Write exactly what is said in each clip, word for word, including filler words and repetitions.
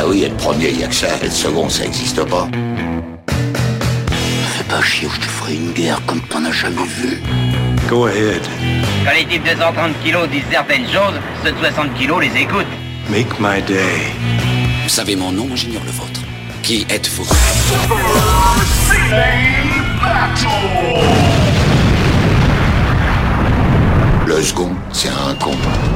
oui, et le premier, il y a que ça, et le second, ça existe pas. Fais pas chier ou je te ferai une guerre comme t'en as jamais vu. Go ahead. Quand les types de cent trente kilos disent certaines choses, ceux de soixante kilos les écoutent. Make my day. Vous savez mon nom, j'ignore le vôtre. Qui êtes-vous? Le second, c'est un con.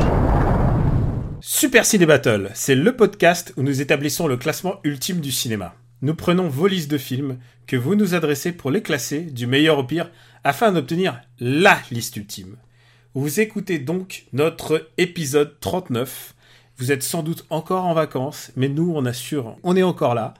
Super Ciné Battle, c'est le podcast où nous établissons le classement ultime du cinéma. Nous prenons vos listes de films que vous nous adressez pour les classer du meilleur au pire afin d'obtenir LA liste ultime. Vous écoutez donc notre épisode trente-neuf. Vous êtes sans doute encore en vacances, mais nous, on assure, on est encore là.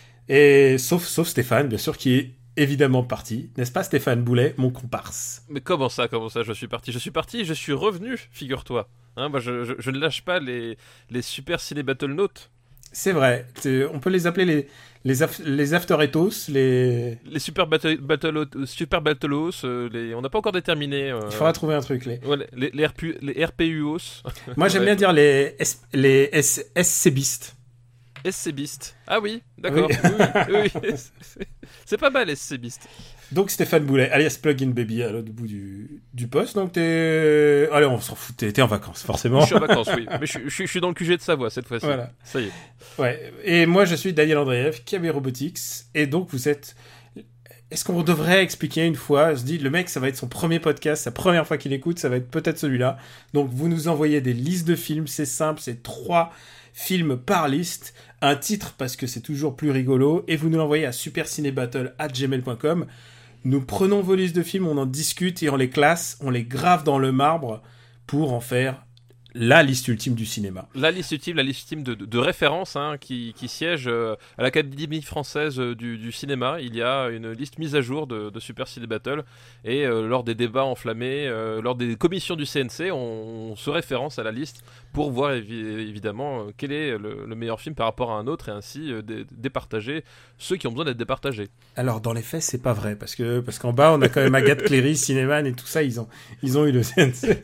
Et sauf, sauf Stéphane, bien sûr, qui est évidemment parti. N'est-ce pas Stéphane Boulet, mon comparse? Mais comment ça, comment ça, je suis parti Je suis parti, je suis revenu, figure-toi. Hein, moi, je, je, je ne lâche pas les, les Super Ciné Battle Notes. C'est vrai, c'est, on peut les appeler les, les, af, les After Ethos, les... Les Super Battle, battle, super Battleos, euh, les, on n'a pas encore déterminé... Euh, Il faudra trouver un truc. Les, ouais, les, les, R P, les R P U Os. Moi, j'aime ouais. bien dire les, S, les S, SCBistes. SCBistes. Ah oui, d'accord. Oui. oui, oui, oui. C'est, c'est pas mal, SCBistes. Donc Stéphane Boulet, alias Plug-in Baby, à l'autre bout du, du poste. Donc t'es... Allez, on s'en fout, t'es, t'es en vacances, forcément. Je suis en vacances, oui. Mais je, je, je suis dans le Q G de Savoie, cette fois-ci. Voilà. Ça y est. Ouais. Et moi, je suis Daniel Andreev, K B Robotics. Et donc, vous êtes... Est-ce qu'on devrait expliquer une fois? Je dis, le mec, ça va être son premier podcast, sa première fois qu'il écoute, ça va être peut-être celui-là. Donc, vous nous envoyez des listes de films, c'est simple, c'est trois films par liste, un titre parce que c'est toujours plus rigolo, et vous nous l'envoyez à supercinébattle arobase gmail point com. Nous prenons vos listes de films, on en discute et on les classe, on les grave dans le marbre pour en faire la liste ultime du cinéma. La liste ultime, la liste ultime de, de, de référence hein, qui, qui siège euh, à l'Académie française euh, du, du cinéma. Il y a une liste mise à jour de, de Super Ciné Battle et euh, lors des débats enflammés, euh, lors des commissions du C N C, on, on se référence à la liste pour voir évi- évidemment euh, quel est le, le meilleur film par rapport à un autre et ainsi euh, dé- départager ceux qui ont besoin d'être départagés. Alors dans les faits, c'est pas vrai parce que parce qu'en bas, on a quand même Agathe Cléry, Cinéman et tout ça, ils ont ils ont eu le C N C.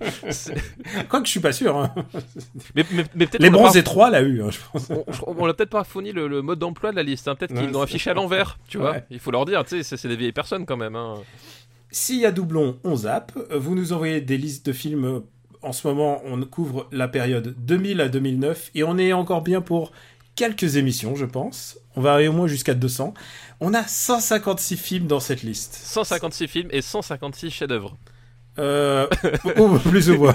Quoique je suis pas sûr. Hein. Mais, mais, mais peut-être les bronzés pas... trois l'a eu, hein, je pense. On, on l'a peut-être pas fourni le, le mode d'emploi de la liste. Hein. Peut-être qu'ils ouais, l'ont affiché à l'envers. Tu ouais. vois, il faut leur dire. Tu sais, c'est, c'est des vieilles personnes quand même. Hein. S'il y a doublon, on zappe. Vous nous envoyez des listes de films. En ce moment, on couvre la période deux mille à deux mille neuf et on est encore bien pour quelques émissions, je pense. On va arriver au moins jusqu'à deux cents. On a cent cinquante-six films dans cette liste. cent cinquante-six films et cent cinquante-six chefs-d'œuvre. Euh, ou plus ou moins.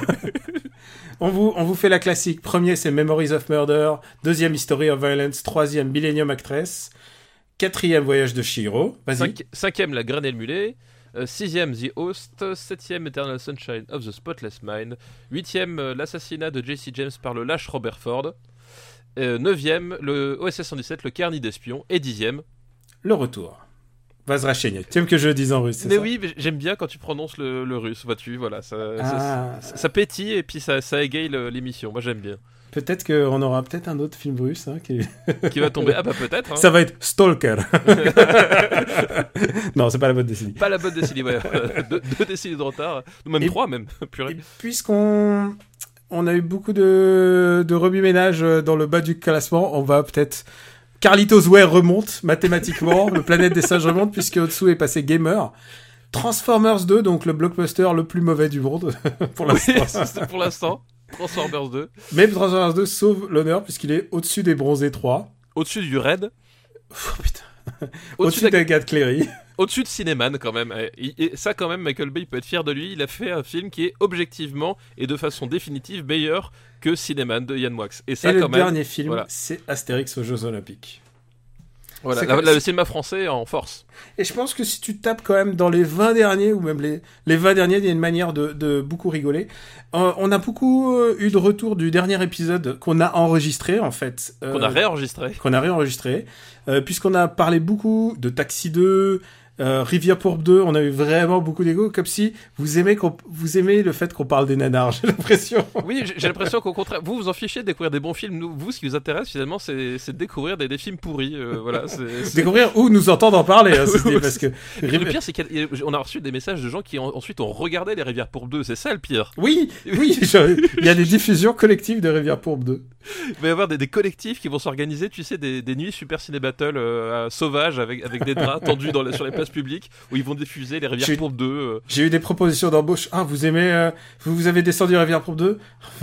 On vous, on vous fait la classique. Premier, c'est Memories of Murder. Deuxième, History of Violence. Troisième, Millennium Actress. Quatrième, Voyage de Chihiro. Vas-y. Cinqui- cinquième, La Graine et le Mulet. Euh, sixième, The Host. Septième, Eternal Sunshine of the Spotless Mind. Huitième, euh, L'assassinat de Jesse James par le lâche Robert Ford. Euh, neuvième, le O S S cent dix-sept, Le Carnet d'espion. Et dixième, Le Retour. Vazrachenia. Tu aimes que je le dise en russe, c'est mais ça? oui, mais j'aime bien quand tu prononces le, le russe, vois-tu, voilà, ça, ah. ça, ça, ça pétille et puis ça, ça égaye le, l'émission, moi j'aime bien. Peut-être qu'on aura peut-être un autre film russe hein, qui... qui va tomber, ah bah peut-être. Hein. Ça va être Stalker. Non, c'est pas la bonne décennie. Pas la bonne décennie, ouais. deux, deux décennies de retard, même et, trois même, purée. Et puisqu'on on a eu beaucoup de, de remue-ménage dans le bas du classement, on va peut-être... Carlitos Way remonte mathématiquement, le Planète des Singes remonte puisque au-dessous est passé Gamer. Transformers deux, donc le blockbuster le plus mauvais du monde pour l'instant. Oui, c'est pour l'instant. Transformers deux. Mais Transformers deux sauve l'honneur puisqu'il est au-dessus des Bronzés trois. Au-dessus du Raid. Oh putain. Au-dessus, au-dessus d'Agathe Cléry. Au-dessus de Cinéman quand même. Et, et ça quand même, Michael Bay peut être fier de lui. Il a fait un film qui est objectivement et de façon définitive meilleur que Cinéman de Yann Moix. Et ça et quand le même. dernier film, voilà. C'est Astérix aux Jeux Olympiques. Voilà, la, la, le cinéma français en force. Et je pense que si tu tapes quand même dans les vingt derniers, ou même les, les vingt derniers, il y a une manière de, de beaucoup rigoler. Euh, on a beaucoup euh, eu de retour du dernier épisode qu'on a enregistré, en fait. Euh, qu'on a réenregistré. Qu'on a réenregistré. Euh, puisqu'on a parlé beaucoup de Taxi deux, Euh, Rivière Pourpre deux, on a eu vraiment beaucoup d'écho, comme si vous aimez, qu'on, vous aimez le fait qu'on parle des nanars, j'ai l'impression. Oui, j'ai, j'ai l'impression qu'au contraire, vous vous en fichez de découvrir des bons films. Nous, vous, ce qui vous intéresse finalement, c'est, c'est de découvrir des, des films pourris. Euh, voilà, c'est, c'est... Découvrir ou nous entendre en parler, hein, c'est parce que... Le pire, c'est qu'on a reçu des messages de gens qui ont, ensuite ont regardé les Rivières Pourpres deux, c'est ça le pire. Oui, oui, il y a des diffusions collectives de Rivière Pourpre deux. Il va y avoir des, des collectifs qui vont s'organiser, tu sais, des, des nuits Super Ciné Battle euh, sauvages avec, avec des draps tendus dans les, sur les places publiques où ils vont diffuser les Rivières Pourpres deux. Euh. J'ai eu des propositions d'embauche. Ah, vous aimez, euh, vous, vous avez descendu Rivières Pourpre deux?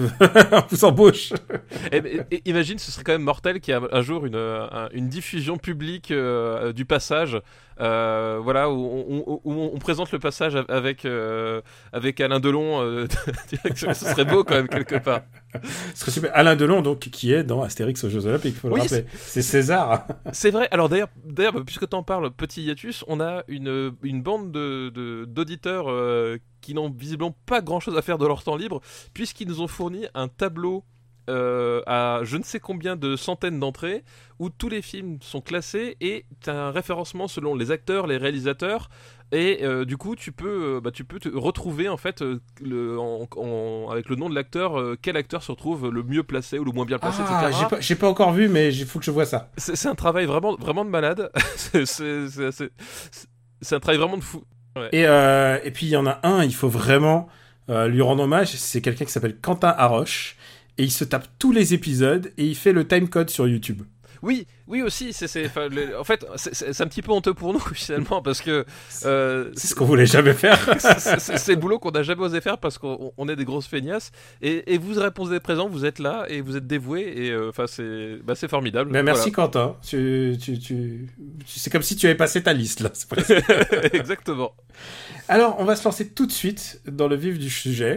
On vous embauche. Et, et, et, imagine, ce serait quand même mortel qu'il y ait un jour une, un, une diffusion publique euh, du passage. Euh, voilà, où on, où, où on présente le passage avec, euh, avec Alain Delon. Euh, ce serait beau quand même, quelque part. Ce serait super. Alain Delon, donc, qui est dans Astérix aux Jeux Olympiques, faut le oui, rappeler. C'est... c'est César. C'est vrai. Alors d'ailleurs, d'ailleurs puisque tu en parles, petit hiatus, on a une, une bande de, de, d'auditeurs euh, qui n'ont visiblement pas grand-chose à faire de leur temps libre, puisqu'ils nous ont fourni un tableau Euh, à je ne sais combien de centaines d'entrées où tous les films sont classés et tu as un référencement selon les acteurs, les réalisateurs et euh, du coup tu peux, euh, bah, tu peux te retrouver en fait euh, le, en, en, avec le nom de l'acteur euh, quel acteur se retrouve le mieux placé ou le moins bien placé, ah, et cetera. J'ai pas, j'ai pas encore vu mais il faut que je vois ça. C'est, c'est un travail vraiment, vraiment de malade. c'est, c'est, c'est, c'est, c'est un travail vraiment de fou. Ouais. Et, euh, et puis il y en a un, il faut vraiment euh, lui rendre hommage, c'est quelqu'un qui s'appelle Quentin Haroche. Et il se tape tous les épisodes et il fait le timecode sur YouTube. Oui, oui aussi. C'est, c'est, les, en fait, c'est, c'est, c'est un petit peu honteux pour nous finalement parce que euh, c'est ce qu'on voulait jamais faire. c'est, c'est, c'est le boulot qu'on n'a jamais osé faire parce qu'on on est des grosses feignasses. Et, et vous répondez présent, vous êtes là et vous êtes dévoués et enfin euh, c'est, bah, c'est formidable. Mais merci voilà. Quentin. Tu, tu, tu, tu, c'est comme si tu avais passé ta liste là. C'est pas Exactement. Alors, on va se lancer tout de suite dans le vif du sujet.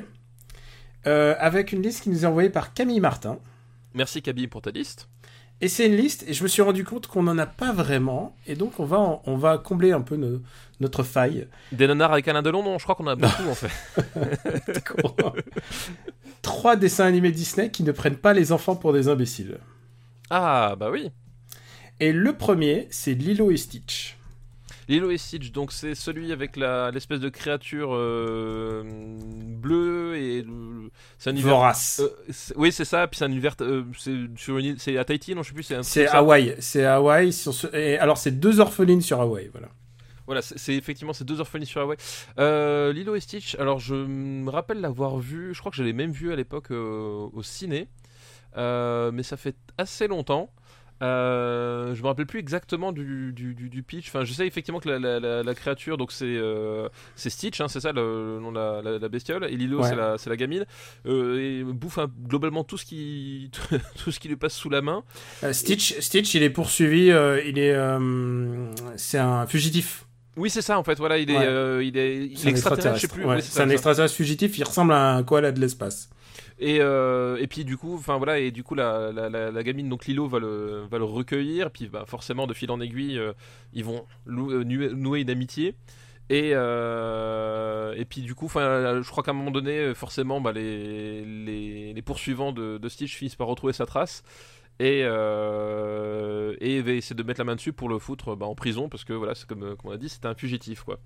Euh, avec une liste qui nous est envoyée par Camille Martin. Merci Camille pour ta liste. Et c'est une liste, et je me suis rendu compte qu'on n'en a pas vraiment, et donc on va, en, on va combler un peu nos, notre faille. Des nanars avec Alain Delon, non, je crois qu'on a beaucoup en fait. D'accord. Trois dessins animés Disney qui ne prennent pas les enfants pour des imbéciles. Ah, bah oui. Et le premier, c'est Lilo et Stitch. Lilo et Stitch, donc c'est celui avec la, l'espèce de créature euh, bleue et euh, c'est un univers vorace. Euh, c'est, oui, c'est ça. Puis c'est un univers, euh, c'est sur une île, c'est à Tahiti, non, je sais plus. C'est, un c'est Hawaï. C'est Hawaï. Sur ce, et alors c'est deux orphelines sur Hawaï, voilà. Voilà, c'est, c'est effectivement ces deux orphelines sur Hawaï. Euh, Lilo et Stitch. Alors je me rappelle l'avoir vu. Je crois que je l'ai même vu à l'époque euh, au ciné, euh, mais ça fait assez longtemps. Euh, je me rappelle plus exactement du, du, du, du pitch. Enfin, je sais effectivement que la, la, la, la créature, donc c'est, euh, c'est Stitch, hein, c'est ça le, le nom de la, la, la bestiole, et Lilo ouais. c'est, la, c'est la gamine. Euh, et bouffe hein, globalement tout ce qui tout ce qui lui passe sous la main. Euh, Stitch, Stitch, il est poursuivi. Euh, il est, euh, c'est un fugitif. Oui, c'est ça en fait. Voilà, il est, ouais. euh, il est, il c'est est extraterrestre. Je sais plus. Ouais, oui, c'est, c'est ça, un ça. extraterrestre fugitif. Il ressemble à un koala de l'espace. Et, euh, et puis du coup, enfin voilà, et du coup la, la, la, la gamine donc Lilo va le, va le recueillir, puis bah, forcément de fil en aiguille, euh, ils vont lou- euh, nouer une amitié. Et euh, et puis du coup, enfin, je crois qu'à un moment donné, forcément, bah, les, les les poursuivants de, de Stitch finissent par retrouver sa trace. Et, euh, et va essayer de mettre la main dessus pour le foutre bah, en prison parce que voilà, c'est comme, comme on a dit, c'était un fugitif quoi.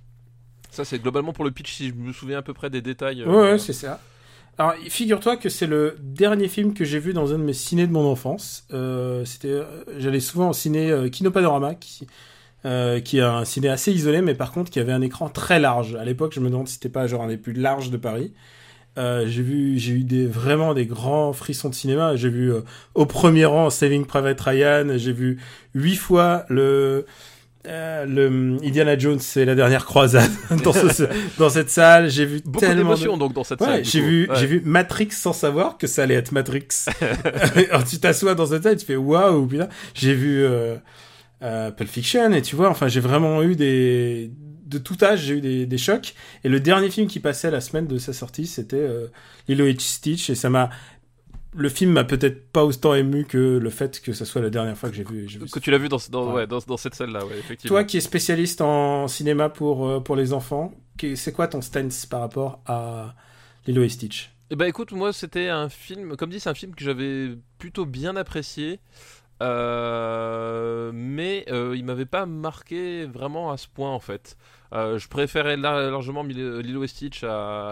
Ça c'est globalement pour le pitch si je me souviens à peu près des détails. Ouais, euh, ouais c'est ça. Alors, figure-toi que c'est le dernier film que j'ai vu dans un de mes cinés de mon enfance. Euh, c'était, j'allais souvent au ciné euh, Kino Panorama, qui, euh, qui est un ciné assez isolé, mais par contre qui avait un écran très large. À l'époque, je me demande si c'était pas genre un des plus larges de Paris. Euh, j'ai vu, j'ai eu des vraiment des grands frissons de cinéma. J'ai vu euh, au premier rang Saving Private Ryan. J'ai vu huit fois le Euh, le Indiana Jones, c'est la dernière croisade dans, ce, dans cette salle. J'ai vu beaucoup tellement d'émotions de... donc dans cette ouais, salle. J'ai coup. vu, ouais. j'ai vu Matrix sans savoir que ça allait être Matrix. Alors tu t'assois dans cette salle, et tu fais waouh, putain. J'ai vu euh, euh, Pulp Fiction et tu vois, enfin j'ai vraiment eu des de tout âge, j'ai eu des, des chocs. Et le dernier film qui passait la semaine de sa sortie, c'était euh, Lilo et Stitch, et ça m'a le film m'a peut-être pas autant ému que le fait que ça soit la dernière fois que j'ai vu. J'ai vu que tu l'as vu dans, dans, ouais. Ouais, dans, dans cette salle-là, ouais, effectivement. Toi qui es spécialiste en cinéma pour, euh, pour les enfants, c'est quoi ton stance par rapport à Lilo et Stitch ? Eh ben écoute, moi c'était un film, comme dit, c'est un film que j'avais plutôt bien apprécié. Euh, mais euh, il m'avait pas marqué vraiment à ce point en fait. Euh, je préférais lar- largement Lilo et Stitch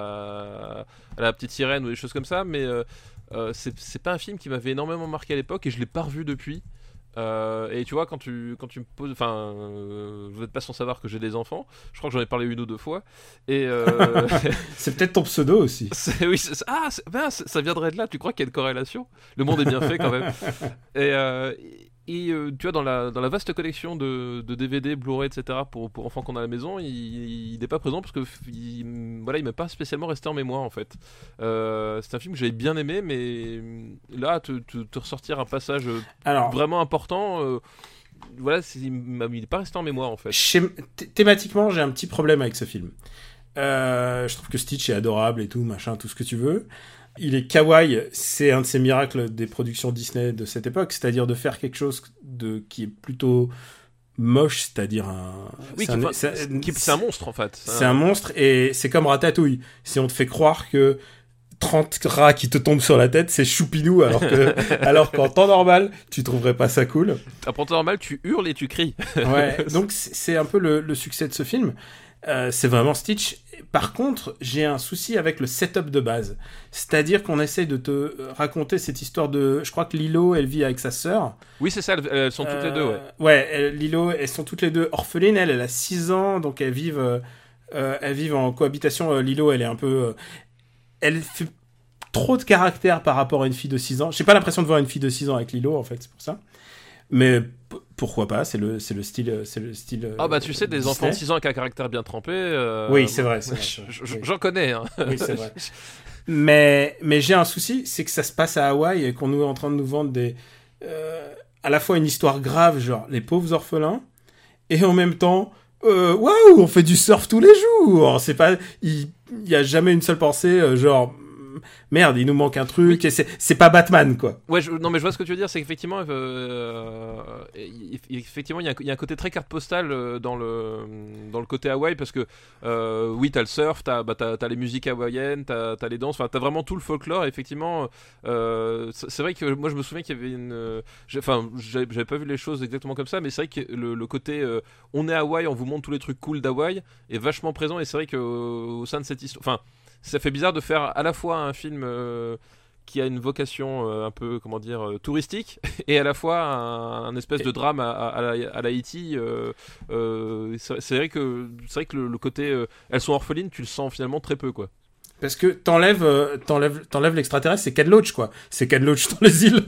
à, à la petite sirène ou des choses comme ça, mais euh, euh, c'est, c'est pas un film qui m'avait énormément marqué à l'époque et je l'ai pas revu depuis. Euh, et tu vois, quand tu, quand tu me poses. Enfin, euh, vous n'êtes pas sans savoir que j'ai des enfants. Je crois que j'en ai parlé une ou deux fois. Et. Euh... c'est peut-être ton pseudo aussi. c'est, oui, c'est, ah, c'est, ben, c'est, ça viendrait de là. Tu crois qu'il y a une corrélation ? Le monde est bien fait quand même. Et. Euh, Et euh, tu vois, dans la, dans la vaste collection de, de D V D, Blu-ray, et cetera pour, pour enfants qu'on a à la maison, il n'est pas présent parce que il, voilà, il m'a pas spécialement resté en mémoire en fait. Euh, c'est un film que j'avais bien aimé, mais là, te, te, te ressortir un passage Alors, vraiment important, euh, voilà, c'est, il n'est pas resté en mémoire en fait. Chez, thématiquement, j'ai un petit problème avec ce film. Euh, je trouve que Stitch est adorable et tout, machin, tout ce que tu veux. Il est kawaii, c'est un de ces miracles des productions Disney de cette époque, c'est-à-dire de faire quelque chose de qui est plutôt moche, c'est-à-dire un... Oui, c'est, qui, un, enfin, c'est, c'est, c'est un monstre en fait. C'est un... un monstre et c'est comme Ratatouille. Si on te fait croire que trente rats qui te tombent sur la tête, c'est choupinou, alors que alors qu'en temps normal, tu trouverais pas ça cool. En temps normal, tu hurles et tu cries. Ouais, donc c'est un peu le, le succès de ce film. Euh, c'est vraiment Stitch. Par contre, j'ai un souci avec le setup de base. C'est-à-dire qu'on essaye de te raconter cette histoire de... Je crois que Lilo, elle vit avec sa sœur. Oui, c'est ça, elles, elles sont toutes euh, les deux, ouais. Ouais, elle, Lilo, elles sont toutes les deux orphelines. Elle, elle a six ans, donc elles vivent, euh, elles vivent en cohabitation. Lilo, elle est un peu... Euh, elle fait trop de caractère par rapport à une fille de six ans. J'ai pas l'impression de voir une fille de six ans avec Lilo, en fait, c'est pour ça. Mais p- pourquoi pas, c'est le, c'est le style... C'est le style ah bah tu sais, des Disney. enfants de six ans avec un caractère bien trempé... Euh, oui, c'est vrai. C'est vrai, j- oui. J'en connais. Hein. Oui, c'est vrai. mais, mais j'ai un souci, c'est que ça se passe à Hawaï et qu'on nous est en train de nous vendre des... Euh, à la fois une histoire grave, genre les pauvres orphelins, et en même temps... Euh, waouh, on fait du surf tous les jours. C'est pas... Il y a jamais une seule pensée, euh, genre... Merde, il nous manque un truc, oui. et c'est, c'est pas Batman, quoi. Ouais, je, non, mais je vois ce que tu veux dire, c'est qu'effectivement, euh, effectivement, il y, y a un côté très carte postale euh, dans le dans le côté Hawaï, parce que euh, oui, t'as le surf, t'as, bah, t'as, t'as les musiques hawaïennes, t'as, t'as les danses, enfin, t'as vraiment tout le folklore. Et effectivement, euh, c'est, c'est vrai que moi, je me souviens qu'il y avait une, enfin, j'avais, j'avais pas vu les choses exactement comme ça, mais c'est vrai que le, le côté, euh, on est à Hawaï, on vous montre tous les trucs cool d'Hawaï, est vachement présent. Et c'est vrai que euh, au sein de cette histoire, enfin. Ça fait bizarre de faire à la fois un film euh, qui a une vocation euh, un peu, comment dire, euh, touristique, et à la fois un, un espèce de drame à, à, à, la, à la E T. Euh, euh, c'est, c'est vrai que, c'est vrai que le, le côté euh, elles sont orphelines, tu le sens finalement très peu, quoi. Parce que t'enlèves, euh, t'enlèves, t'enlèves l'extraterrestre, c'est Ken Loach, quoi. C'est Ken Loach dans les îles.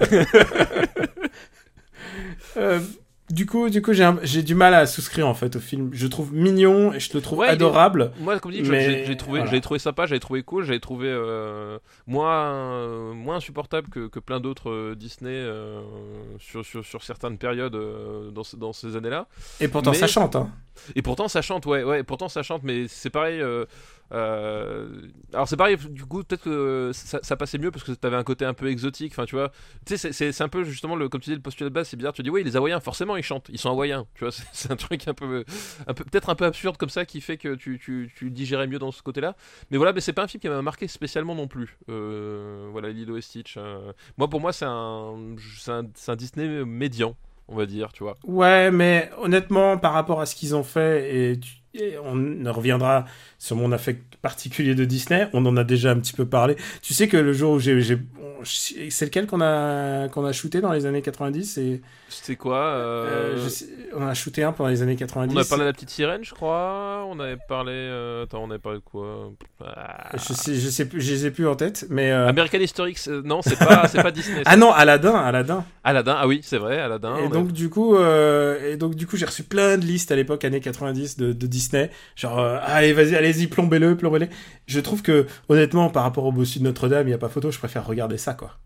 euh, Du coup, du coup, j'ai, un, j'ai du mal à souscrire en fait au film. Je le trouve mignon et je le trouve ouais, adorable. Est... Moi, comme je dis, mais... j'ai, j'ai trouvé, voilà. j'ai trouvé sympa, j'avais trouvé cool, j'avais trouvé euh, moins, euh, moins insupportable que, que plein d'autres euh, Disney euh, sur, sur, sur certaines périodes euh, dans, dans ces années-là. Et pourtant, mais... ça chante, hein. Et pourtant, ça chante, ouais, ouais. Pourtant, ça chante, mais c'est pareil. Euh, euh... Alors, c'est pareil. Du coup, peut-être que ça, ça passait mieux parce que t'avais un côté un peu exotique. Enfin, tu vois. Tu sais, c'est, c'est, c'est un peu justement le, comme tu dis, le postulat de base, c'est bizarre. Tu dis, oui, les Hawaïens, forcément, ils chantent. Ils sont Hawaïens. Tu vois, c'est, c'est un truc un peu, un peu, peut-être un peu absurde comme ça qui fait que tu, tu, tu digérais mieux dans ce côté-là. Mais voilà, mais c'est pas un film qui m'a marqué spécialement non plus. Euh, voilà, Lilo et Stitch. Euh... Moi, pour moi, c'est un, c'est un, c'est un Disney médian, on va dire, tu vois. Ouais, mais honnêtement, par rapport à ce qu'ils ont fait, et, tu, et on reviendra sur mon affect particulier de Disney, on en a déjà un petit peu parlé. Tu sais que le jour où j'ai... j'ai c'est lequel qu'on a, qu'on a shooté dans les années quatre-vingt-dix et... C'était quoi euh... euh, sais, On a shooté un pendant les années quatre-vingt-dix. On a parlé de la petite sirène, je crois. On avait parlé... Euh... Attends, on avait parlé de quoi ah... Je sais, je sais plus, je les ai plus en tête, mais... Euh... American History X, euh, non, c'est pas, c'est pas Disney. Ah non, Aladdin, Aladdin. Aladdin, ah oui, c'est vrai, Aladdin. Et donc, a... du coup, euh... et donc, du coup, j'ai reçu plein de listes à l'époque, années quatre-vingt-dix, de, de Disney. Genre, euh, allez, vas-y, allez-y, plombez-le, plombez-le. Je trouve que, honnêtement, par rapport au Bossu de Notre-Dame, il n'y a pas photo, je préfère regarder ça, quoi.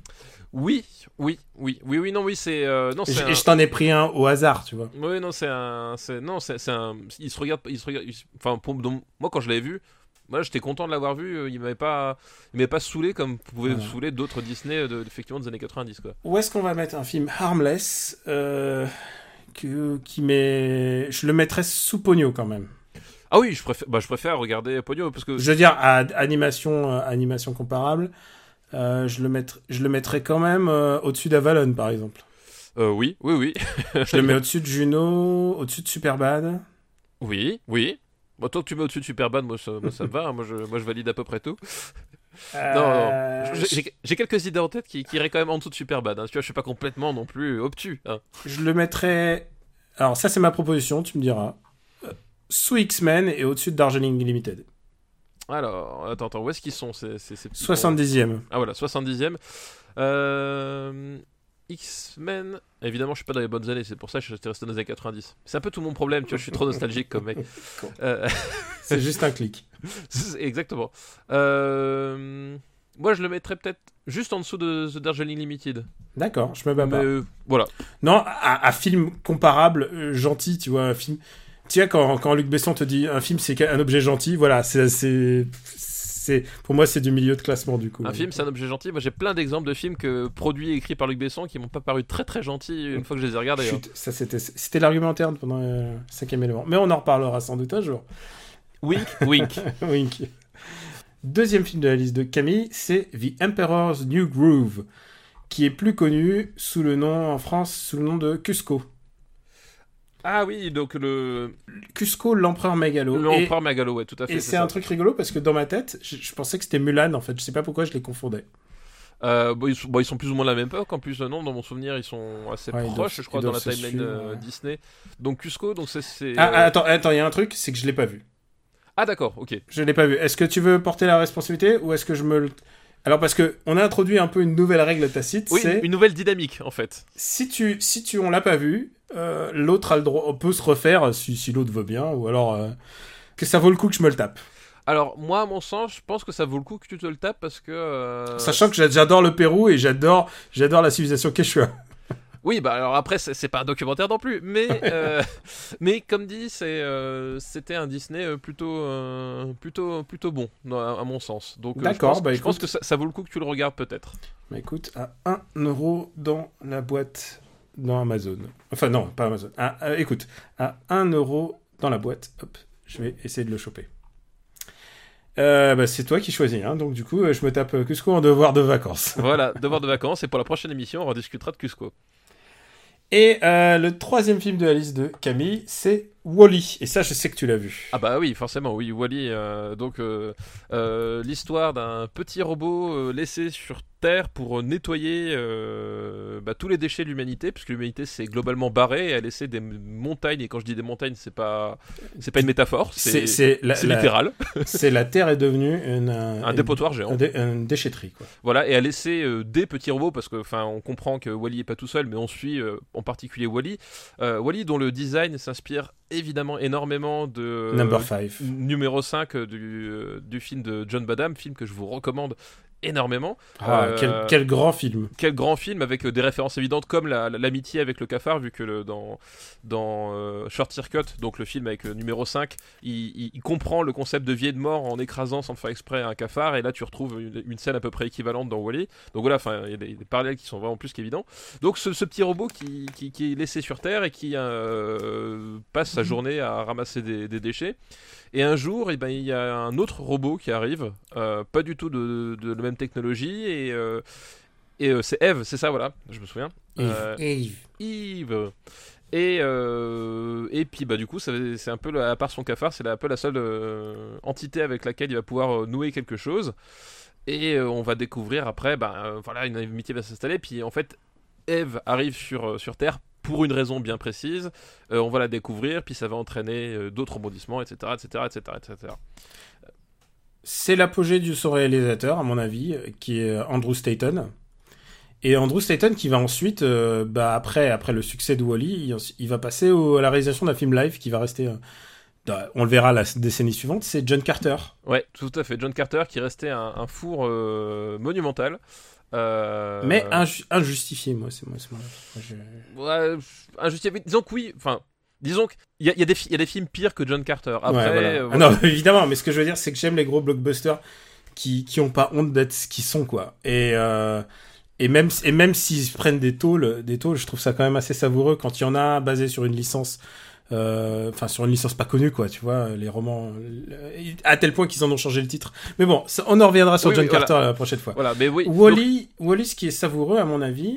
Oui, oui, oui, oui, oui, non, oui, c'est, euh, non, c'est. Et, un... et je t'en ai pris un au hasard, tu vois. Oui, non, c'est un, c'est, non, c'est, c'est un, il se regarde, il se regarde, il... enfin, pour... donc, moi, quand je l'avais vu, moi, j'étais content de l'avoir vu. Il m'avait pas, il m'avait pas saoulé comme pouvait ouais. saouler d'autres Disney, de, effectivement, des années quatre-vingt-dix, quoi. Où est-ce qu'on va mettre un film Harmless, euh, que, qui met, je le mettrais sous Pogno quand même. Ah oui, je préfère, bah, je préfère regarder Pogno parce que. Je veux dire, à animation, euh, animation comparable. Euh, je le mettrais, je le mettrais quand même euh, au-dessus d'Avalon, par exemple. Euh, oui, oui, oui. Je le mets au-dessus de Juno, au-dessus de Superbad. Oui, oui. Bon, tant que tu mets au-dessus de Superbad, moi ça, moi, ça me va. Hein. Moi, je, moi, je valide à peu près tout. Euh... Non, non. J'ai, j'ai, j'ai quelques idées en tête qui, qui iraient quand même en dessous de Superbad. Hein. Tu vois, je suis pas complètement non plus obtus. Hein. Je le mettrais... Alors, ça, c'est ma proposition, tu me diras. Euh, sous X-Men et au-dessus de Darjeeling Limited. Alors, attends, attends, où est-ce qu'ils sont ces, ces, ces petits soixante-dixième. Ah voilà, soixante-dixième. Euh... X-Men, évidemment, je suis pas dans les bonnes années, c'est pour ça que je suis resté dans les années quatre-vingt-dix. C'est un peu tout mon problème, tu vois, je suis trop nostalgique comme mec. Euh... C'est juste un clic. Exactement. Euh... Moi, je le mettrais peut-être juste en dessous de The Darjeeling Limited. D'accord, je me bats Mais pas. euh, voilà. Non, à, à film comparable, euh, gentil, tu vois, un film... Tu vois, quand, quand Luc Besson te dit un film, c'est un objet gentil, voilà, c'est... c'est... C'est, pour moi, c'est du milieu de classement, du coup. Un film, c'est un objet gentil. Moi, j'ai plein d'exemples de films que, produits et écrits par Luc Besson qui m'ont pas paru très très gentils une fois que je les ai regardés. Chut, hein. Ça, c'était, c'était l'argumentaire pendant le euh, cinquième élément. Mais on en reparlera sans doute un jour. Wink, wink. Wink. Deuxième film de la liste de Camille, c'est The Emperor's New Groove, qui est plus connu sous le nom, en France, sous le nom de Cusco. Ah oui, donc le... Cusco, l'empereur mégalo. L'empereur et... mégalo, ouais, tout à fait. Et c'est, c'est ça. un truc rigolo parce que dans ma tête, je, je pensais que c'était Mulan, en fait. Je sais pas pourquoi je les confondais. Euh, bon, ils, sont, bon, ils sont plus ou moins de la même époque. En plus, non, dans mon souvenir, ils sont assez ouais, proches, doivent, je crois, dans la timeline suivre, euh, ouais. Disney. Donc Cusco, donc c'est... c'est ah, euh... attends, attends, il y a un truc, c'est que je l'ai pas vu. Ah d'accord, ok. Je l'ai pas vu. Est-ce que tu veux porter la responsabilité ou est-ce que je me... Alors parce que on a introduit un peu une nouvelle règle tacite, oui, c'est... une nouvelle dynamique, en fait. Si tu, si tu, on l'a pas vu... Euh, l'autre a le droit, on peut se refaire si, si l'autre veut bien, ou alors euh, que ça vaut le coup que je me le tape. Alors moi, à mon sens, je pense que ça vaut le coup que tu te le tapes parce que euh... sachant que j'adore le Pérou et j'adore, j'adore la civilisation Quechua. Oui, bah alors après c'est, c'est pas un documentaire non plus, mais euh, mais comme dit, c'est euh, c'était un Disney plutôt euh, plutôt plutôt bon à, à mon sens. Donc euh, d'accord, je pense, bah, je écoute, pense que ça, ça vaut le coup que tu le regardes peut-être. Bah écoute, à un euro dans la boîte. Dans Amazon. Enfin, non, pas Amazon. Ah, euh, écoute, à un euro dans la boîte, hop, je vais essayer de le choper. Euh, bah, c'est toi qui choisis, hein, donc du coup, je me tape Cusco en devoir de vacances. Voilà, devoir de vacances, et pour la prochaine émission, on rediscutera de Cusco. Et euh, le troisième film de la liste de Camille, c'est Wall-E. Et ça, je sais que tu l'as vu. Ah bah oui, forcément, oui, Wall-E. Euh, donc, euh, euh, l'histoire d'un petit robot euh, laissé sur Terre pour nettoyer euh, bah, tous les déchets de l'humanité, puisque l'humanité s'est globalement barrée et a laissé des montagnes. Et quand je dis des montagnes, c'est pas, c'est pas une métaphore, c'est, c'est, c'est, la, c'est littéral. La, c'est la Terre est devenue une, un, un dépotoir géant, un dé, une déchetterie, quoi. Voilà, et a laissé euh, des petits robots, parce que, enfin, on comprend que Wall-E est pas tout seul, mais on suit euh, en particulier Wall-E. Euh, Wall-E, dont le design s'inspire évidemment énormément de Number five. Numéro cinq euh, du, euh, du film de John Badham, film que je vous recommande énormément. Ah, euh, quel, quel grand film. Quel grand film avec euh, des références évidentes comme la, la, l'amitié avec le cafard, vu que le, dans, dans euh, Short Circuit, donc le film avec euh, numéro cinq, il, il, il comprend le concept de vie et de mort en écrasant sans faire exprès un cafard, et là tu retrouves une, une scène à peu près équivalente dans Wall-E. Donc voilà, il y a des, des parallèles qui sont vraiment plus qu'évidents. Donc ce, ce petit robot qui, qui, qui est laissé sur Terre et qui euh, passe sa journée à ramasser des, des déchets. Et un jour, eh ben, il y a un autre robot qui arrive, euh, pas du tout de, de, de la même technologie, et, euh, et euh, c'est Eve, c'est ça, voilà, je me souviens. Eve. Euh, Eve. Eve. Et, euh, et puis, bah, du coup, ça, c'est un peu, à part son cafard, c'est un peu la seule euh, entité avec laquelle il va pouvoir euh, nouer quelque chose. Et euh, on va découvrir après, bah, euh, voilà, une amitié va s'installer, puis en fait, Eve arrive sur, sur Terre pour une raison bien précise, euh, on va la découvrir, puis ça va entraîner euh, d'autres rebondissements, et cetera, et cetera, et cetera, et cetera. C'est l'apogée du son réalisateur, à mon avis, qui est Andrew Stanton. Et Andrew Stanton qui va ensuite, euh, bah après, après le succès de Wall-E, il, il va passer au, à la réalisation d'un film live qui va rester, euh, on le verra la décennie suivante, c'est John Carter. Ouais, tout à fait, John Carter qui restait un, un four euh, monumental. Euh... Mais inju- injustifié, moi, c'est moi, c'est moi. Je... Ouais, injustifié. Disons que oui, enfin, disons qu'il y a, y, a y a des films pires que John Carter. Après, ouais, voilà. euh, voilà. Ah non, évidemment, mais ce que je veux dire, c'est que j'aime les gros blockbusters qui, qui ont pas honte d'être ce qu'ils sont, quoi. Et, euh, et même, et même s'ils prennent des tôles, des tôles, je trouve ça quand même assez savoureux quand il y en a basé sur une licence. Enfin, euh, sur une licence pas connue, quoi, tu vois, les romans, à tel point qu'ils en ont changé le titre. Mais bon, ça, on en reviendra sur oui, John oui, Carter voilà. la prochaine fois. Voilà, mais oui. Wall-E, donc... Wall-E, ce qui est savoureux, à mon avis,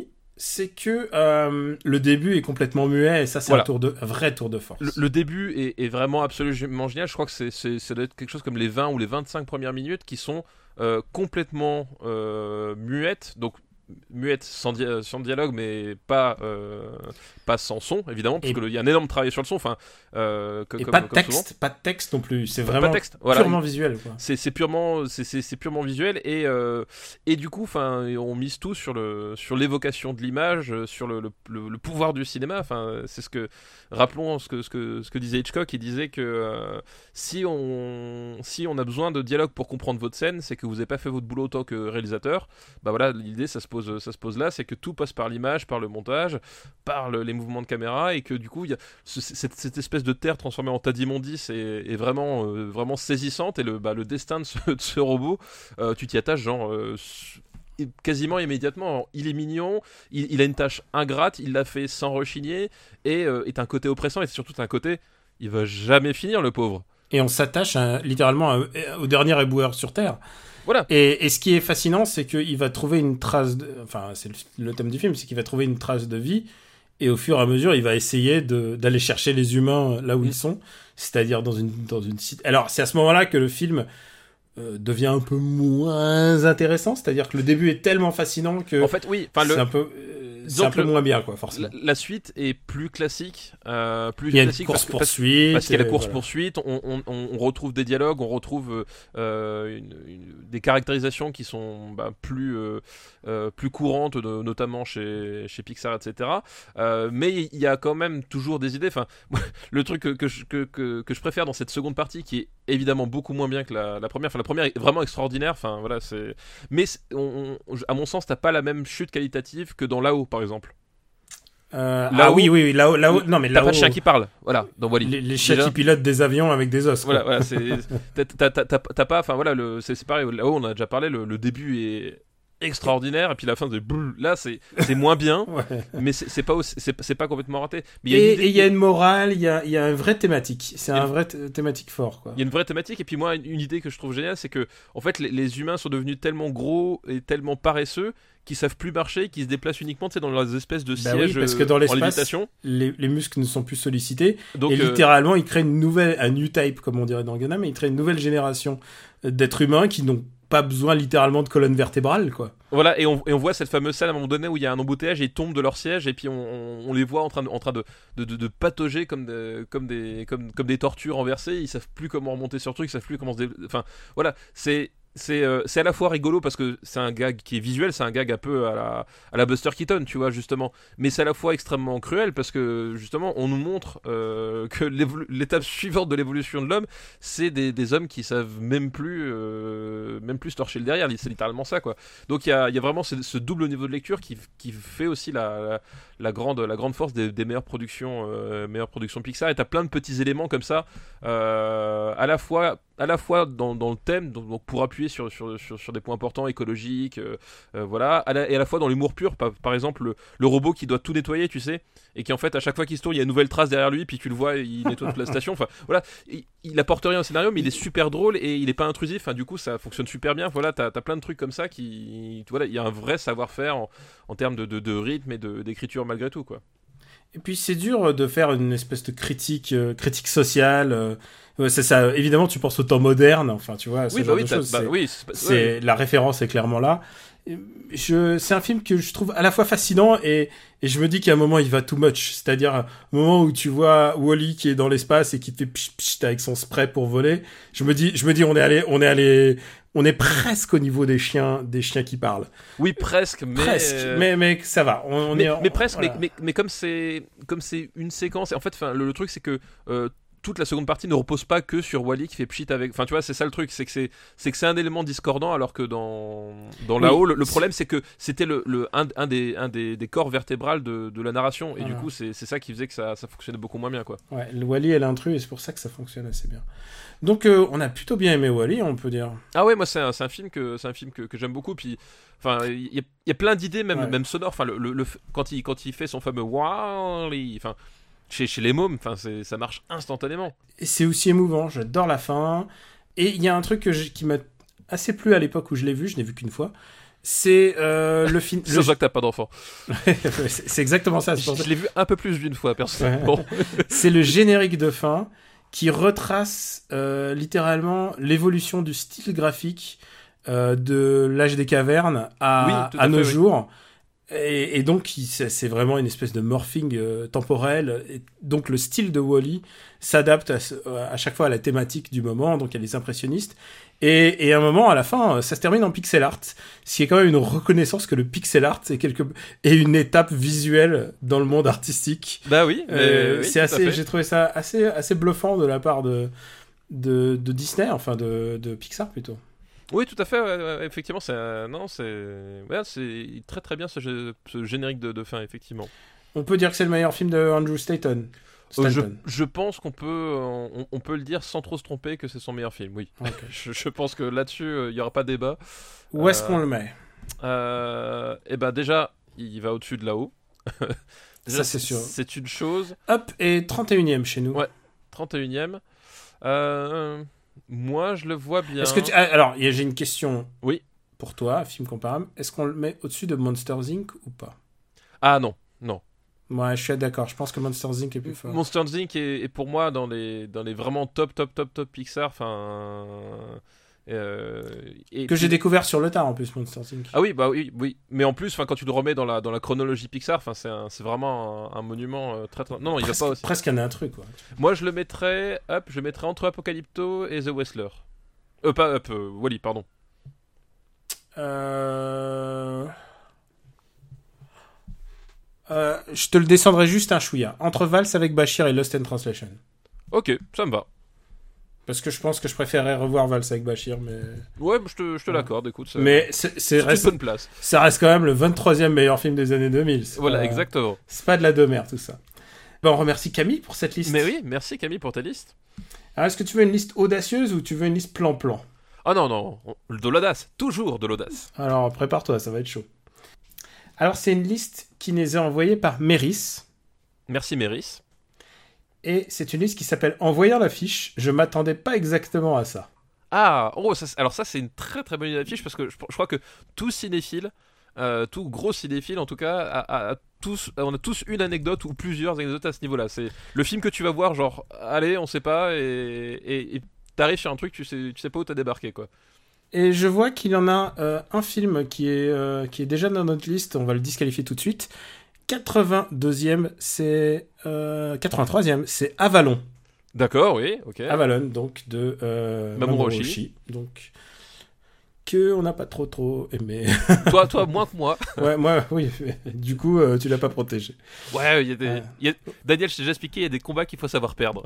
c'est que euh, le début est complètement muet et ça c'est Voilà. un, tour de, un vrai tour de force. Le, le début est, est vraiment absolument génial. Je crois que c'est, c'est, ça doit être quelque chose comme les vingt ou les vingt-cinq premières minutes qui sont euh, complètement euh, muettes. Donc muettes sans, dia- sans dialogue, mais pas, euh, pas sans son, évidemment, parce Et- qu'il y a un énorme travail sur le son. Enfin, euh, que- Et comme, pas de comme souvent. texte, pas de texte non plus. C'est Pas- vraiment pas de texte, voilà. purement visuel. Quoi. C'est, c'est purement, c'est, c'est, c'est purement visuel et euh, et du coup, enfin, on mise tout sur le sur l'évocation de l'image, euh, sur le, le, le, le pouvoir du cinéma. Enfin, c'est ce que rappelons ce que ce que ce que disait Hitchcock. Il disait que euh, si on si on a besoin de dialogue pour comprendre votre scène, c'est que vous n'avez pas fait votre boulot en tant que réalisateur. Bah voilà, l'idée ça se pose ça se pose là, c'est que tout passe par l'image, par le montage, par le- les mouvements de caméra et que du coup, il y a ce- cette, cette espèce de terre transformée en tas d'immondices est, est vraiment euh, vraiment saisissante et le bah, le destin de ce, de ce robot, euh, tu t'y attaches genre euh, s- et quasiment immédiatement. Il est mignon, il, il a une tâche ingrate, il l'a fait sans rechigner et euh, est un côté oppressant et surtout un côté il va jamais finir le pauvre. Et on s'attache à- littéralement à- au dernier éboueur sur Terre. Voilà. Et, et ce qui est fascinant, c'est qu'il va trouver une trace, de, enfin c'est le, le thème du film, c'est qu'il va trouver une trace de vie, et au fur et à mesure, il va essayer de, d'aller chercher les humains là où Mm. ils sont, c'est-à-dire dans une dans une cité. Alors c'est à ce moment-là que le film euh, devient un peu moins intéressant, c'est-à-dire que le début est tellement fascinant que En fait, oui. Enfin, c'est le, un peu euh, c'est donc un peu le- moins bien quoi, forcément. la, la suite est plus classique, euh, plus Il y a une classique parce course que- parce- poursuite, Parce qu'il y a la et course voilà. poursuite, on, on, on- on retrouve des dialogues, on retrouve euh, une- une- des caractérisations qui sont bah, plus euh, euh, plus courantes, de- notamment chez chez Pixar, et cetera. Euh, mais il y a quand même toujours des idées. Enfin, moi, le truc que que je, que, que, que je préfère dans cette seconde partie, qui est évidemment beaucoup moins bien que la, la première. Enfin, la première est vraiment extraordinaire. Enfin, voilà, c'est. Mais c'est- on, on- à mon sens, t'as pas la même chute qualitative que dans Là-haut, par exemple. Euh, ah Là-haut- oui oui oui là-haut, là-haut non mais T'as là-haut pas de chien qui parle. Voilà, dans Wall-E. les, les chiens Déjà. qui pilotent des avions avec des os. quoi. Voilà, voilà, c'est t'as- t'as- t'as- t'as t'as pas, enfin voilà, le c'est c'est pareil. Là-haut, on a déjà parlé. Le, le début est extraordinaire et puis la fin c'est brrr. Là c'est c'est moins bien, Ouais. mais c'est c'est pas aussi- c'est c'est pas complètement raté. Mais il y a une Et idée- et il y a une morale, il y a, il y a une vraie thématique. C'est Il y a un une- vrai t- thématique fort, quoi. il y a une vraie thématique et puis moi une, une idée que je trouve géniale, c'est que en fait les, les humains sont devenus tellement gros et tellement paresseux qu'ils savent plus marcher, qu'ils se déplacent uniquement, tu sais, dans leurs espèces de Bah oui, sièges parce que dans euh, en l'espace, lévitation. Les, les muscles ne sont plus sollicités. Donc et euh, littéralement, ils créent une nouvelle, un new type, comme on dirait dans Gundam, mais ils créent une nouvelle génération d'êtres humains qui n'ont pas besoin littéralement de colonne vertébrale, quoi. voilà, et on, et on voit cette fameuse scène à un moment donné où il y a un embouteillage et ils tombent de leur siège et puis on, on, on les voit en train de, en train de, de, de, de patauger comme, de, comme, des, comme, comme des tortues renversées. Ils savent plus comment remonter sur le truc, ils savent plus comment se dé... Enfin, voilà, c'est... C'est, euh, c'est à la fois rigolo parce que c'est un gag qui est visuel, c'est un gag un peu à la, à la Buster Keaton, tu vois, justement. Mais c'est à la fois extrêmement cruel parce que, justement, on nous montre euh, que l'évolu- l'étape suivante de l'évolution de l'homme, c'est des, des hommes qui savent même plus, euh, même plus se torcher le derrière. C'est littéralement ça, quoi. Donc il y a, il y a vraiment ce, ce double niveau de lecture qui, qui fait aussi la, la, la grande, la grande force des, des meilleures productions, euh, meilleures productions Pixar. Et t'as plein de petits éléments comme ça, euh, à la fois, à la fois dans, dans le thème, donc, donc pour appuyer sur, sur, sur, sur des points importants écologiques, euh, euh, voilà, à la, et à la fois dans l'humour pur. Par, par exemple, le, le robot qui doit tout nettoyer, tu sais, et qui en fait à chaque fois qu'il se tourne, il y a une nouvelle trace derrière lui, puis tu le vois, il nettoie toute la station. Enfin voilà, il, il apporte rien au scénario, mais il est super drôle et il est pas intrusif. Enfin du coup, ça fonctionne super bien. Voilà, t'as, t'as plein de trucs comme ça qui, voilà, il y a un vrai savoir-faire en, en termes de, de, de rythme et de, d'écriture malgré tout, quoi. Et puis c'est dur de faire une espèce de critique, euh, critique sociale. Euh, ouais, c'est ça. Évidemment, tu penses au temps moderne. Enfin, tu vois, ce Oui, bah genre oui, de t'as- choses. bah c'est, oui, c'est, c'est- ouais. la référence est clairement là. Je, c'est un film que je trouve à la fois fascinant et, et je me dis qu'à un moment il va too much. C'est-à-dire au moment où tu vois Wall-E qui est dans l'espace et qui fait pchit pchit avec son spray pour voler. Je me dis, je me dis, on est allé, on est allé, on est presque au niveau des chiens, des chiens qui parlent. Oui, presque, mais Presque. euh, Mais, mais ça va. On, on mais, est, mais presque, voilà. mais, mais, mais comme c'est comme c'est une séquence, et en fait, enfin, le, le truc c'est que euh, toute la seconde partie ne repose pas que sur Wall-E qui fait pchit avec. Enfin, tu vois, c'est ça le truc, c'est que c'est c'est que c'est un élément discordant, alors que dans dans Oui, là-haut, le, le c'est- problème c'est que c'était le, le un, un des un des, des corps vertébrales de, de la narration, et Voilà. du coup, c'est c'est ça qui faisait que ça ça fonctionnait beaucoup moins bien, quoi. Ouais, le Wall-E est l'intrus et c'est pour ça que ça fonctionne assez bien. Donc euh, on a plutôt bien aimé Wall-E, on peut dire. Ah ouais, moi c'est un, c'est un film que c'est un film que, que j'aime beaucoup. Puis, enfin, il y, a- il y a plein d'idées, même Ouais. même sonores. Enfin, le, le, le- quand il quand il fait son fameux Wall-E, enfin, chez chez les mômes, enfin, c'est ça marche instantanément. Et c'est aussi émouvant, j'adore la fin. Et il y a un truc que j'ai- qui m'a assez plu à l'époque où je l'ai vu, je l'ai vu qu'une fois. C'est euh, le film. C'est ça que t'as pas d'enfant. c'est, c'est exactement ça. C'est pour Je, ça. je l'ai vu un peu plus d'une fois, personnellement. Ouais. C'est le générique de fin qui retrace euh, littéralement l'évolution du style graphique euh, de l'âge des cavernes à, Oui, tout à à nos fait, oui. jours. Et, et donc, il- c'est, c'est vraiment une espèce de morphing euh, temporel. Et donc, le style de Wall-E s'adapte à, ce- à chaque fois à la thématique du moment. Donc, il y a les impressionnistes. Et, et à un moment, à la fin, ça se termine en pixel art. Ce qui est quand même une reconnaissance que le pixel art est, quelque... est une étape visuelle dans le monde artistique. Bah oui, mais Euh, oui, c'est tout à assez, fait. j'ai trouvé ça assez, assez bluffant de la part de, de, de Disney, enfin de, de Pixar plutôt. Oui, tout à fait. Ouais, ouais, effectivement, c'est un- non, c'est ouais, c'est très très bien ce, gé- ce générique de, de fin, effectivement. On peut dire que c'est le meilleur film de Andrew Stanton. Euh, je, Stanton. je pense qu'on peut on, on peut le dire sans trop se tromper que c'est son meilleur film. Oui. Ok. Je, je pense que là-dessus euh, il y aura pas débat. Où est-ce Euh, qu'on le met? Euh, et ben déjà, il va au-dessus de là-haut. Déjà, Ça, c'est sûr. C'est une chose. Hop, et trente et unième chez nous. Ouais. trente et unième. Euh, moi, je le vois bien. Est-ce que tu... ah, alors, y a- j'ai une question. Oui. Pour toi, film comparable. Est-ce qu'on le met au-dessus de Monsters Inc ou pas? Ah non, non. Ouais, je suis d'accord. Je pense que Monsters Inc est plus fort. Monsters Inc est, est pour moi dans les dans les vraiment top top top top Pixar. Enfin. Euh, et Que j'ai découvert sur le tard en plus, Monsters Inc. Ah oui, bah oui, oui. Mais en plus, enfin, quand tu le remets dans la dans la chronologie Pixar, enfin, c'est un- c'est vraiment un, un monument euh, très très. Non, non, il presque, va pas aussi. presque un intrus, quoi. Moi, je le mettrais, hop, je le mettrais entre Apocalypto et The Wrestler. Euh, pas Up, euh, Wall-E, pardon. Euh... Euh, je te le descendrai juste un chouïa. Entre Vals avec Bashir et Lost in Translation. Ok, ça me va. Parce que je pense que je préférerais revoir Vals avec Bashir, mais... Ouais, je te, je te l'accorde, écoute. ça- Mais c'est, c'est c'est une reste- bonne place. ça reste quand même le vingt-troisième meilleur film des années deux mille. C'est Voilà, pas- exactement. C'est pas de la demeure, tout ça. Bon, on remercie Camille pour cette liste. Mais oui, merci Camille pour ta liste. Alors, est-ce que tu veux une liste audacieuse ou tu veux une liste plan-plan? Ah non, non, on- de l'audace, toujours de l'audace. Alors, prépare-toi, ça va être chaud. Alors, c'est une liste qui nous est envoyée par Méris. Merci Méris. Et c'est une liste qui s'appelle En voyant l'affiche, je m'attendais pas exactement à ça. Ah, oh, ça, c'est- alors ça c'est une très très bonne affiche parce que je, je crois que tout cinéphile, euh, tout gros cinéphile en tout cas, a, a- a tous, on a tous une anecdote ou plusieurs anecdotes à ce niveau-là. C'est le film que tu vas voir, genre, allez, on sait pas, et, et, et t'arrives sur un truc, tu sais, tu sais pas où t'as débarqué quoi. Et je vois qu'il y en a euh, un film qui est, euh, qui est déjà dans notre liste, on va le disqualifier tout de suite. quatre-vingt-deuxième, c'est... Euh, quatre-vingt-troisième, c'est Avalon. D'accord, oui, ok. Avalon, donc, de euh, Mamoru Mamoru Oshii. Oshii. Donc, que on n'a pas trop trop aimé. toi, toi, moins que moi. Ouais, moi, oui. Du coup, euh, tu l'as pas protégé. Ouais, il y a des, Ouais. il y a- Daniel, je t'ai déjà expliqué, il y a des combats qu'il faut savoir perdre.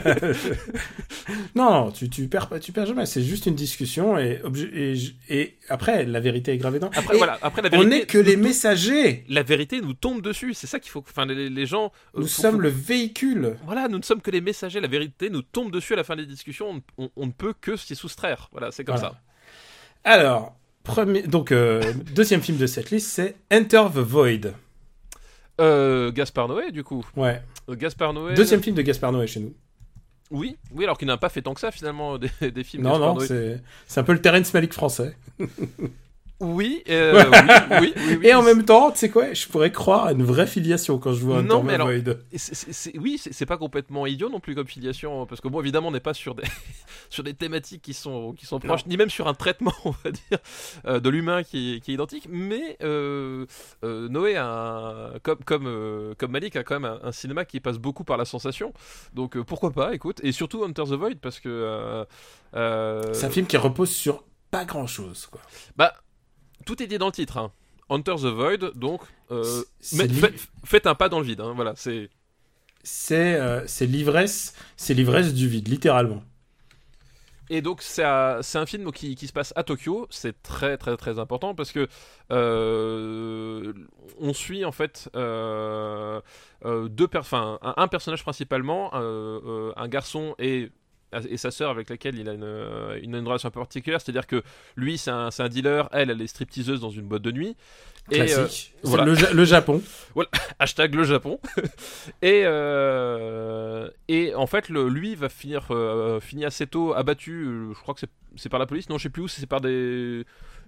Non, non, tu, tu perds pas, tu perds jamais. C'est juste une discussion et, obje- et, j- et après, la vérité est gravée dans. Après, Et voilà, après la on vérité. n'est que les messagers. La vérité nous tombe dessus, c'est ça qu'il faut. Enfin, les, les gens. euh, Nous faut- sommes faut- le véhicule. Voilà, nous ne sommes que les messagers. La vérité nous tombe dessus à la fin des discussions. On, on- on ne peut que s'y soustraire. Voilà, c'est comme Voilà. ça. Alors, premier, donc euh, deuxième film de cette liste, c'est Enter the Void. Euh, Gaspard Noé, du coup. Ouais. Euh, Gaspard Noé. Deuxième film de Gaspard Noé chez nous. Oui, oui, alors qu'il n'a pas fait tant que ça finalement des, des films. Non, Gaspard non, Noé. c'est c'est un peu le Terrence Malick français. Oui, euh, oui, oui, oui, oui. Et en même temps, tu sais quoi, je pourrais croire à une vraie filiation quand je vois Enter Non, the mais alors- Void. Et c'est- c'est- c'est- oui, c'est c'est pas complètement idiot non plus comme filiation, parce que bon, évidemment, on n'est pas sur des sur des thématiques qui sont qui sont proches, ni même sur un traitement, on va dire, euh, de l'humain qui, est- qui est identique. Mais euh, euh, Noé, a un- comme comme euh, comme Malik, a quand même un, un cinéma qui passe beaucoup par la sensation. Donc euh, pourquoi pas, écoute. Et surtout Enter the Void, parce que euh, euh, C'est un film qui repose sur pas grand chose, quoi. bah tout est dit dans le titre. Hein. Enter the Void, donc euh, C'est- mais- c'est li- fait- faites un pas dans le vide. Hein, voilà, c'est. C'est euh, c'est l'ivresse, c'est l'ivresse du vide, littéralement. Et donc c'est à- c'est un film qui, qui se passe à Tokyo, c'est très très très important parce que euh, on suit en fait euh, euh, deux per- enfin, un, un personnage principalement, euh, euh, un garçon et, et sa sœur avec laquelle il a une, une, une relation un peu particulière, c'est-à-dire que lui c'est un, c'est un dealer, elle elle est stripteaseuse dans une boîte de nuit. Et, euh, Classique. C'est voilà. le, Ja- le Japon. Hashtag le Japon. et, euh, et en fait, le, lui va finir, euh, finir assez tôt abattu. euh, Je crois que c'est, c'est par la police. Non, je sais plus où. C'est par des.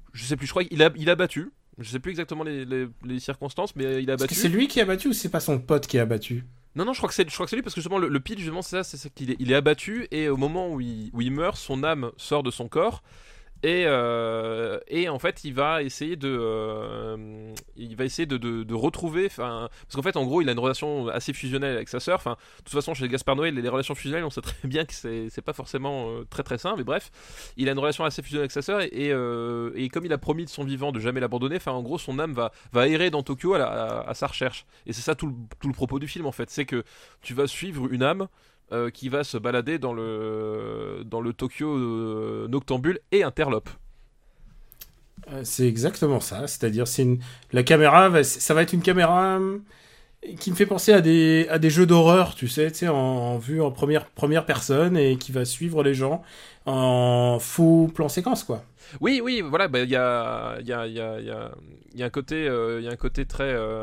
je sais plus, je crois qu'il a, il a battu. Je sais plus exactement les, les, les circonstances, mais il a Est-ce battu. que c'est lui qui a battu ou c'est pas son pote qui a battu? Non, non, je crois que c'est, je crois que c'est lui parce que justement le, le pitch, justement, c'est ça, c'est ça qu'il est, il est abattu et au moment où il, où il meurt, son âme sort de son corps. Et, euh, et en fait, il va essayer de, euh, il va essayer de, de, de retrouver, enfin, parce qu'en fait, en gros, il a une relation assez fusionnelle avec sa sœur. Enfin, de toute façon, chez Gaspard Noé, les, les relations fusionnelles, on sait très bien que c'est, c'est pas forcément euh, très très sain, mais bref, il a une relation assez fusionnelle avec sa sœur et, et, euh, et comme il a promis de son vivant de jamais l'abandonner, enfin, en gros, son âme va, va errer dans Tokyo à, la, à, à sa recherche. Et c'est ça tout le, tout le propos du film, en fait, c'est que tu vas suivre une âme. Euh, qui va se balader dans le, dans le Tokyo euh, noctambule et interlope. Euh, c'est exactement ça. C'est-à-dire, c'est une... la caméra, va... ça va être une caméra hum, qui me fait penser à des, à des jeux d'horreur, tu sais, tu sais en... en vue en première, première personne et qui va suivre les gens en faux plan séquence, quoi. Oui, oui, voilà, bah, il y a, il y a, il y a, il y a, il y a un côté, euh, il y a un côté très, euh,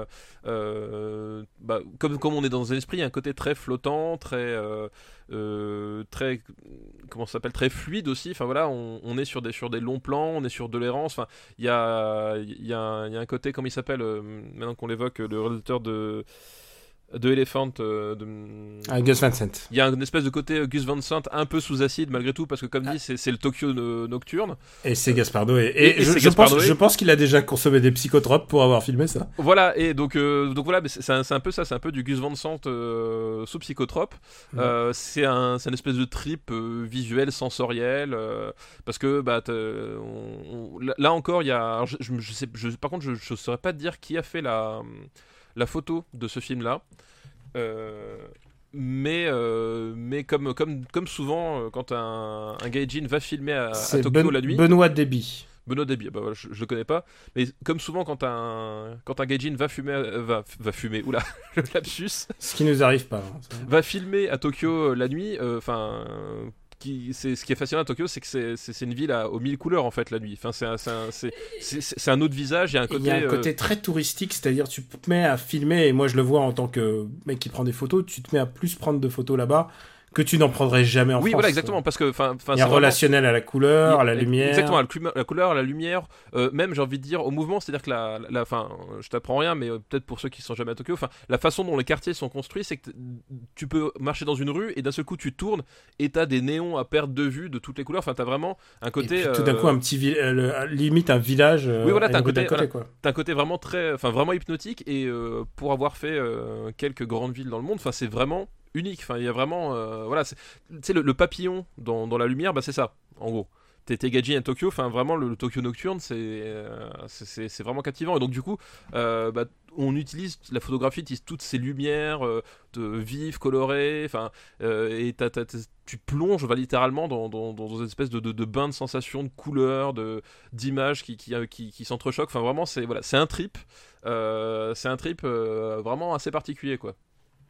euh, bah, comme, comme on est dans un esprit, il y a un côté très flottant, très, euh, euh, très, comment ça s'appelle, très fluide aussi. Enfin voilà, on, on est sur des, sur des longs plans, on est sur de l'errance. Enfin, il y a, il y a, un, il y a un côté, comment il s'appelle, euh, maintenant qu'on l'évoque, le réalisateur de de Elephant euh, de... ah, Gus Van Sant. Il y a une espèce de côté euh, Gus Van Sant un peu sous acide malgré tout parce que comme ah. dit c'est, c'est le Tokyo no- nocturne et c'est Gaspard Noé et, et, et je, je, Gaspard pense, Noé. je pense qu'il a déjà consommé des psychotropes pour avoir filmé ça. Voilà et donc, euh, donc voilà mais c'est, c'est, un, c'est un peu ça, c'est un peu du Gus Van Sant euh, sous psychotrope. mmh. euh, c'est, un, c'est une espèce de trip euh, visuel sensoriel euh, parce que bah, on, on, là encore il y a je, je, je sais, je, par contre je, je saurais pas te dire qui a fait la, la photo de ce film là. Euh, mais euh, mais comme comme comme souvent euh, quand un, un gaijin va filmer à, à Tokyo ben, la nuit. Benoît Deby. Benoît Deby, bah voilà, je, je le connais pas, mais comme souvent quand un quand un gaijin va fumer euh, va va fumer, oula, le lapsus. Ce qui nous arrive pas. Hein, va filmer à Tokyo la nuit, enfin. Euh, Qui, c'est, ce qui est fascinant à Tokyo, c'est que c'est, c'est, c'est une ville à, aux mille couleurs en fait la nuit. Enfin, c'est, un, c'est, un, c'est, c'est, c'est un autre visage. Il y a un côté, il y a un côté euh... très touristique, c'est-à-dire tu te mets à filmer, et moi je le vois en tant que mec qui prend des photos, tu te mets à plus prendre de photos là-bas que tu n'en prendrais jamais en oui, France. Oui, voilà, exactement, parce que enfin, il y a un relationnel vraiment... à la couleur, a, à la lumière. Exactement, à la, la couleur, à la lumière, euh, même j'ai envie de dire au mouvement, c'est-à-dire que la, la, fin, je t'apprends rien, mais euh, peut-être pour ceux qui sont jamais à Tokyo, enfin, la façon dont les quartiers sont construits, c'est que tu peux marcher dans une rue et d'un seul coup tu tournes et t'as des néons à perte de vue de toutes les couleurs. Enfin, t'as vraiment un côté. Et puis, tout d'un euh... coup, un petit vi- euh, limite un village. Euh, oui, voilà, t'as un côté, côté, voilà, quoi. T'as un côté vraiment très, enfin, vraiment hypnotique et euh, pour avoir fait euh, quelques grandes villes dans le monde, enfin, c'est vraiment unique. Enfin, il y a vraiment, euh, voilà, tu sais, le, le papillon dans, dans la lumière, bah c'est ça, en gros. T'es, t'es gaijin à Tokyo, enfin vraiment le, le Tokyo nocturne, c'est, euh, c'est, c'est, c'est vraiment captivant. Et donc du coup, euh, bah, on utilise la photographie, utilise toutes ces lumières euh, de vives, colorées, enfin, euh, et t'as, t'as, t'as, tu plonges va littéralement dans, dans, dans une espèce de, de, de bain de sensations, de couleurs, de, d'images qui, qui, qui, qui s'entrechoquent. Enfin vraiment, c'est voilà, c'est un trip, euh, c'est un trip euh, vraiment assez particulier, quoi.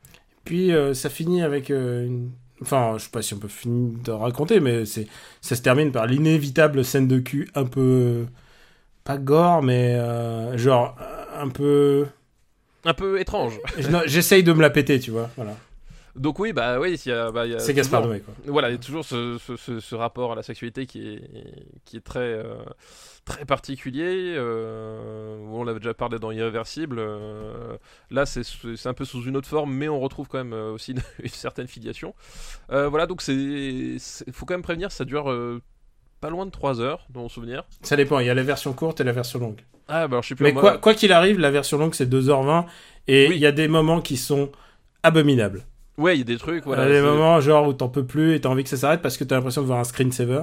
Puis euh, ça finit avec euh, une... Enfin, je sais pas si on peut finir de raconter, mais c'est... ça se termine par l'inévitable scène de cul un peu... Pas gore, mais euh, genre un peu... Un peu étrange. Non, j'essaye de me la péter, tu vois, voilà. Donc oui, bah oui, il y a, bah, il y a c'est Gaspard Noé, quoi. Voilà, il y a toujours ce, ce, ce, ce rapport à la sexualité qui est, qui est très, euh, très particulier. Euh, on l'avait déjà parlé dans Irréversible. Euh, là, c'est, c'est un peu sous une autre forme, mais on retrouve quand même aussi une, une certaine filiation. Euh, voilà, donc c'est, il faut quand même prévenir, ça dure euh, pas loin de trois heures, dans mon souvenir. Ça dépend, il y a la version courte et la version longue. Ah, bah alors je sais plus. Mais moi... quoi, quoi qu'il arrive, la version longue c'est deux heures vingt et il oui. y a des moments qui sont abominables. Ouais, il y a des trucs, voilà. Il y a des c'est... moments genre où t'en peux plus et t'as envie que ça s'arrête parce que t'as l'impression de voir un screensaver.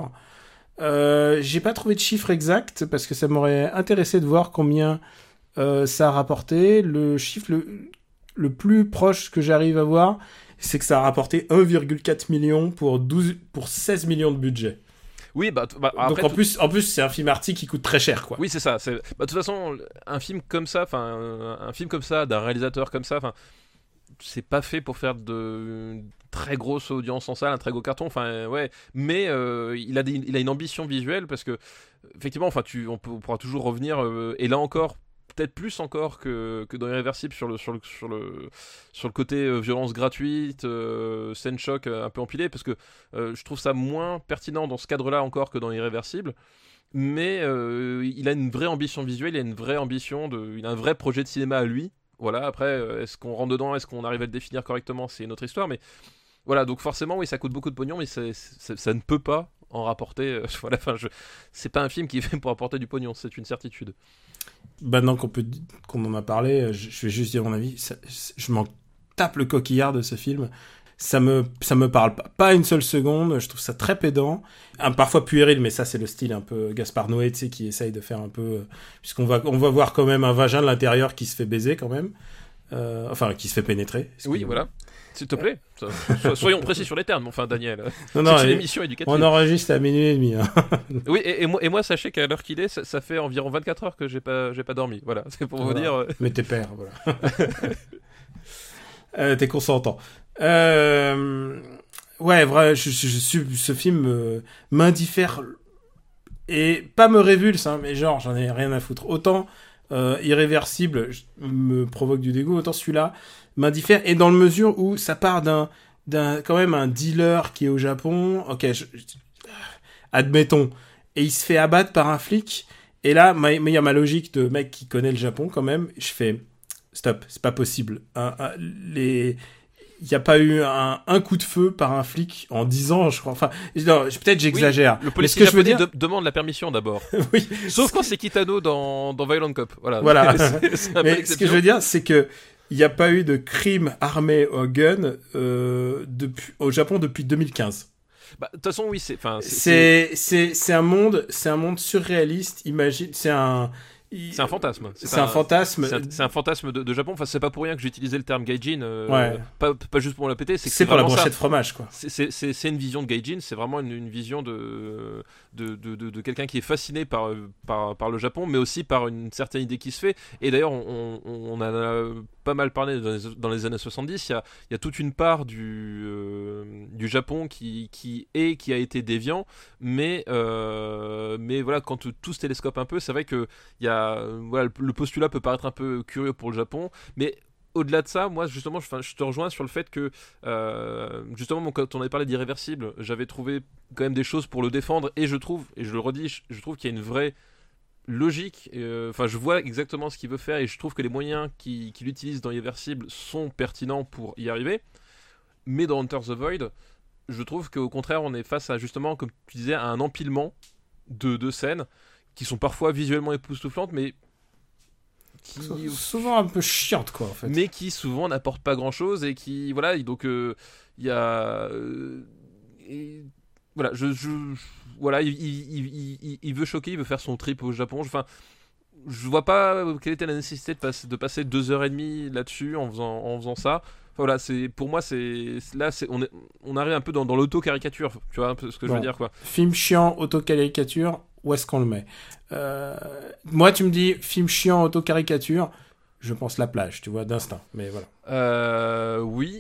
Euh, j'ai pas trouvé de chiffre exact parce que ça m'aurait intéressé de voir combien euh, ça a rapporté. Le chiffre le, le plus proche que j'arrive à voir, c'est que ça a rapporté un virgule quatre million pour, douze, pour seize millions de budget. Oui, bah, bah après, donc en tout... plus, en plus c'est un film arty qui coûte très cher, quoi. Oui, c'est ça. C'est... Bah, de toute façon, un film comme ça, enfin, un, un film comme ça, d'un réalisateur comme ça, enfin, c'est pas fait pour faire de très grosse audience en salle, un très gros carton, enfin ouais, mais euh, il a des, il a une ambition visuelle parce que effectivement, enfin tu, on, peut, on pourra toujours revenir euh, et là encore, peut-être plus encore que, que dans Irréversible sur le, sur le, sur le, sur le côté euh, violence gratuite, euh, scène choc euh, un peu empilée, parce que euh, je trouve ça moins pertinent dans ce cadre-là encore que dans Irréversible. Mais euh, il a une vraie ambition visuelle, il a une vraie ambition, de, il a un vrai projet de cinéma à lui. Voilà, après, est-ce qu'on rentre dedans, est-ce qu'on arrive à le définir correctement, c'est une autre histoire, mais voilà, donc forcément, oui, ça coûte beaucoup de pognon, mais c'est, c'est, ça ne peut pas en rapporter. Euh, voilà, enfin, je, c'est pas un film qui est fait pour apporter du pognon, c'est une certitude. Maintenant qu'on, peut, qu'on en a parlé, je, je vais juste dire mon avis, ça, je m'en tape le coquillard de ce film. Ça me, ça me parle pas. Pas une seule seconde, je trouve ça très pédant. Un, parfois puéril, mais ça c'est le style un peu Gaspard Noé, tu sais, qui essaye de faire un peu... Euh, puisqu'on va, on va voir quand même un vagin de l'intérieur qui se fait baiser quand même. Euh, enfin, qui se fait pénétrer. Oui, voilà. S'il te plaît. So, soyons précis sur les termes, enfin Daniel. Non, non, c'est une et, émission éducative. On enregistre à minuit et demi. Hein. Oui, et, et, moi, et moi, sachez qu'à l'heure qu'il est, ça, ça fait environ vingt-quatre heures que j'ai pas, j'ai pas dormi. Voilà, c'est pour voilà. vous dire... Euh... Mais t'es père, voilà. euh, t'es consentant. Euh... Ouais, vrai, je, je, je suis, ce film euh, m'indiffère et pas me révulse, hein, mais genre j'en ai rien à foutre. Autant euh, Irréversible me provoque du dégoût, autant celui-là m'indiffère, et dans le mesure où ça part d'un, d'un quand même un dealer qui est au Japon, ok, je, je, admettons, et il se fait abattre par un flic, et là, mais il y a ma logique de mec qui connaît le Japon quand même, je fais stop, c'est pas possible. Un, un, les il n'y a pas eu un, un coup de feu par un flic en dix ans, je crois. Enfin, non, peut-être j'exagère. Oui, le policier mais ce que je veux dire... de, demande la permission d'abord. Oui. Sauf quand c'est Kitano dans, dans Violent Cop. Voilà. Voilà. c'est, c'est mais ce que je veux dire, c'est que il n'y a pas eu de crime armé au gun euh, depuis, au Japon depuis deux mille quinze. Bah, de toute façon, oui, c'est, c'est, c'est, c'est, c'est un monde, c'est un monde surréaliste. Imagine, c'est un, c'est un fantasme. C'est, c'est un, un fantasme. C'est un, c'est un fantasme de, de Japon. Enfin, c'est pas pour rien que j'ai utilisé le terme gaijin. Euh, ouais. Pas, pas juste pour la péter. C'est, c'est, c'est pour la brochette ça. de fromage, quoi. C'est, c'est, c'est, c'est une vision de gaijin. C'est vraiment une, une vision de de, de, de de quelqu'un qui est fasciné par par par le Japon, mais aussi par une certaine idée qui se fait. Et d'ailleurs, on, on, on en a pas mal parlé dans les, dans les années soixante-dix. Il y a il y a toute une part du euh, du Japon qui qui est qui a été déviant, mais euh, mais voilà, quand tout se télescope un peu, c'est vrai que il y a voilà, le postulat peut paraître un peu curieux pour le Japon, mais au-delà de ça, moi justement, je, je te rejoins sur le fait que euh, justement, quand on avait parlé d'Irréversible, j'avais trouvé quand même des choses pour le défendre, et je trouve, et je le redis, je, je trouve qu'il y a une vraie logique. Enfin, euh, je vois exactement ce qu'il veut faire, et je trouve que les moyens qu'il, qu'il utilise dans Irréversible sont pertinents pour y arriver. Mais dans Enter the Void, je trouve qu'au contraire, on est face à justement, comme tu disais, à un empilement de, de scènes qui sont parfois visuellement époustouflantes, mais qui souvent un peu chiante, quoi, en fait. Mais qui souvent n'apportent pas grand chose, et qui voilà, donc il euh, y a euh, et, voilà, je, je voilà, il, il, il, il veut choquer, il veut faire son trip au Japon. Enfin, je vois pas quelle était la nécessité de passer, de passer deux heures et demie là-dessus en faisant en faisant ça. Enfin, voilà, c'est pour moi, c'est là, c'est on est, on arrive un peu dans, dans l'auto-caricature, tu vois un peu ce que bon. je veux dire, quoi. Film chiant, auto-caricature. Où est-ce qu'on le met ? euh, Moi, tu me dis film chiant, auto-caricature, je pense La Plage, tu vois, d'instinct. Mais voilà. Euh, oui,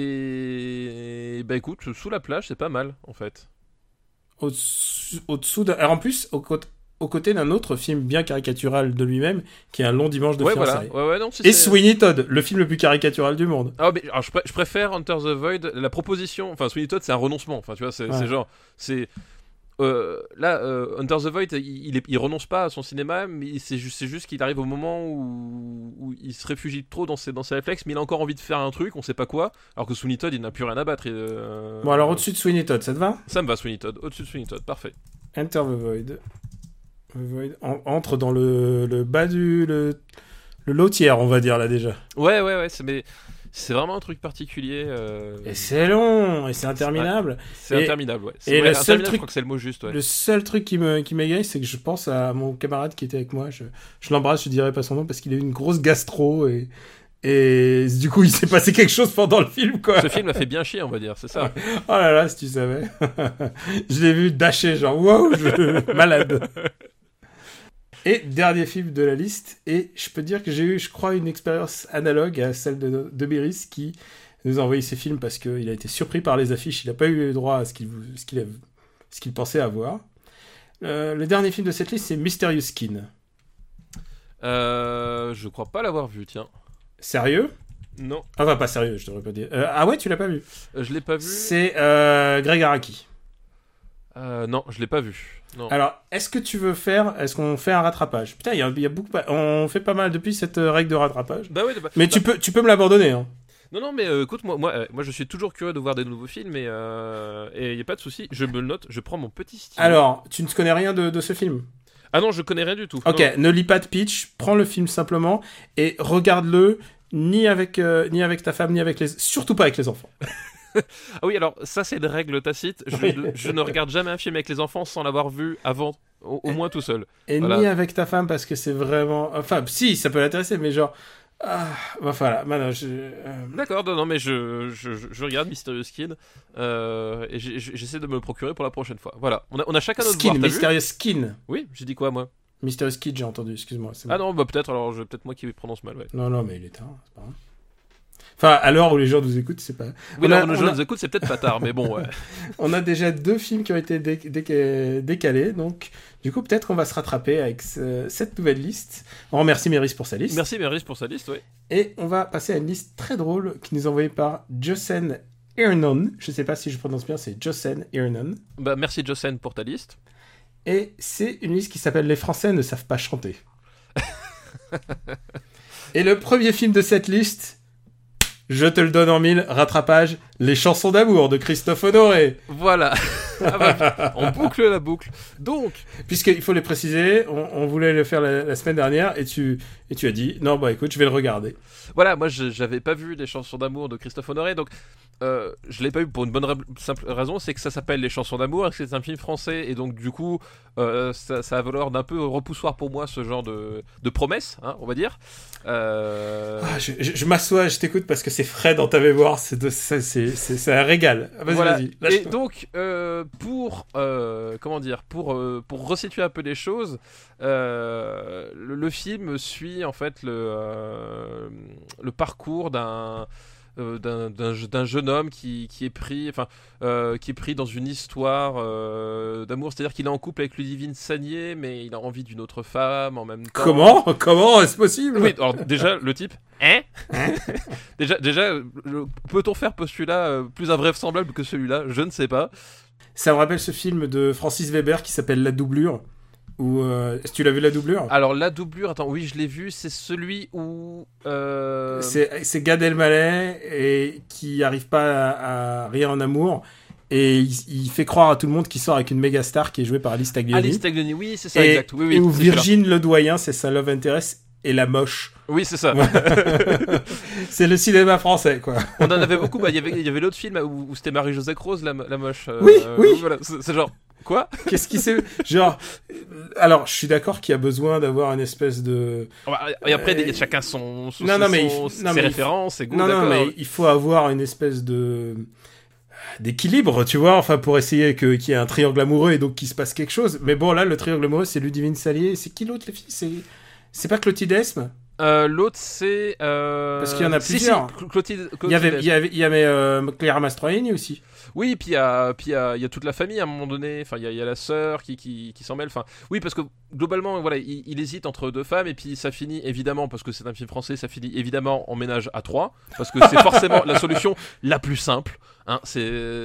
et bah écoute, Sous la plage, c'est pas mal, en fait. Au-dessous, au-dessous d'un... Alors en plus, au côté, aux côtés d'un autre film bien caricatural de lui-même, qui est Un long dimanche de ouais, fiançailles. Voilà. Ouais, ouais, non, si et c'est... Sweeney Todd, le film le plus caricatural du monde. Ah, mais alors, je, pr- je préfère Enter the Void, la proposition. Enfin, Sweeney Todd, c'est un renoncement. Enfin, tu vois, c'est, ouais. c'est genre, c'est euh, là, euh, Enter the Void, il, il, est, il renonce pas à son cinéma, mais c'est juste, c'est juste qu'il arrive au moment où, où il se réfugie trop dans ses, dans ses réflexes, mais il a encore envie de faire un truc, on sait pas quoi. Alors que Sweeney Todd, il n'a plus rien à battre. Et, euh, bon, alors au-dessus de Sweeney Todd, ça te va ? Ça me va, Sweeney Todd. Au-dessus de Sweeney Todd, parfait. Enter the Void. Void. En, entre dans le, le bas du le, le lotière, on va dire là déjà. Ouais, ouais, ouais. C'est mais. C'est vraiment un truc particulier. Euh... Et c'est long, et c'est interminable. C'est et, interminable, ouais. C'est et ouais, le seul truc, je crois que c'est le mot juste, ouais. Le seul truc qui me qui m'égaye, c'est que je pense à mon camarade qui était avec moi. Je, je l'embrasse, je dirais pas son nom parce qu'il a eu une grosse gastro et et du coup il s'est passé quelque chose pendant le film, quoi. Ce film m'a fait bien chier, on va dire, c'est ça. Oh là là, si tu savais. Je l'ai vu dasher, genre wow, je... malade. Et dernier film de la liste, et je peux te dire que j'ai eu, je crois, une expérience analogue à celle de, de Méris, qui nous a envoyé ses films parce qu'il a été surpris par les affiches, il n'a pas eu droit à ce qu'il, ce qu'il, a, ce qu'il pensait avoir. Euh, le dernier film de cette liste, c'est Mysterious Skin. Euh, je crois pas l'avoir vu, tiens. Sérieux ? Non. Enfin, pas sérieux, je devrais pas dire. Euh, ah ouais, tu l'as pas vu ? Euh, je l'ai pas vu. C'est euh, Greg Araki. Euh, non, je l'ai pas vu. Non. Alors, est-ce que tu veux faire... Est-ce qu'on fait un rattrapage ? Putain, il y a, il y a beaucoup... On fait pas mal depuis cette euh, règle de rattrapage. Bah oui, bah, Mais bah, tu peux, tu peux me l'abandonner, hein. Non, non, mais euh, écoute, moi, moi, euh, moi, je suis toujours curieux de voir des nouveaux films, et euh, et y a pas de souci. Je me le note, je prends mon petit stylo. Alors, tu ne connais rien de, de ce film ? Ah non, je connais rien du tout. Ok, Non. ne lis pas de pitch, prends le film simplement et regarde-le ni avec, euh, ni avec ta femme, ni avec les... Surtout pas avec les enfants. Ah oui, alors ça c'est une règle tacite. Je, Oui. je ne regarde jamais un film avec les enfants sans l'avoir vu avant, au, au moins tout seul. Et Voilà. ni avec ta femme parce que c'est vraiment... Enfin, si, ça peut l'intéresser, mais genre... Ah, bah voilà, maintenant, je... euh, D'accord, non, non, mais je, je, je, je regarde Mysterious Skin euh, et j'ai- j'ai- j'essaie de me le procurer pour la prochaine fois. Voilà, on a, on a chacun notre Skin, devoir, t'as vu Mysterious Skin. Oui, j'ai dit quoi moi Mysterious Kid, j'ai entendu, excuse-moi. c'est Ah bon. non, bah peut-être, alors je- peut-être moi qui prononce mal, ouais. Non, non, mais il est tard, c'est pas grave. Enfin, à l'heure où les gens nous écoutent, c'est pas... Oui, on, là, a, nos on, gens a, nous écoutent, c'est peut-être pas tard, mais bon, ouais. on a déjà deux films qui ont été dé- dé- décalés, donc du coup, peut-être qu'on va se rattraper avec ce- cette nouvelle liste. On remercie Méris pour sa liste. Merci Méris pour sa liste, ouais. Et on va passer à une liste très drôle qui nous est envoyée par Jossen Irnon. Je sais pas si je prononce bien, c'est Jossen Irnon. Bah merci Jossen pour ta liste. Et c'est une liste qui s'appelle Les Français ne savent pas chanter. Et le premier film de cette liste, je te le donne en mille, rattrapage, Les chansons d'amour de Christophe Honoré. Voilà. Ah bah, on boucle la boucle. Donc, Puisqu'il faut les préciser, on, on voulait le faire la, la semaine dernière et tu, et tu as dit, non, bah écoute, je vais le regarder. voilà, moi je- j'avais pas vu les chansons d'amour de Christophe Honoré, donc euh, je l'ai pas vu pour une bonne ra- simple raison, c'est que ça s'appelle Les chansons d'amour, et que c'est un film français, et donc du coup euh, ça, ça a valeur d'un peu repoussoir pour moi ce genre de, de promesse, hein, on va dire. Euh... Ah, je je, je m'assois, je t'écoute parce que c'est frais dans ta mémoire, c'est de- c'est c'est- c'est- c'est un régal. Ah, Vas-y, Voilà. vas-y. Et lâche-toi. donc, euh, pour euh, comment dire, pour euh, pour resituer un peu les choses, euh, le, le film suit en fait le euh, le parcours d'un euh, d'un, d'un, je- d'un jeune homme qui, qui est pris, enfin, euh, qui est pris dans une histoire euh, d'amour, c'est-à-dire qu'il est en couple avec Ludivine Sagnier, mais il a envie d'une autre femme en même temps. Comment Comment est-ce possible? Oui, alors déjà le type. Hein Déjà, déjà, le- peut-on faire postulat euh, plus invraisemblable que celui-là? Je ne sais pas. Ça me rappelle ce film de Francis Weber qui s'appelle La Doublure. Ou euh, est-ce que tu l'as vu, La Doublure? Alors la doublure, attends, oui, je l'ai vu. C'est celui où. Euh... C'est c'est Gad Elmaleh et qui arrive pas à, à rien en amour et il, il fait croire à tout le monde qu'il sort avec une méga star qui est jouée par Alice Taglioni. Alice Taglioni, oui, c'est ça, et, exact. Oui, oui, et où c'est celui-là. Virgin Ledoyen, c'est sa love interest et la moche. Oui, c'est ça. C'est le cinéma français, quoi. On en avait beaucoup. Bah, il y avait, il y avait l'autre film où, où c'était Marie-Josée Croze, la, la moche. euh, Oui, oui. Voilà, c'est, c'est genre. Quoi? Qu'est-ce qui s'est... Genre... Alors, je suis d'accord qu'il y a besoin d'avoir une espèce de... Et après, il y a chacun son, son, Non, non, mais il son- faut- ses non, mais il faut- références, ses goûts. Non, non, d'accord. mais il faut avoir une espèce de... d'équilibre, tu vois, enfin, pour essayer que, qu'il y ait un triangle amoureux et donc qu'il se passe quelque chose. Mais bon, là, le triangle amoureux, c'est Ludivine Sagnier. C'est qui l'autre, les filles? C'est... C'est pas Clotilde Esme? Euh, l'autre, c'est. Euh... Parce qu'il y en a si, plusieurs. Si, Cl- Clotilde. Il y avait, Clotilde. il y avait, il y avait euh, Cléa Mastroianni aussi. Oui, puis il y a, puis il y a, il y a toute la famille à un moment donné. Enfin, il y a, il y a la sœur qui, qui, qui s'en mêle. Enfin, oui, parce que globalement, voilà, il, il hésite entre deux femmes et puis ça finit évidemment parce que c'est un film français, ça finit évidemment en ménage à trois parce que c'est forcément la solution la plus simple. Hein, c'est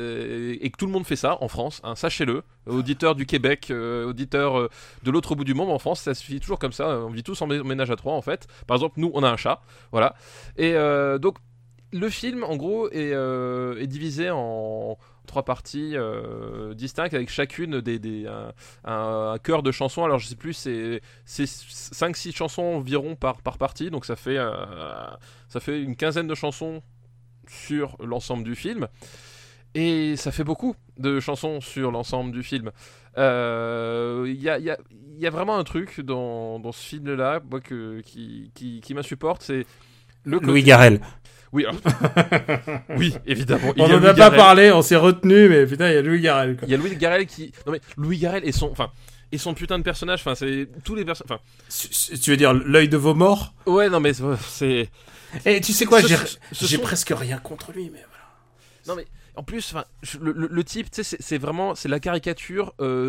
et que tout le monde fait ça en France. Hein, sachez-le, auditeurs du Québec, euh, auditeurs euh, de l'autre bout du monde, en France, ça se finit toujours comme ça. On vit tous en mé- ménage à trois en fait. Par exemple, nous, on a un chat, voilà. Et euh, donc. Le film, en gros, est, euh, est divisé en trois parties euh, distinctes avec chacune des, des un, un, un chœur de chansons. Alors, je sais plus, c'est c'est cinq six chansons environ par par partie, donc ça fait euh, ça fait une quinzaine de chansons sur l'ensemble du film. Et ça fait beaucoup de chansons sur l'ensemble du film. Il euh, y, a, y, a, y a vraiment un truc dans, dans ce film-là moi, que, qui, qui, qui m'insupporte, c'est le côté... Louis Garrel. Oui, alors... oui, évidemment. On n'en a pas parlé, on s'est retenu, mais putain, il y a Louis Garrel. Il y a Louis Garrel qui... Non mais, Louis Garrel et son... Enfin, et son putain de personnage, enfin, c'est... Tous les personnages... Enfin... Tu veux dire l'œil de vos morts? Ouais, non mais c'est... Et tu sais quoi, ce, j'ai, ce, ce j'ai sont... presque rien contre lui, mais voilà. Non mais, en plus, enfin, le, le, le type, tu sais, c'est, c'est vraiment... C'est la caricature... Euh,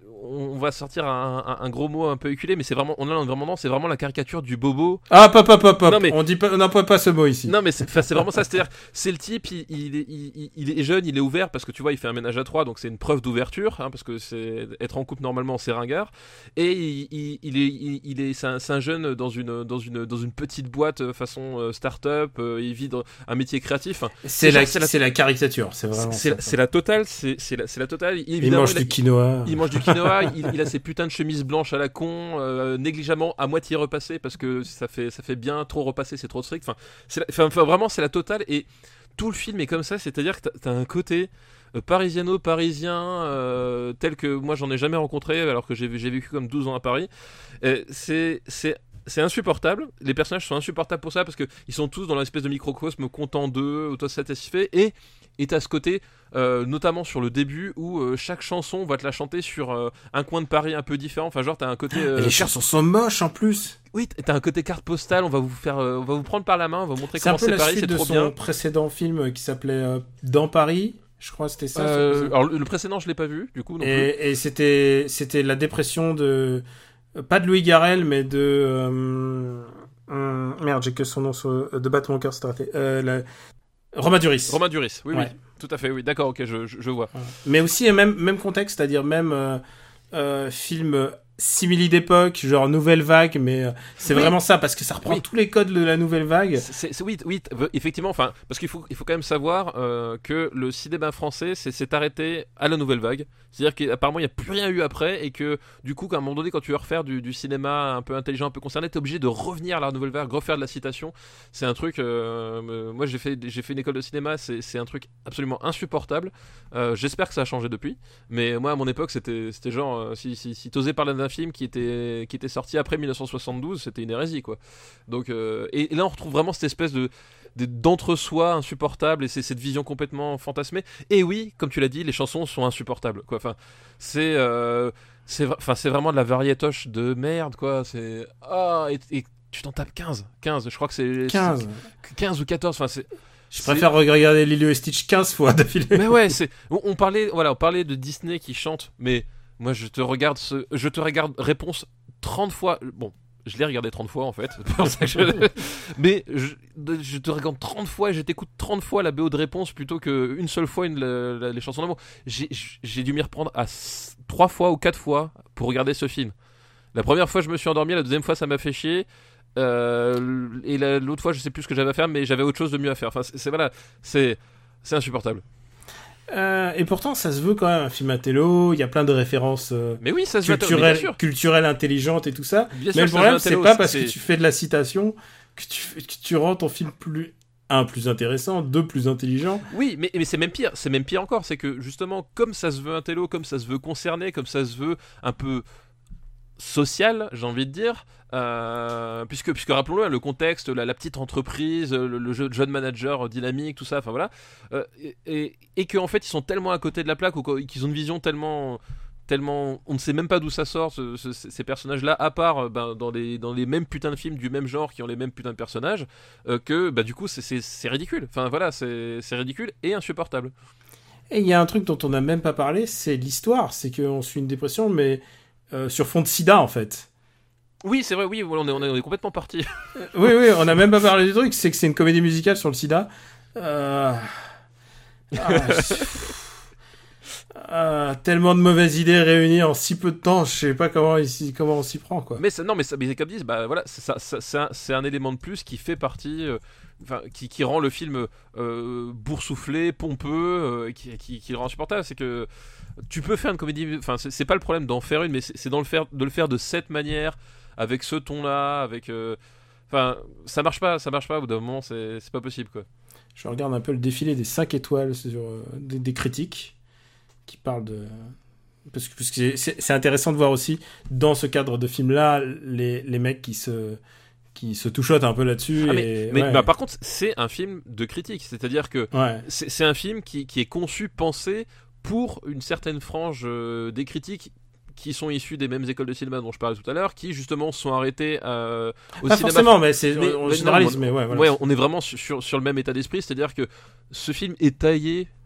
on va sortir un, un, un gros mot un peu éculé, mais c'est vraiment, on a vraiment, non, c'est vraiment la caricature du bobo. Ah, pop, pop, pop, pop. Non, mais... on dit pas, on n'emploie pas ce mot ici. Non, mais c'est, c'est vraiment ça, c'est-à-dire, c'est le type, il, il, est, il, il est jeune, il est ouvert, parce que tu vois, il fait un ménage à trois, donc c'est une preuve d'ouverture, hein, parce que c'est, être en couple normalement, c'est ringard. Et il, il, il est, il, il est, c'est un, c'est un jeune dans une, dans une, dans une petite boîte façon euh, start-up, euh, il vit dans un métier créatif. C'est, la, c'est, la, c'est la caricature, c'est vraiment. C'est, ça, c'est, c'est la totale, c'est, c'est, la, c'est la totale. Il, il mange il a, du quinoa. Il mange du quinoa, il, il a ses putains de chemises blanches à la con, euh, négligemment à moitié repassées parce que ça fait, ça fait bien trop repassé, c'est trop strict. Enfin, c'est la, enfin, vraiment, c'est la totale et tout le film est comme ça, c'est-à-dire que t'as, t'as un côté euh, parisiano-parisien euh, tel que moi j'en ai jamais rencontré alors que j'ai, j'ai vécu comme douze ans à Paris. Euh, c'est, c'est C'est insupportable, les personnages sont insupportables pour ça parce qu'ils sont tous dans l'espèce de microcosme content d'eux, auto-satisfait et et t'as ce côté, euh, notamment sur le début, où euh, chaque chanson va te la chanter sur euh, un coin de Paris un peu différent. Enfin, genre, t'as un côté. Euh, les chansons sont moches en plus. Oui, t'as un côté carte postale. On va vous faire, euh, on va vous prendre par la main, on va vous montrer c'est comment c'est Paris. C'est un peu la suite de son précédent film qui s'appelait euh, Dans Paris. Je crois que c'était ça. Euh, alors le précédent, je l'ai pas vu, du coup. Non et, plus. et c'était, c'était la dépression de, pas de Louis Garrel, mais de. Euh, euh, merde, j'ai que son nom sur, de battre mon cœur, c'est raté. Euh, la... Romain Duris. Romain Duris, oui, ouais. oui, tout à fait, oui, d'accord, ok, je, je, je vois. Ouais. Mais aussi, même, même contexte, c'est-à-dire même euh, euh, film simili d'époque, genre Nouvelle Vague, mais euh, c'est oui. vraiment ça, parce que ça reprend oui. tous les codes de la Nouvelle Vague. C'est, c'est, oui, oui, effectivement, enfin, parce qu'il faut, il faut quand même savoir euh, que le cinéma français c'est, s'est arrêté à la Nouvelle Vague. C'est-à-dire qu'apparemment, il n'y a plus rien eu après, et que du coup, à un moment donné, quand tu veux refaire du, du cinéma un peu intelligent, un peu concerné, t'es obligé de revenir à la Nouvelle Vague, refaire de la citation. C'est un truc, euh, moi j'ai fait, j'ai fait une école de cinéma, c'est, c'est un truc absolument insupportable. Euh, j'espère que ça a changé depuis, mais moi à mon époque, c'était, c'était genre, euh, si, si, si t'osais parler d'un film qui était, qui était sorti après dix-neuf cent soixante-douze, c'était une hérésie, quoi. Donc, euh, et, et là, on retrouve vraiment cette espèce de, de d'entre-soi insupportable, et c'est cette vision complètement fantasmée. Et oui, comme tu l'as dit, les chansons sont insupportables, quoi. Enfin, c'est, euh, c'est, enfin, c'est vraiment de la variétoche de merde, quoi. C'est ah, et, et tu t'en tapes quinze, quinze. Je crois que c'est quinze, c'est quinze ou quatorze. Enfin, c'est. Je préfère c'est... regarder Lilo et Stitch quinze fois d'affilée. Mais ouais, c'est. On, on parlait, voilà, on parlait de Disney qui chante, mais moi, je te regarde ce, je te regarde réponse trente fois. Bon. Je l'ai regardé trente fois en fait, c'est pour ça que je... mais je, je te regarde trente fois et je t'écoute trente fois la B O de réponse plutôt qu'une seule fois une, la, la, les chansons d'amour. J'ai, j'ai dû m'y reprendre à trois fois ou quatre fois pour regarder ce film. La première fois je me suis endormi, la deuxième fois ça m'a fait chier, euh, et la, l'autre fois je sais plus ce que j'avais à faire, mais j'avais autre chose de mieux à faire. Enfin, c'est, c'est voilà, c'est, c'est insupportable. Euh, et pourtant, ça se veut quand même un film intello. Il y a plein de références euh, mais oui, ça se culturelles, veut, culturelles intelligentes et tout ça. Bien mais sûr, le problème, c'est pas parce c'est... que tu fais de la citation que tu, que tu rends ton film plus un plus intéressant, deux plus intelligent. Oui, mais, mais c'est même pire. C'est même pire encore. C'est que justement, comme ça se veut intello, comme ça se veut concerné, comme ça se veut un peu social, j'ai envie de dire, euh, puisque, puisque rappelons-le, le contexte, la, la petite entreprise, le, le jeune manager dynamique, tout ça, enfin voilà, euh, et, et, et qu'en fait ils sont tellement à côté de la plaque, ou qu'ils ont une vision tellement, tellement, on ne sait même pas d'où ça sort, ce, ce, ces personnages-là, à part ben, dans, les, dans les mêmes putains de films du même genre qui ont les mêmes putains de personnages, euh, que bah, du coup c'est, c'est, c'est ridicule, enfin voilà, c'est, c'est ridicule et insupportable. Et il y a un truc dont on n'a même pas parlé, c'est l'histoire, c'est qu'on suit une dépression, mais Euh, sur fond de sida en fait. Oui, c'est vrai, oui, on est, on est, on est complètement parti. oui, oui, on n'a même pas parlé du truc, c'est que c'est une comédie musicale sur le sida. Euh... Ah, ah, tellement de mauvaises idées réunies en si peu de temps, je sais pas comment, ici, comment on s'y prend, quoi. Mais, c'est, non, mais, ça, mais comme disent, bah, voilà, c'est, ça, ça, c'est, un, c'est un élément de plus qui fait partie... Euh... Enfin, qui, qui rend le film euh, boursouflé, pompeux, euh, qui, qui, qui le rend insupportable. C'est que tu peux faire une comédie, enfin c'est, c'est pas le problème d'en faire une, mais c'est, c'est dans le faire, de le faire de cette manière, avec ce ton-là, avec, enfin euh, ça marche pas, ça marche pas. Au bout d'un moment, c'est, c'est pas possible, quoi. Je regarde un peu le défilé des cinq étoiles sur euh, des, des critiques qui parlent de, parce que, parce que c'est, c'est intéressant de voir aussi dans ce cadre de film-là les les mecs qui se qui se touchotent un peu là-dessus. Ah, et... mais, mais ouais. bah, par contre, c'est un film de critique, c'est-à-dire que ouais. c'est, c'est un film qui, qui est conçu, pensé pour une certaine frange euh, des critiques qui sont issus des mêmes écoles de cinéma dont je parlais tout à l'heure, qui justement sont arrêtés euh, au pas cinéma. Forcément, mais c'est mais, on mais généralise, non, mais ouais, voilà. Ouais, on est vraiment sur, sur, sur le même état d'esprit, c'est-à-dire que ce film est taillé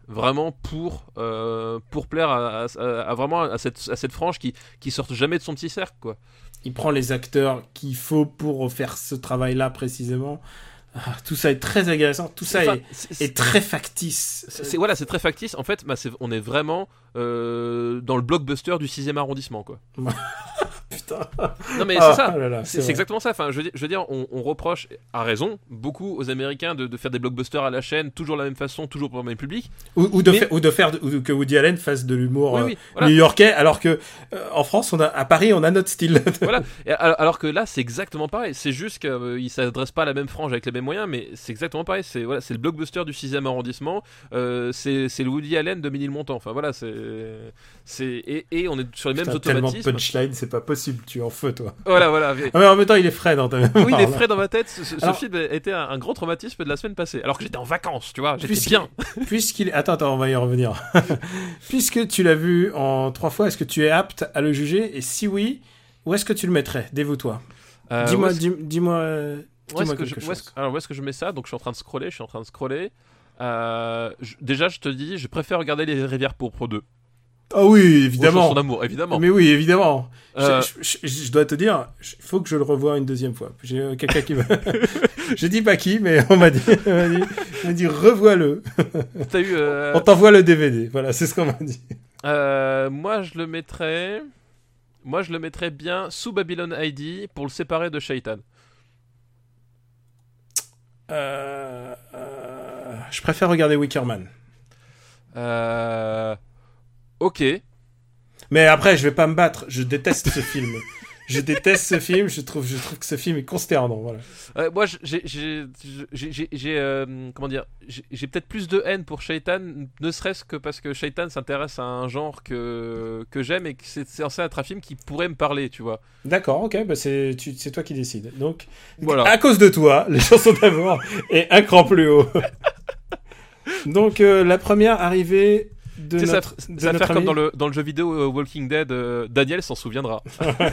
vraiment pour euh, pour plaire à, à, à vraiment à cette à cette frange qui qui sortent jamais de son petit cercle, quoi. Il prend les acteurs qu'il faut pour faire ce travail-là précisément. Ah, tout ça est très agressant, tout ça enfin, est, c'est, c'est, est très factice. C'est, c'est, voilà, c'est très factice. En fait, bah, c'est, on est vraiment euh, dans le blockbuster du sixième arrondissement, quoi. Putain. Non mais Ah, c'est ça, oh là là, c'est, c'est c'est exactement ça. Enfin, je veux dire, je veux dire on, on reproche, à raison, beaucoup aux Américains de, de faire des blockbusters à la chaîne, toujours de la même façon, toujours pour le même public. Ou, ou, de, mais... fa- ou de faire, ou que Woody Allen fasse de l'humour oui, euh, oui, voilà. new-yorkais, alors que euh, en France, on a, à Paris, on a notre style. Voilà. Et alors, alors que là, c'est exactement pareil. C'est juste qu'il euh, s'adresse pas à la même frange avec les mêmes moyens, mais c'est exactement pareil. C'est voilà, c'est le blockbuster du sixième arrondissement. Euh, c'est, c'est le Woody Allen de Ménilmontant. Enfin voilà, c'est, c'est et, et on est sur les mêmes Putain, automatismes. tellement punchline, c'est pas possible. Tu es en feu, toi. Voilà, voilà. Ah, mais en même temps, il est frais dans ta mémoire. Oui, il est là. frais dans ma tête. Ce, ce Alors, film a été un, un grand traumatisme de la semaine passée. Alors que j'étais en vacances, tu vois, j'étais puisqu'il- bien. Puisqu'il, attends, attends, on va y revenir. Puisque tu l'as vu en trois fois, est-ce que tu es apte à le juger? Et si oui, où est-ce que tu le mettrais? Dévoue-toi. Euh, dis-moi, où est-ce- dis, dis-moi, euh, Où est-ce dis-moi que je, quelque où est-ce- chose. alors où est-ce que je mets ça? Donc je suis en train de scroller, je suis en train de scroller. Euh, je- déjà, je te dis, je préfère regarder Les Rivières pourpres deux. Ah oui, Aux évidemment. chansons d'amour, évidemment. Mais oui, évidemment. Euh, Je, je- je- je dois te dire, il faut que je le revoie une deuxième fois. J'ai euh, quelqu'un qui m'a... Je dis pas qui, mais on m'a dit, on m'a dit, on m'a dit revois-le. T'as eu. euh, On t'envoie le D V D. Voilà, c'est ce qu'on m'a dit. euh, moi, je le mettrais. Moi, je le mettrais bien sous Babylon I D pour le séparer de Shaitan. Euh, euh, je préfère regarder Wickerman. Euh... Ok. Mais après, je vais pas me battre. Je déteste ce film. Je déteste ce film. Je trouve, je trouve que ce film est consternant. Voilà. Euh, moi, j'ai, j'ai, j'ai, j'ai, j'ai, euh, comment dire, j'ai, j'ai peut-être plus de haine pour Shaitan, ne serait-ce que parce que Shaitan s'intéresse à un genre que que j'aime et que c'est censé être un film qui pourrait me parler, tu vois. D'accord, ok, bah c'est, tu, c'est toi qui décides. Donc, Voilà. à cause de toi, les chansons d'amour est un cran plus haut. Donc, euh, la première arrivée de Tu sais, notre, ça, de ça va notre faire comme ami. dans le, dans le jeu vidéo euh, Walking Dead, euh, Daniel s'en souviendra.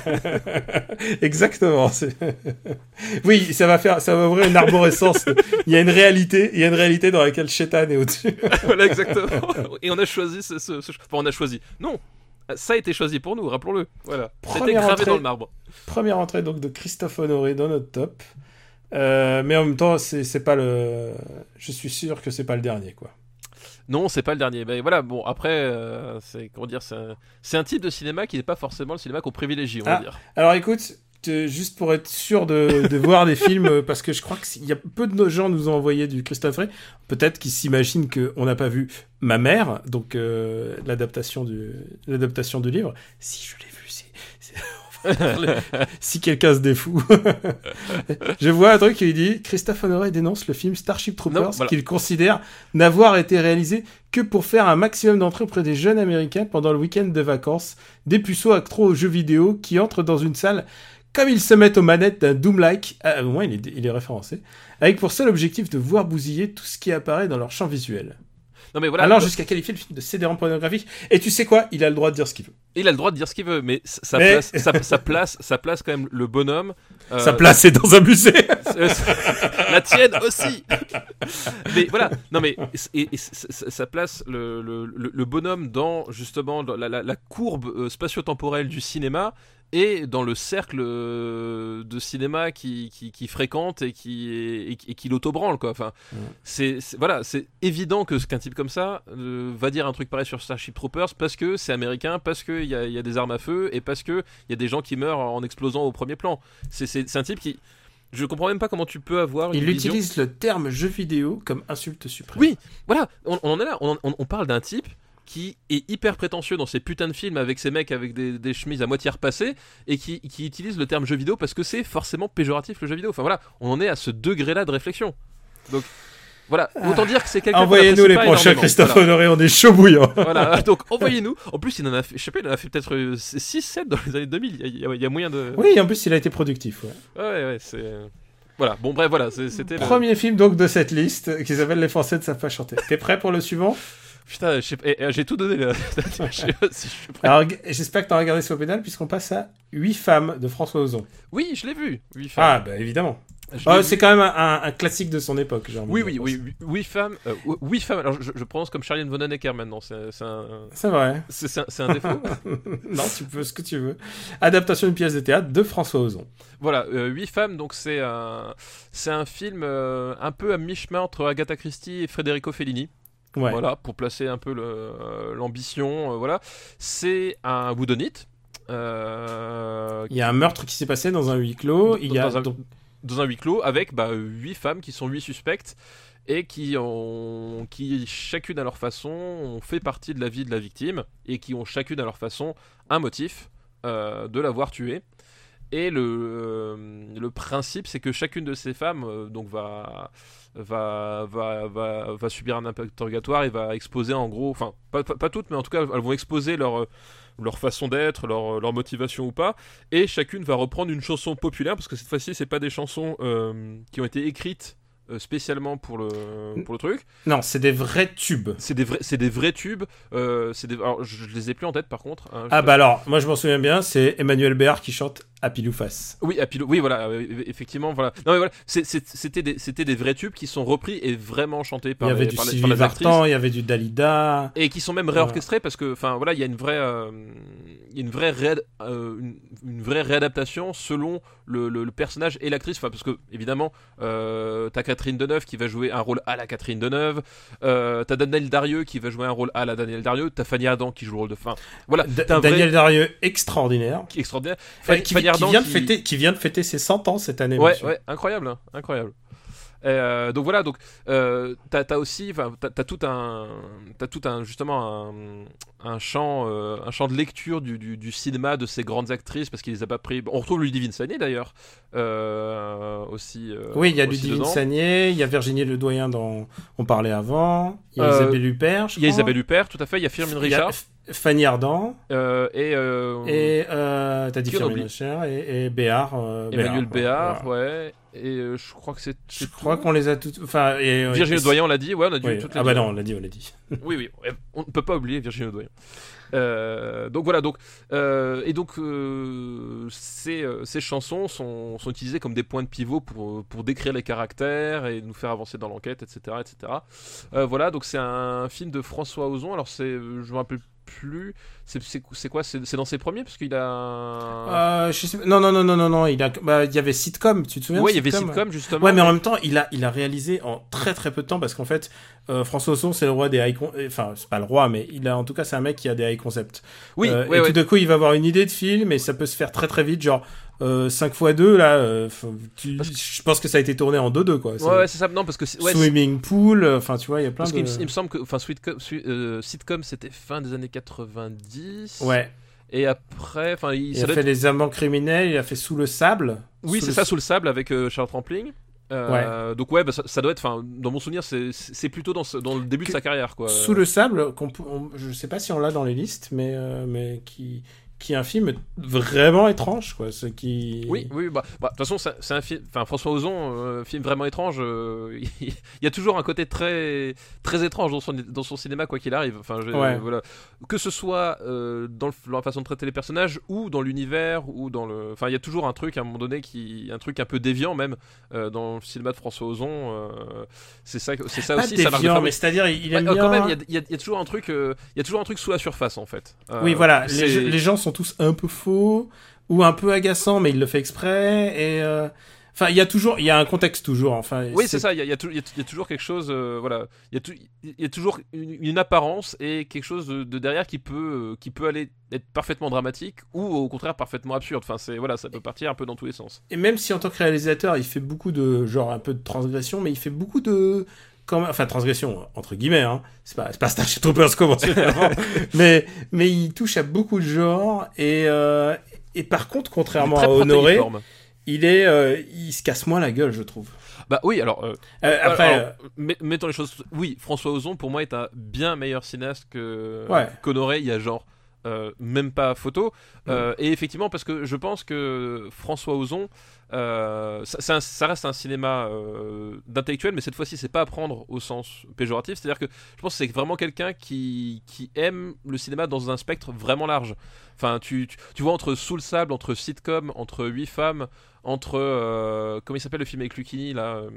Exactement. c'est- oui, ça va faire, ça va ouvrir une arborescence. Il y a une réalité, il y a une réalité dans laquelle Shaitan est au-dessus. Voilà, exactement. Et on a choisi ce, ce, ce- Enfin, on a choisi. Non, ça a été choisi pour nous, rappelons-le. Voilà. C'était Première gravé entrée. dans le marbre. Première entrée donc de Christophe Honoré dans notre top. Euh, mais en même temps, c'est, c'est pas le. Je suis sûr que c'est pas le dernier, quoi. Non, c'est pas le dernier. Mais voilà, bon, après, euh, c'est, comment dire, c'est un, c'est un type de cinéma qui n'est pas forcément le cinéma qu'on privilégie, on Ah. va dire. Alors écoute, te- juste pour être sûr de, de voir des films, euh, parce que je crois qu'il y a peu de nos gens nous ont envoyé du Christophe Ray, peut-être qu'ils s'imaginent qu'on n'a pas vu Ma Mère, donc euh, l'adaptation, du, l'adaptation du livre. Si je l'ai vu, c'est... c'est... on va parler. Si quelqu'un se défoue. Je vois un truc qui dit Christophe Honoré dénonce le film Starship Troopers, Non, voilà. qu'il considère n'avoir été réalisé que pour faire un maximum d'entrées auprès des jeunes américains pendant le week-end de vacances, des puceaux accros aux jeux vidéo qui entrent dans une salle comme ils se mettent aux manettes d'un Doom-like, ah, au moins il est, il est référencé, avec pour seul objectif de voir bousiller tout ce qui apparaît dans leur champ visuel. Non, mais voilà. Alors jusqu'à qualifier le film de sédérant pornographique. Et tu sais quoi, il a le droit de dire ce qu'il veut. Il a le droit de dire ce qu'il veut, mais ça, Mais- Place, ça, ça place, ça place quand même le bonhomme. euh, Sa place est dans un musée. Euh, la tienne aussi. Mais voilà, non mais et, et, ça, ça place le, le, le, le bonhomme dans justement dans la, la, la courbe euh, spatio-temporelle du cinéma et dans le cercle euh, de cinéma qui, qui, qui fréquente et qui, et, et qui l'autobranle quoi. Enfin, Mm. c'est, c'est voilà, c'est évident que qu'un type comme ça euh, va dire un truc pareil sur Starship Troopers parce que c'est américain, parce qu'il y a, y a des armes à feu et parce que il y a des gens qui meurent en explosant au premier plan. C'est, c'est, c'est un type qui je comprends même pas comment tu peux avoir une Il vision... utilise le terme jeu vidéo comme insulte suprême. Oui, voilà, on, on en est là. On, on, on parle d'un type qui est hyper prétentieux dans ses putains de films avec ses mecs avec des, des chemises à moitié repassées et qui, qui utilise le terme jeu vidéo parce que c'est forcément péjoratif le jeu vidéo. Enfin voilà, on en est à ce degré-là de réflexion. Donc voilà, autant dire que c'est quelqu'un Envoyez-nous qu'on les apprécie pas prochains énormément. Christophe Voilà. Honoré, on est chaud bouillant. Voilà, donc envoyez-nous. En plus, il en a fait, je sais pas, il en a fait peut-être six sept dans les années deux mille. Il y a, il y a moyen de. Oui, en plus il a été productif. Ouais. Ouais, ouais, c'est. Voilà, bon, bref, voilà, c'est- c'était. Le... Premier film donc de cette liste qui s'appelle Les Français ne savent pas chanter. T'es prêt pour le suivant? Putain, je sais pas, eh, eh, j'ai tout donné là. Je sais pas si je suis prêt. Alors g- j'espère que t'as regardé ce pédale puisqu'on passe à Huit femmes de François Ozon. Oui, je l'ai vu. Oui, enfin, Ah bah évidemment. Oh, c'est quand même un, un, un classique de son époque. Genre, oui, oui, oui, oui, oui, femme, euh, oui, femme. Alors, je, je prononce comme Charlene Vonnenecker maintenant. C'est, c'est un. C'est vrai. C'est, c'est, un, c'est un défaut. Non, tu peux ce que tu veux. Adaptation d'une pièce de théâtre de François Ozon. Voilà, euh, Huit femmes. Donc c'est un, c'est un film euh, un peu à mi-chemin entre Agatha Christie et Federico Fellini. Ouais. Voilà, pour placer un peu le, euh, l'ambition. Euh, voilà, c'est un whodunit. Euh... Il y a un meurtre qui s'est passé dans un huis clos. Dans, il y a dans un... donc... dans un huis clos avec bah, huit femmes qui sont huit suspectes et qui, ont, qui chacune à leur façon ont fait partie de la vie de la victime et qui ont chacune à leur façon un motif euh, de l'avoir tuée. Et le, euh, le principe, c'est que chacune de ces femmes euh, donc va, va, va, va, va subir un interrogatoire et va exposer en gros, enfin pas, pas, pas toutes, mais en tout cas elles vont exposer leur, leur façon d'être, leur, leur motivation ou pas, et chacune va reprendre une chanson populaire, parce que cette fois-ci c'est pas des chansons euh, qui ont été écrites euh, spécialement pour le, pour le truc. Non, c'est des vrais tubes. C'est des vrais, c'est des vrais tubes. Euh, c'est des, alors je, je les ai plus en tête par contre. Hein, ah bah alors, moi je m'en souviens bien, c'est Emmanuel Béard qui chante à pile ou face. Oui, à pile, oui, voilà, euh, effectivement, voilà. Non mais voilà, c'est, c'est, c'était des, c'était des vrais tubes qui sont repris et vraiment chantés par les, il y avait les, du par les, Sylvie par les Vartan, actrices. il y avait du Dalida, et qui sont même réorchestrés, voilà. Parce que, enfin, voilà, il y a une vraie, euh, il y a une vraie, réad, euh, une, une vraie réadaptation selon le, le, le personnage et l'actrice. Enfin, parce que évidemment, euh, t'as Catherine Deneuve qui va jouer un rôle à la Catherine Deneuve, euh, t'as Daniel Darieux qui va jouer un rôle à la Daniel Darieux, t'as Fanny Ardant qui joue le rôle de fin. Voilà, D- t'as un Daniel vrai... Darieux extraordinaire, qui extraordinaire. Fanny, qui, qui vient de qui... fêter, qui vient de fêter ses cent ans cette année. Ouais, monsieur. ouais, incroyable, hein, incroyable. Euh, donc voilà, donc euh, t'as, t'as aussi, t'as, t'as tout un, t'as tout un justement un, un champ, euh, un champ de lecture du, du, du cinéma de ces grandes actrices parce qu'il les a pas pris. On retrouve Ludivine Sagné d'ailleurs euh, aussi. Euh, oui, il y a aussi Ludivine dedans. Sagné, il y a Virginie Ledoyen dont on parlait avant, il y a Euh, Isabelle Huppert, je Il y a crois. Isabelle Huppert, tout à fait. Il y a Firmin Il y a Richard F- Fanny Ardant euh, et euh, et euh, t'as dit qui on Firmin oublie Richard et, et Béard, euh, Emmanuel Béard, Béard, voilà. ouais. Et euh, je crois que c'est. Je c'est crois tout. qu'on les a toutes. Enfin, et, euh, Virginie et- Ledoyen, on l'a dit, ouais, on a dû oui. toutes les Ah bah dire. non, on l'a dit, on l'a dit. Oui, oui, on ne peut pas oublier Virginie Ledoyen. Euh, donc voilà, donc euh, et donc euh, ces, euh, ces chansons sont, sont utilisées comme des points de pivot pour, pour décrire les caractères et nous faire avancer dans l'enquête, et cetera, et cetera. Euh, voilà, donc c'est un film de François Ozon. Alors c'est, je me rappelle plus. C'est, c'est, c'est quoi c'est, c'est dans ses premiers parce qu'il a. Euh, je sais... Non, non, non, non, non, non. Il a. Bah, il y avait Sitcom. Tu te souviens? Ouais, de il y avait Sitcom, Sitcom justement. Ouais, mais en même temps, il a, il a réalisé en très très peu de temps parce qu'en fait, euh, François Ozon, c'est le roi des high con... Enfin, c'est pas le roi, mais il a, en tout cas, c'est un mec qui a des high concepts. Oui, euh, ouais, et ouais. tout d'un coup, il va avoir une idée de film et ça peut se faire très très vite, genre euh, cinq fois deux là. Euh, tu... Parce que... Je pense que ça a été tourné en deux deux quoi. Ouais, C'est... ouais, c'est ça. Non, parce que c'est... Ouais, Swimming pool. Enfin, tu vois, il y a plein parce de. qu'il me, il me semble que, enfin, Sweetcom, euh, Sitcom, c'était fin des années quatre-vingt-dix. Ouais. Et après, enfin, il, Il ça a doit fait être- Les Amants criminels. Il a fait Sous le sable. Oui, Sous c'est le... ça, Sous le sable avec euh, Charles Trampling. Euh, Donc ouais, bah, ça, ça doit être, enfin, dans mon souvenir, c'est, c'est plutôt dans, ce, dans le début Que- de sa carrière, quoi. Sous le sable, qu'on peut- on- je sais pas si on l'a dans les listes, mais, euh, mais qui, qui est un film vraiment étrange, quoi. Ce qui... Oui, oui, bah, bah, de toute façon, c'est, c'est un film, enfin, François Ozon, euh, film vraiment étrange. euh, il y a toujours un côté très, très étrange dans son, dans son cinéma, quoi qu'il arrive. Enfin, je- Ouais. voilà, que ce soit euh, dans, le, dans la façon de traiter les personnages ou dans l'univers ou dans le, enfin, il y a toujours un truc à un moment donné qui, un truc un peu déviant même euh, dans le cinéma de François Ozon. euh, c'est ça, c'est ça Pas aussi. ça marque de déviant, fabrique. mais c'est-à-dire, il Ouais, aime euh, bien... quand même, il y a, il y a- il y a toujours un truc, euh, il y a toujours un truc sous la surface en fait. Euh, Oui, voilà, c'est- les, les gens sont tous un peu faux ou un peu agaçants, mais il le fait exprès. Et euh, enfin, il y a toujours, il y a un contexte toujours. Enfin, Oui, c'est ça. Il y a, il y, a tou- il y a- il y a toujours quelque chose. euh, voilà, il y a, tou- il y a toujours une, une apparence et quelque chose de, de derrière qui peut, euh, qui peut aller être parfaitement dramatique ou au contraire parfaitement absurde. Enfin, c'est voilà, ça peut partir un peu dans tous les sens. Et même si en tant que réalisateur, il fait beaucoup de genre un peu de transgression, mais il fait beaucoup de quand même, enfin transgression entre guillemets, hein. C'est pas c'est pas Starship Troopers conventionnellement, mais mais il touche à beaucoup de genres et euh, et par contre, contrairement Très à Honoré, protéiforme. il est euh, il se casse moins la gueule, je trouve. Bah oui, alors. euh, Euh, après, alors, met- mettons les choses. Oui, François Ozon pour moi est un bien meilleur cinéaste que Ouais. qu'Honoré. Il y a genre Euh, même pas photo. Euh, et effectivement, parce que je pense que François Ozon, euh, ça, ça, ça reste un cinéma euh, d'intellectuel, mais cette fois-ci, c'est pas à prendre au sens péjoratif. C'est-à-dire que je pense que c'est vraiment quelqu'un qui, qui aime le cinéma dans un spectre vraiment large. Enfin, tu, tu, tu vois, entre Sous le sable, entre sitcom, entre Huit femmes, entre euh, comment il s'appelle le film avec Lucchini là, euh,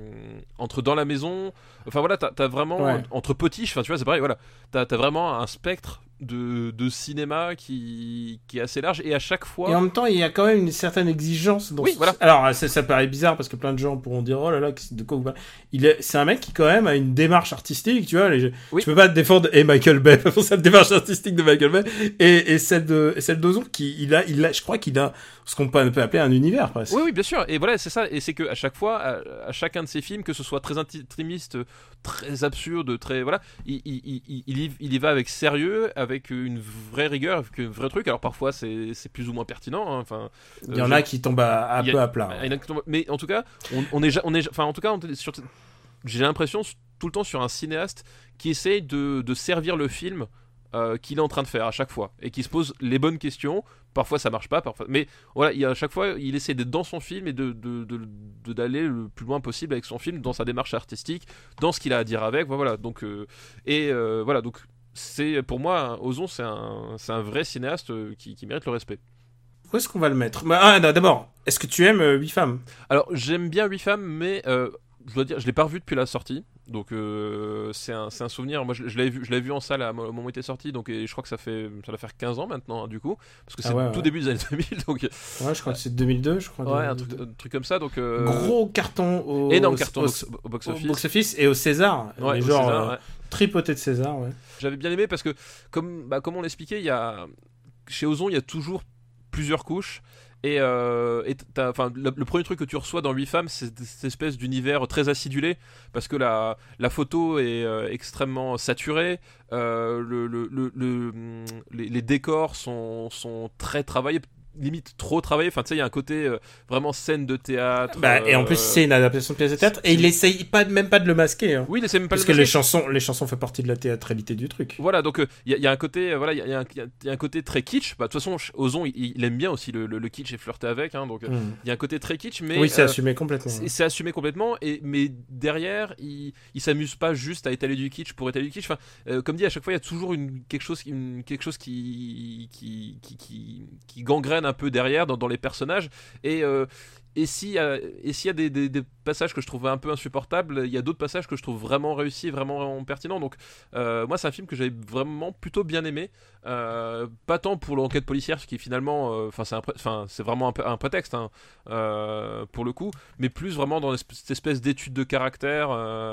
entre Dans la maison. Enfin voilà, t'as, t'as vraiment Ouais. entre Potiche. Enfin, tu vois, c'est pareil. Voilà, t'as, t'as vraiment un spectre de, de cinéma qui, qui est assez large et à chaque fois. Et en même temps, il y a quand même une certaine exigence. Dans Oui, ce... voilà. Alors, ça, ça paraît bizarre parce que plein de gens pourront dire oh là là, de quoi vous parlez. Il est... C'est un mec qui quand même a une démarche artistique, tu vois. Les... Oui. Tu peux pas te défendre et Michael Bay pour cette démarche artistique de Michael Bay et, et celle de et celle d'Ozon qui il a il a je crois qu'il a ce qu'on peut peut appeler un univers presque. Oui, oui, bien sûr. Et voilà, c'est ça. Et c'est que à chaque fois, à, à chacun de ces films, que ce soit très intimiste, très absurde, très voilà, il, il, il, il, y, il y va avec sérieux, avec une vraie rigueur, avec un vrai truc. Alors parfois, c'est, c'est plus ou moins pertinent. Hein. Enfin, il y en euh, a qui tombent à, à peu a, à plat. Hein. Mais en tout cas, on, on est, on est, enfin, en tout cas, on est sur, j'ai l'impression tout le temps sur un cinéaste qui essaye de, de servir le film. Euh, qu'il est en train de faire à chaque fois et qui se pose les bonnes questions. Parfois ça marche pas, parfois... mais voilà, il, à chaque fois il essaie d'être dans son film et de, de, de, de, d'aller le plus loin possible avec son film, dans sa démarche artistique, dans ce qu'il a à dire avec. Voilà, donc, euh, et euh, voilà, donc c'est, pour moi, Ozon, c'est un, c'est un vrai cinéaste qui, qui mérite le respect. Où est-ce qu'on va le mettre? Ah, d'abord, est-ce que tu aimes euh, Huit femmes? Alors j'aime bien Huit femmes, mais euh, je dois dire, je l'ai pas revu depuis la sortie. Donc euh, c'est, un, c'est un souvenir. Moi je, je, l'avais vu, je l'avais vu en salle à, au moment où il était sorti. Donc, et je crois que ça fait ça va faire quinze ans maintenant hein, du coup. Parce que c'est ah ouais, tout ouais. début des années deux mille. Donc... Ouais, je crois que c'est deux mille deux. Je crois ouais, de, un, truc, un truc comme ça. Donc, euh... Gros carton au, énorme carton au, au, au box-office. Au box-office et au César. Ouais, au genre César, euh, ouais. tripoté de César. Ouais. J'avais bien aimé parce que, comme, bah, comme on l'expliquait, il y a... chez Ozon, il y a toujours plusieurs couches. Et, euh, et le, le premier truc que tu reçois dans Huit femmes, c'est cette espèce d'univers très acidulé, parce que la, la photo est euh, extrêmement saturée, euh, le, le, le, le, les, les décors sont, sont très travaillés, limite trop travaillé. Enfin, tu sais, il y a un côté euh, vraiment scène de théâtre. Bah, euh, et en plus, c'est une adaptation de pièce de théâtre. Et il essaye pas, même pas de le masquer. Hein. Oui, il essaie même pas Parce de le masquer. Parce que les chansons, les chansons font partie de la théâtralité du truc. Voilà, donc il euh, y, y a un côté, euh, voilà, il y, y, y a un côté très kitsch. Bah, de toute façon, Ozon, il, il aime bien aussi le, le, le kitsch et flirter avec. Hein, donc il mm. y a un côté très kitsch, mais oui, c'est euh, assumé complètement. C'est, c'est assumé complètement. Et mais derrière, il, il s'amuse pas juste à étaler du kitsch pour étaler du kitsch. Enfin, euh, comme dit, à chaque fois, il y a toujours une quelque chose, une, quelque chose qui qui, qui qui qui gangrène un peu derrière dans, dans les personnages. Et euh, et s'il y a et s'il y a des, des, des passages que je trouve un peu insupportables, il y a d'autres passages que je trouve vraiment réussis, vraiment, vraiment pertinents. Donc euh, moi, c'est un film que j'avais vraiment plutôt bien aimé. Euh, pas tant pour l'enquête policière, ce qui finalement, enfin euh, c'est, pré- c'est vraiment un, un prétexte hein, euh, pour le coup, mais plus vraiment dans cette espèce d'étude de caractère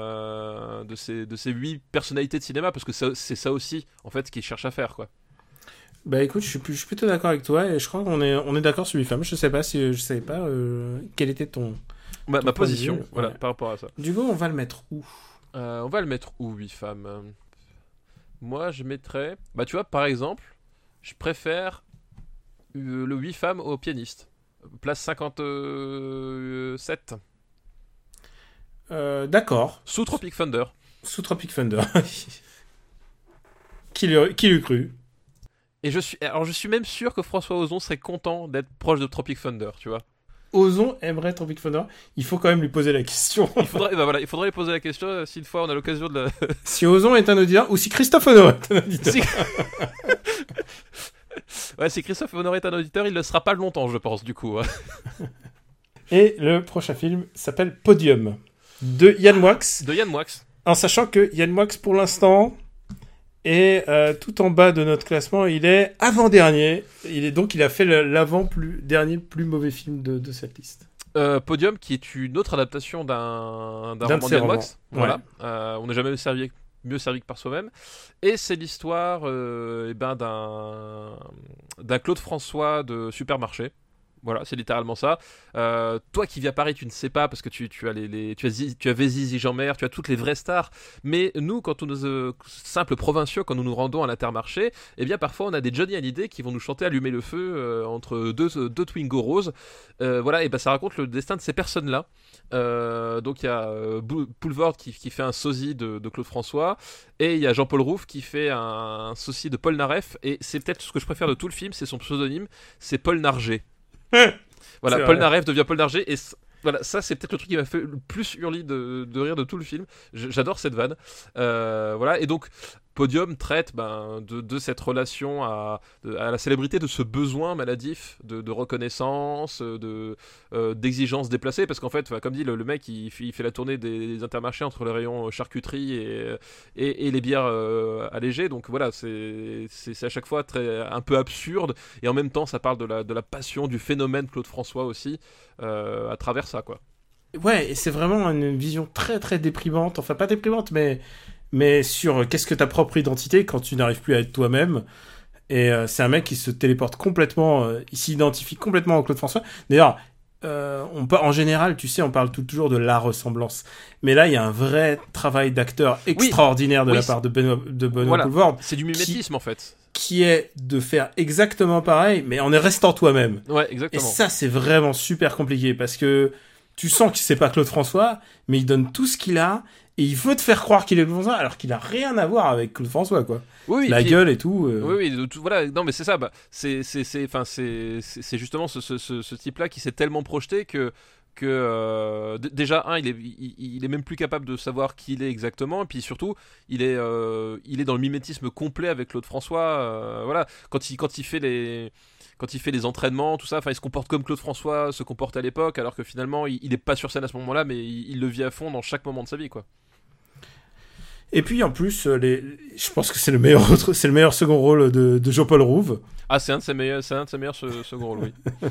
euh, de ces de ces huit personnalités de cinéma, parce que ça, c'est ça aussi en fait ce qu'ils cherchent à faire quoi. Bah écoute, je suis, je suis plutôt d'accord avec toi et je crois qu'on est, on est d'accord sur Huit femmes. Je sais pas si je savais pas euh, quelle était ton, ma, ton ma position, vue, voilà, ouais. par rapport à ça. Du coup, on va le mettre où euh, On va le mettre où, Huit femmes? Moi, je mettrais, bah tu vois, par exemple, je préfère euh, le Huit femmes au pianiste, place cinquante-sept. Euh, d'accord. Sous Tropic Thunder. Sous Tropic Thunder. qui, lui, qui lui cru? Et je suis, alors je suis même sûr que François Ozon serait content d'être proche de Tropic Thunder, tu vois. Ozon aimerait Tropic Thunder. Il faut quand même lui poser la question. il faudrait, bah voilà, il faudrait lui poser la question euh, si une fois on a l'occasion de la... si Ozon est un auditeur, ou si Christophe Honoré est un auditeur. Si... ouais, si Christophe Honoré est un auditeur, il ne le sera pas longtemps, je pense, du coup. Et le prochain film s'appelle Podium, de Yann Moix. De Yann Moix. En sachant que Yann Moix, pour l'instant... Et euh, tout en bas de notre classement, il est avant-dernier. Il est donc il a fait le, l'avant-dernier plus mauvais film de, de cette liste. Euh, Podium, qui est une autre adaptation d'un, d'un, d'un roman de Yann Moix. Voilà. Ouais. Euh, on n'est jamais servi, mieux servi que par soi-même. Et c'est l'histoire euh, eh ben, d'un, d'un Claude François de Supermarché. Voilà, c'est littéralement ça. Euh, toi qui vis à Paris, tu ne sais pas parce que tu, tu as les, les tu as tu avais Zizi Jeanmer, tu as toutes les vraies stars. Mais nous, quand nous euh, simples provinciaux, quand nous nous rendons à l'Intermarché, eh bien parfois on a des Johnny Hallyday qui vont nous chanter Allumer le feu euh, entre deux deux Twingo roses. Euh, voilà, et ben ça raconte le destin de ces personnes-là Euh, donc il y a euh, Poulvord qui, qui fait un sosie de, de Claude François, et il y a Jean-Paul Rouve qui fait un, un sosie de Paul Naref, et c'est peut-être ce que je préfère de tout le film, c'est son pseudonyme, c'est Paul Narget. Voilà, Paul Naref devient Paul Narget, et voilà, ça c'est peut-être le truc qui m'a fait le plus hurler de, de rire de tout le film. J'adore cette vanne. Euh, voilà, et donc Podium traite ben, de, de cette relation à, de, à la célébrité, de ce besoin maladif de, de reconnaissance, de, euh, d'exigence déplacée, parce qu'en fait, comme dit, le, le mec il, il fait la tournée des, des intermarchés entre les rayons charcuterie et, et, et les bières euh, allégées, donc voilà, c'est, c'est, c'est à chaque fois très, un peu absurde, et en même temps ça parle de la, de la passion, du phénomène Claude François aussi, euh, à travers ça, quoi. Ouais, et c'est vraiment une vision très très déprimante, enfin pas déprimante, mais... mais sur qu'est-ce que ta propre identité quand tu n'arrives plus à être toi-même. Et euh, c'est un mec qui se téléporte complètement, euh, il s'identifie complètement à Claude François. D'ailleurs, euh, on par- en général, tu sais, on parle tout, toujours de la ressemblance. Mais là, il y a un vrai travail d'acteur extraordinaire oui. de oui, la part de Benoît, de Benoît voilà. Poulvord. C'est du mimétisme, qui, en fait. Qui est de faire exactement pareil, mais en restant toi-même. Ouais, exactement. Et ça, c'est vraiment super compliqué, parce que tu sens que c'est pas Claude François, mais il donne tout ce qu'il a, et il veut te faire croire qu'il est Claude François, alors qu'il a rien à voir avec Claude François, quoi. Oui, oui, la puis, gueule et tout. Euh... Oui, oui, tout, voilà. Non, mais c'est ça. Bah, c'est, c'est, c'est, enfin, c'est, c'est, c'est justement ce, ce, ce, ce type-là qui s'est tellement projeté que, que euh, d- déjà un, il est, il, il est même plus capable de savoir qui il est exactement, et puis surtout, il est, euh, il est dans le mimétisme complet avec Claude François. Euh, voilà, quand il, quand il fait les quand il fait les entraînements, tout ça, enfin, il se comporte comme Claude François se comporte à l'époque, alors que finalement, il, il est pas sur scène à ce moment-là, mais il, il le vit à fond dans chaque moment de sa vie, quoi. Et puis en plus, les... je pense que c'est le meilleur, c'est le meilleur second rôle de, de Jean-Paul Rouve. Ah, c'est un de ses meilleurs, c'est un de ses meilleurs second rôles, oui.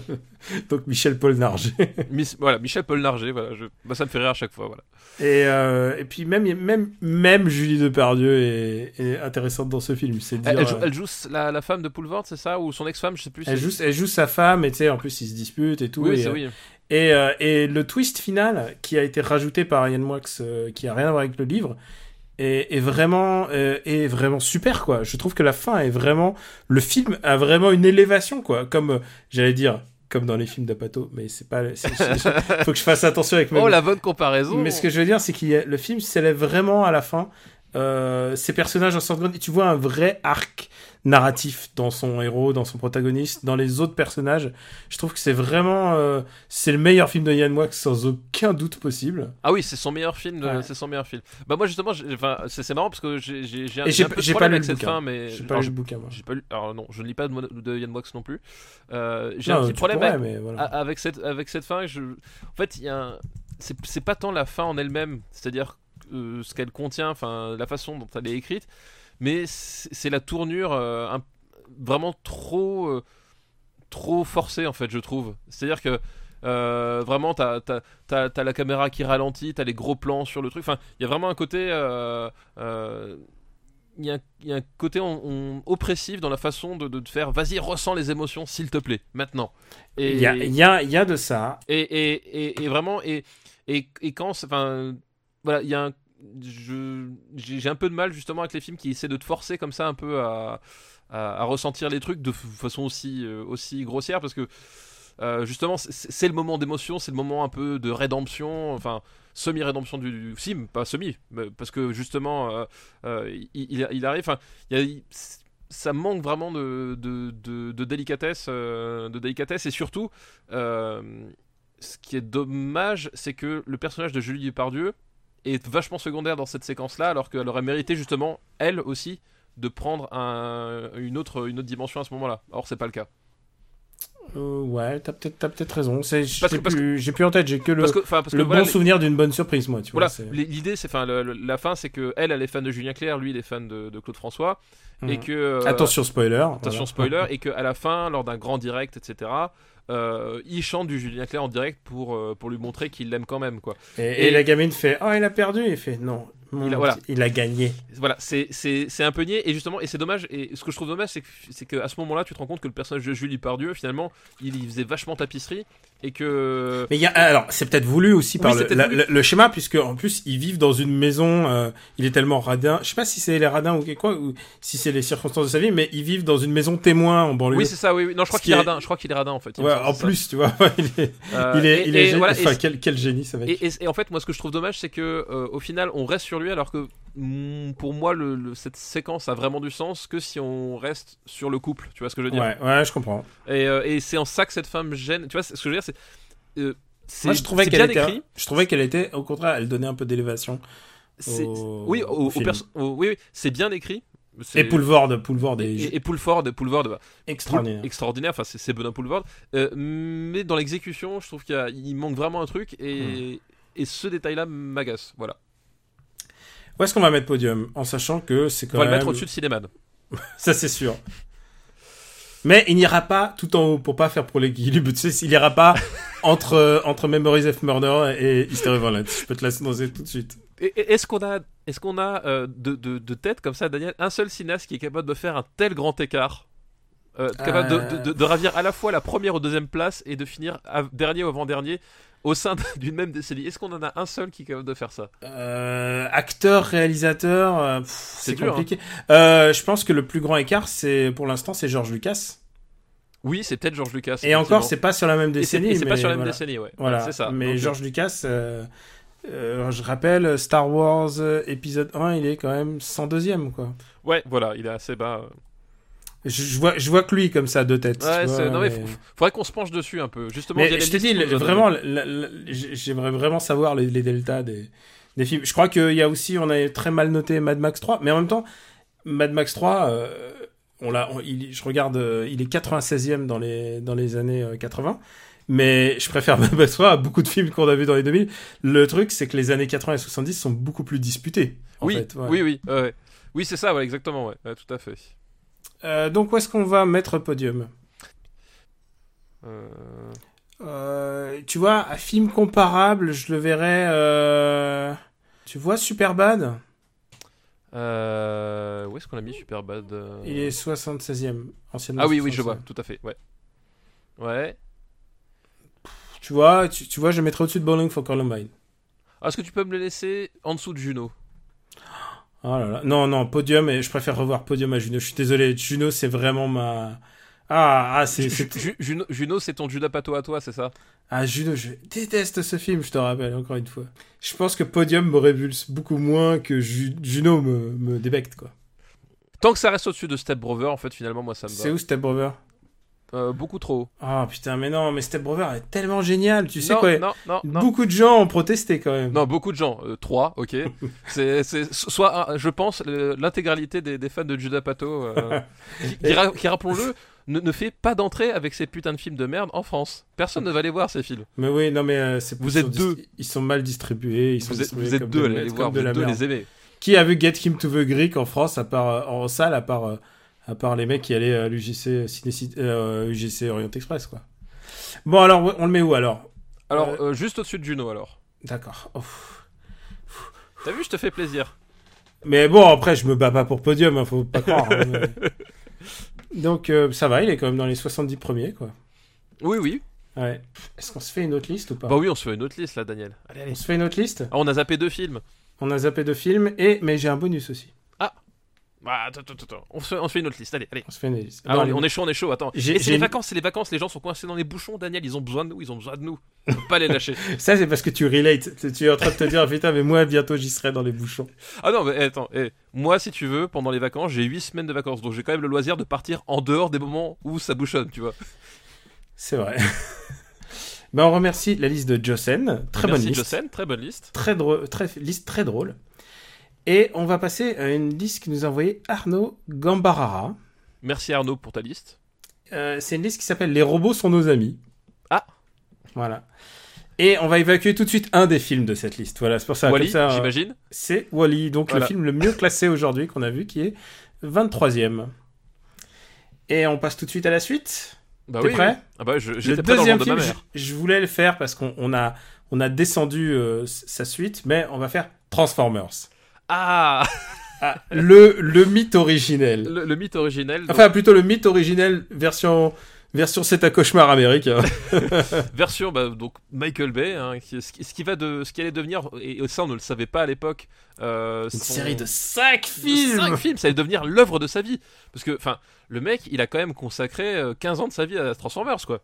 Donc Michel Polnareff. Miss, voilà, Michel Polnareff, voilà, je... bah, ça me fait rire à chaque fois, voilà. Et, euh, et puis même, même, même Julie Depardieu est, est intéressante dans ce film. C'est dire, elle, elle, joue, euh... elle joue la, la femme de Poulvord, c'est ça, ou son ex-femme, je sais plus. Elle joue, elle joue sa femme, et tu sais, en plus ils se disputent et tout. Oui, et, c'est euh, oui. Et, euh, et le twist final qui a été rajouté par Yann Moix, euh, qui a rien à voir avec le livre. Est, est vraiment euh, est vraiment super, quoi. Je trouve que la fin est vraiment, le film a vraiment une élévation, quoi, comme euh, j'allais dire comme dans les films d'Apato, mais c'est pas c'est, c'est, c'est, faut que je fasse attention avec mes... oh la bonne comparaison. Mais ce que je veux dire, c'est que le film s'élève vraiment à la fin, euh, ces personnages en sorte de... tu vois un vrai arc narratif dans son héros, dans son protagoniste, dans les autres personnages. Je trouve que c'est vraiment euh, c'est le meilleur film de Yann Moix sans aucun doute possible. Ah oui, c'est son meilleur film, de... ouais. c'est son meilleur film. Bah moi justement, enfin c'est, c'est marrant parce que j'ai j'ai, j'ai, un, j'ai un peu de problème avec cette fin, mais j'ai pas lu le bouquin. Moi. J'ai pas lu. Alors non, je ne lis pas de, de Yann Moix non plus. Euh, j'ai non, un petit problème pourrais, avec, mais voilà. avec cette avec cette fin. Je... En fait, il y a un... c'est c'est pas tant la fin en elle-même, c'est-à-dire euh, ce qu'elle contient, enfin la façon dont elle est écrite, mais c'est, c'est la tournure euh, un vraiment trop euh, trop forcé en fait, je trouve. C'est-à-dire que euh, vraiment t'as, t'as, t'as, t'as la caméra qui ralentit, t'as les gros plans sur le truc, enfin il y a vraiment un côté euh, euh, il y, y a un côté on, on, oppressif dans la façon de, de te faire vas-y ressens les émotions s'il te plaît maintenant. Et il y a, y a, y a de ça et, et, et, et vraiment et, et, et quand enfin voilà il y a un je, j'ai, j'ai un peu de mal justement avec les films qui essaient de te forcer comme ça un peu à À, à ressentir les trucs de f- façon aussi, euh, aussi grossière, parce que euh, justement c'est, c'est le moment d'émotion, c'est le moment un peu de rédemption, enfin semi-rédemption du, du film, pas semi, mais parce que justement euh, euh, il, il, il arrive, enfin ça manque vraiment de, de, de, de délicatesse, euh, de délicatesse et surtout euh, ce qui est dommage, c'est que le personnage de Julie Depardieu est vachement secondaire dans cette séquence-là, alors qu'elle aurait mérité justement elle aussi de prendre un, une, autre, une autre dimension à ce moment-là. Or, c'est pas le cas. Euh, ouais, t'as peut-être, t'as peut-être raison. C'est, parce j'ai, que, parce plus, que, j'ai plus en tête, j'ai que le, parce que, parce que, le voilà, bon souvenir d'une bonne surprise, moi. Tu voilà, vois, c'est... l'idée, c'est, enfin, le, le, la fin, c'est que elle, elle est fan de Julien Clerc, lui, il est fan de, de Claude François, mmh. et que euh, attention spoiler, attention voilà. spoiler, et que à la fin, lors d'un grand direct, et cetera. Euh, il chante du Julien Clerc en direct pour, euh, pour lui montrer qu'il l'aime quand même, quoi. Et, et, et la gamine fait oh il a perdu, et il fait non. Il a, voilà. il a gagné. Voilà, c'est, c'est, c'est un peu niais, et justement, et c'est dommage, et ce que je trouve dommage, c'est, que, c'est qu'à ce moment-là, tu te rends compte que le personnage de Julie Depardieu, finalement, il, il faisait vachement tapisserie, et que. Mais il y a, alors, c'est peut-être voulu aussi par Oui, le, c'est la- peut-être voulu. le, le schéma, puisque en plus ils vivent dans une maison. Euh, il est tellement radin. Je sais pas si c'est les radins ou quoi, ou si c'est les circonstances de sa vie, mais ils vivent dans une maison témoin en banlieue. Oui, c'est ça. Oui, oui. Non, je crois Ce qu'il est qui est- radin. Je crois qu'il est radin en fait. il me Ouais, semble, en c'est ça. plus, tu vois, il est, Euh, il est, et- il est et génie. voilà, Enfin, et- quel, quel génie, ça va être. Et, et- et en fait, moi, ce que je trouve dommage, c'est que euh, au final, on reste sur lui, alors que mm, pour moi, le, le- cette séquence a vraiment du sens que si on reste sur le couple. Tu vois ce que je veux dire? Ouais, ouais, je comprends. Et, euh, et c'est en ça que cette femme gêne. Tu vois, ce que je veux dire, c'est. euh, c'est Moi, je trouvais c'est qu'elle bien était, écrit. je trouvais qu'elle était, au contraire, elle donnait un peu d'élévation. C'est- au- oui, au, au au film. perso- au- oui, oui, c'est bien écrit. C'est- Et Poulvord, Poulvord est et, et, et Poulford, Poulvord, bah, extraordinaire. Poul- extraordinaire. Enfin, c'est c'est Benoît Poulvord. Euh, mais dans l'exécution, je trouve qu'il y a- il manque vraiment un truc, et, et ce détail-là m'agace. Voilà. Où est-ce qu'on va mettre Podium? En sachant que c'est On quand va même... le mettre au-dessus de Cinéman. Ça, c'est sûr. Mais il n'ira pas tout en haut pour pas faire pour l'équilibre. Tu sais, il n'ira pas entre, euh, entre Memories of Murder et History of Violence. Je peux te l'annoncer tout de suite. Et- et Est-ce qu'on a, est-ce qu'on a euh, de, de, de tête comme ça, Daniel, un seul cinéaste qui est capable de faire un tel grand écart, euh, capable Euh. de, de, de, de ravir à la fois la première ou deuxième place et de finir à- dernier ou avant-dernier au sein d'une même décennie? Est-ce qu'on en a un seul qui est capable de faire ça? Euh, acteur, réalisateur, euh, pff, c'est dur, compliqué. Euh, je pense que le plus grand écart, c'est pour l'instant, c'est George Lucas. Oui, c'est peut-être George Lucas. Et encore, effectivement. c'est pas sur la même Et c'est décennie. et c'est pas mais sur la même voilà. décennie, ouais. Voilà, Ouais, c'est ça. mais Donc, George Lucas, euh, euh, je rappelle, Star Wars euh, épisode un, il est quand même cent deuxième, quoi. Ouais, voilà, il est assez bas. Je, je vois, je vois que lui comme ça, deux têtes. Ouais, tu c'est- vois, non mais mais- faut- faudrait qu'on se penche dessus un peu. Justement, Mais via les je te listes dis, qu'on le- nous a vraiment, données. la- la- j- j'aimerais vraiment savoir les, les deltas des, des films. Je crois qu'il y a aussi, on a très mal noté Mad Max trois, mais en même temps, Mad Max trois, euh, on l'a, on- il, je regarde, euh, il est quatre-vingt-seizième dans les, dans les années euh, quatre-vingts. Mais je préfère Mad Max trois à beaucoup de films qu'on a vus dans les deux mille. Le truc, c'est que les années quatre-vingts et soixante-dix sont beaucoup plus disputés. En Oui, fait, ouais. oui, oui, ouais, ouais. Oui, c'est ça, ouais, exactement, ouais, ouais, tout à fait. Euh, donc, où est-ce qu'on va mettre Podium? Euh... Euh, tu vois, un film comparable, je le verrais. Euh... Tu vois, Superbad? Euh... Où est-ce qu'on a mis Superbad euh... Il est soixante-seizième, anciennement. Ah oui, oui, je vois, soixante-seizième. tout à fait, ouais. Ouais. Tu vois, tu, tu vois, je le mettrais au-dessus de Bowling for Columbine. Ah, est-ce que tu peux me le laisser en dessous de Juno? Oh là là. Non, non, Podium, et je préfère revoir Podium à Juno. Je suis désolé, Juno, c'est vraiment ma... Ah, ah, c'est... c'est- Ju- Juno, Juno, c'est ton Judas Pato à toi, c'est ça? Ah, Juno, je déteste ce film, je te rappelle, encore une fois. Je pense que Podium me révulse beaucoup moins que Ju- Juno me, me débecte, quoi. Tant que ça reste au-dessus de Step Brother, en fait, finalement, moi, ça me C'est va. où Step Brother? Euh, beaucoup trop haut. Ah, putain, mais non, mais Step Brother est tellement génial, tu sais non, quoi? non, non, non. Beaucoup de gens ont protesté, quand même. Non, beaucoup de gens. Euh, trois, ok. c'est, c'est soit, un- je pense, le- l'intégralité des, des fans de Judas Pato, euh, qui, qui, ra- qui, rappelons-le, ne, ne fait pas d'entrée avec ces putains de films de merde en France. Personne ne va aller voir ces films. Mais oui, non, mais euh, c'est Vous ils êtes sont deux. dis- Ils sont mal distribués. Ils sont Vous êtes, distribués vous êtes comme deux, de- allez les comme voir, de vous la êtes deux, merde. les aimés. Qui a vu Get Him to the Greek en France, à part euh, en salle, à part euh, à part les mecs qui allaient à l'U G C Ciné euh, U G C Orient Express, quoi. Bon, alors on le met où alors? Alors, Euh, euh, juste au-dessus de Juno, alors. D'accord. Ouf. T'as vu, je te fais plaisir. Mais bon, après, je me bats pas pour Podium, hein, faut pas croire. hein, mais- Donc euh, ça va, il est quand même dans les soixante-dix premiers, quoi. Oui, oui. Ouais. Est-ce qu'on se fait une autre liste ou pas? Bah oui, on se fait une autre liste, là, Daniel. Allez, allez. On se fait une autre liste? Ah, on a zappé deux films. On a zappé deux films et mais j'ai un bonus aussi. Bah, attends, attends, attends. On se, fait, on se fait une autre liste, allez, allez. On se fait une liste. Ah, Non, on, est- allez. on est chaud, on est chaud, attends. J'ai- Et c'est j'ai les une- vacances, c'est les vacances, les gens sont coincés dans les bouchons, Daniel, ils ont besoin de nous, ils ont besoin de nous. On peut pas les lâcher. Ça, c'est parce que tu relates. Tu tu es en train de te dire, putain, mais moi, bientôt, j'y serai dans les bouchons. Ah non, mais eh, attends, eh, moi, si tu veux, pendant les vacances, j'ai huit semaines de vacances, donc j'ai quand même le loisir de partir en dehors des moments où ça bouchonne, tu vois. C'est vrai. Ben, on remercie la liste de Jossen. Très Merci bonne liste. Jossen, très bonne liste. Très drôle, très, liste très drôle. Et on va passer à une liste que nous a envoyée Arnaud Gambarara. Merci Arnaud pour ta liste. Euh, c'est une liste qui s'appelle Les robots sont nos amis. Ah. Voilà. Et on va évacuer tout de suite un des films de cette liste. Voilà, c'est pour ça. Wall-E, comme ça, euh, j'imagine. c'est Wall-E, donc Voilà. le film le mieux classé aujourd'hui qu'on a vu, qui est vingt-troisième. Et on passe tout de suite à la suite. Bah T'es oui, prêt oui. Ah bah, je, Le j'étais prêt dans le deuxième monde de ma film, mère. je, je voulais le faire parce qu'on on a, on a descendu euh, s- sa suite, mais on va faire Transformers. Ah Ah, le, le mythe originel. le, le mythe originel. donc- Enfin, plutôt le mythe originel version, Version c'est un cauchemar américain. Version bah, donc Michael Bay, hein, qui, ce, qui, ce qui va de ce qui allait devenir, et ça on ne le savait pas à l'époque. Euh, Une son, série de cinq films. cinq films, ça allait devenir l'œuvre de sa vie. Parce que, enfin, le mec, il a quand même consacré quinze ans de sa vie à Transformers, quoi.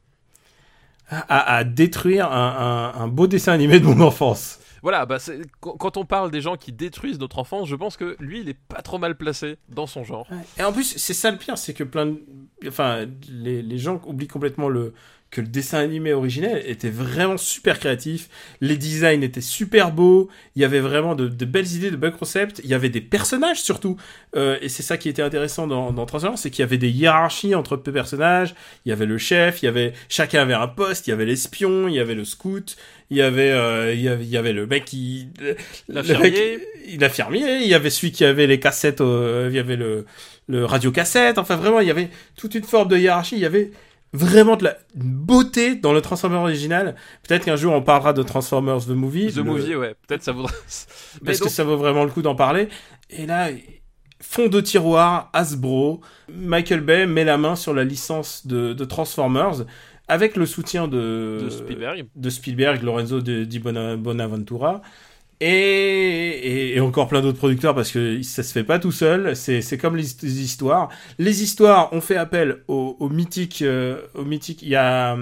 À, à détruire un, un, un beau dessin animé de mon enfance. Voilà, bah c'est, quand on parle des gens qui détruisent notre enfance, je pense que lui, il est pas trop mal placé dans son genre. Et en plus, c'est ça le pire, c'est que plein de... Enfin, les, les gens oublient complètement le... que le dessin animé originel était vraiment super créatif, les designs étaient super beaux, il y avait vraiment de, de belles idées, de belles concepts, il y avait des personnages surtout, euh, et c'est ça qui était intéressant dans, dans Transformers, c'est qu'il y avait des hiérarchies entre peu personnages, il y avait le chef, il y avait, chacun avait un poste, il y avait l'espion, il y avait le scout, il y avait, euh, il y avait, il y avait le mec qui, l'infirmier, l'infirmier, il y avait celui qui avait les cassettes, euh, il y avait le, le radio-cassette, enfin vraiment, il y avait toute une forme de hiérarchie, il y avait vraiment de la beauté dans le Transformers original. Peut-être qu'un jour on parlera de Transformers The Movie. The le... Movie, ouais. Peut-être ça vaudra. Parce donc... que ça vaut vraiment le coup d'en parler. Et là, fond de tiroir, Hasbro, Michael Bay met la main sur la licence de, de Transformers avec le soutien de, de Spielberg, de Spielberg, Lorenzo de, Di Bonaventura. Et, et, et encore plein d'autres producteurs parce que ça se fait pas tout seul. C'est, c'est comme les, les histoires. Les histoires ont fait appel au, au mythique, euh, au mythique. Il y a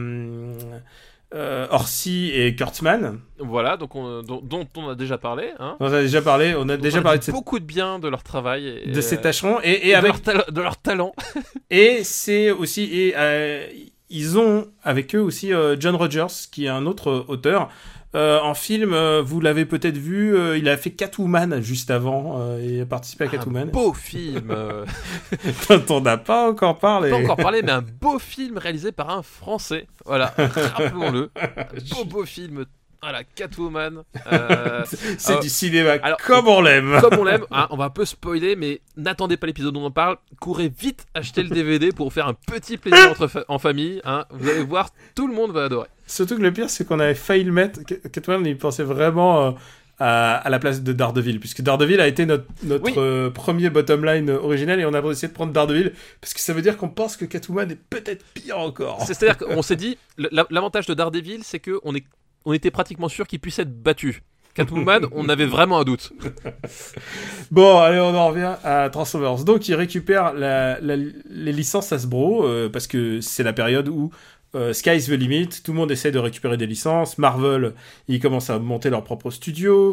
euh, Orsi et Kurtzman. Voilà, donc on, dont, dont on a déjà parlé. Hein. On a déjà parlé. On a donc déjà on a parlé de cette... beaucoup de bien de leur travail, et, de ces tâcherons et, et, et avec de leur, ta- de leur talent. Et c'est aussi et euh, ils ont avec eux aussi euh, John Rogers qui est un autre auteur. Euh, en film, euh, vous l'avez peut-être vu, euh, il a fait Catwoman juste avant, euh, il a participé à Catwoman. Un beau film euh... Dont on n'a pas encore parlé. Pas encore parlé, mais un beau film réalisé par un Français. Voilà, rappelons-le. Un beau beau film. Voilà, Catwoman. Euh... C'est alors, du cinéma alors, comme on l'aime. Comme on l'aime, hein, on va un peu spoiler, mais n'attendez pas l'épisode où on en parle. Courez vite acheter le D V D pour faire un petit plaisir entre fa- en famille. Hein. Vous allez voir, tout le monde va adorer. Surtout que le pire, c'est qu'on avait failli le mettre. Catwoman, il pensait vraiment euh, à, à la place de Daredevil, puisque Daredevil a été notre, notre oui. euh, premier bottom line original, et on a essayé de prendre Daredevil, parce que ça veut dire qu'on pense que Catwoman est peut-être pire encore. C'est, c'est-à-dire qu'on s'est dit, l'avantage de Daredevil, c'est qu'on est on était pratiquement sûr qu'il puisse être battu. Catwoman, on avait vraiment un doute. Bon, allez, on en revient à Transformers. Donc, il récupère la, la, les licences Hasbro, euh, parce que c'est la période où euh, Sky's the limit, tout le monde essaie de récupérer des licences. Marvel, ils commencent à monter leur propre studio.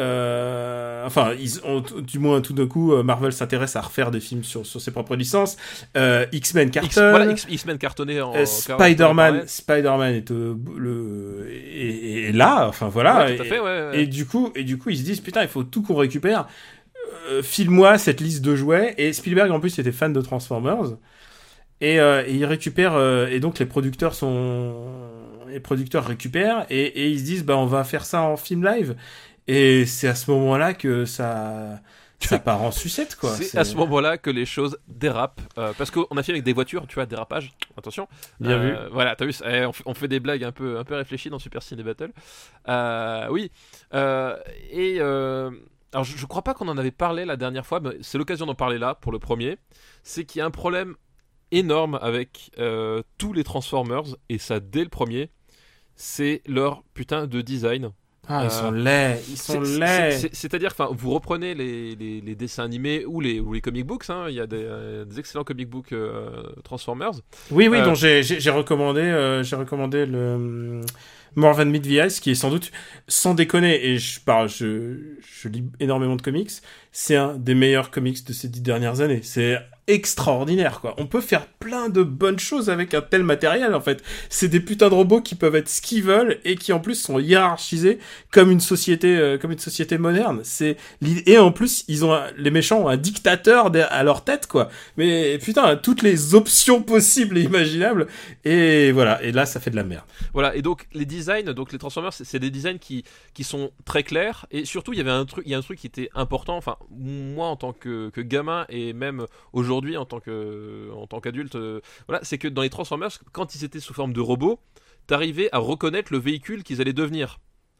Euh, enfin, ils ont, du moins, tout d'un coup, Marvel s'intéresse à refaire des films sur, sur ses propres licences. Euh, X-Men cartonne. X, voilà, X, X-Men cartonné en... Euh, Spider-Man, Spider-man est, euh, le, est, est là, enfin voilà. Ouais, tout à fait, ouais, ouais. Et, et du coup, et du coup, ils se disent, putain, il faut tout qu'on récupère. Euh, file-moi cette liste de jouets. Et Spielberg, en plus, était fan de Transformers. Et, euh, et il récupère, euh, et donc les producteurs sont, les producteurs récupèrent, et, et ils se disent, bah, on va faire ça en film live. Et c'est à ce moment-là que ça, ça part en sucette, quoi. C'est, c'est à ce moment-là que les choses dérapent, euh, parce qu'on a fait avec des voitures, tu vois, dérapage, attention. Bien euh, vu. Voilà, t'as vu, on fait, on fait des blagues un peu, un peu réfléchies dans Super Ciné Battle. Euh, oui, euh, et euh, alors je, je crois pas qu'on en avait parlé la dernière fois, mais c'est l'occasion d'en parler là pour le premier. C'est qu'il y a un problème énorme avec euh, tous les Transformers, et ça dès le premier, c'est leur putain de design. Ah, ils Euh, sont laids, ils sont c'est, laids. c'est, c'est, c'est-à-dire que vous reprenez les, les, les dessins animés ou les, ou les comic books, hein, il y a des, euh, des excellents comic books euh, Transformers. Oui, oui, Euh, dont j'ai, j'ai, j'ai recommandé, euh, j'ai recommandé le um, More Than Meets the Eyes, qui est sans doute, sans déconner, et je parle, je, je lis énormément de comics, c'est un des meilleurs comics de ces dix dernières années. C'est extraordinaire, quoi. On peut faire plein de bonnes choses avec un tel matériel, en fait. C'est des putains de robots qui peuvent être ce qu'ils veulent et qui en plus sont hiérarchisés comme une société, euh, comme une société moderne. C'est et en plus ils ont un... les méchants ont un dictateur à leur tête, quoi. Mais putain, toutes les options possibles et imaginables. Et voilà. Et là, ça fait de la merde. Voilà. Et donc les designs, donc les Transformers, c'est, c'est des designs qui qui sont très clairs. Et surtout, il y avait un truc, il y a un truc qui était important. Enfin, moi en tant que que gamin et même aujourd'hui en tant que en tant qu'adulte, euh, voilà, c'est que dans les Transformers, quand ils étaient sous forme de robots, t'arrivais à reconnaître le véhicule qu'ils allaient devenir.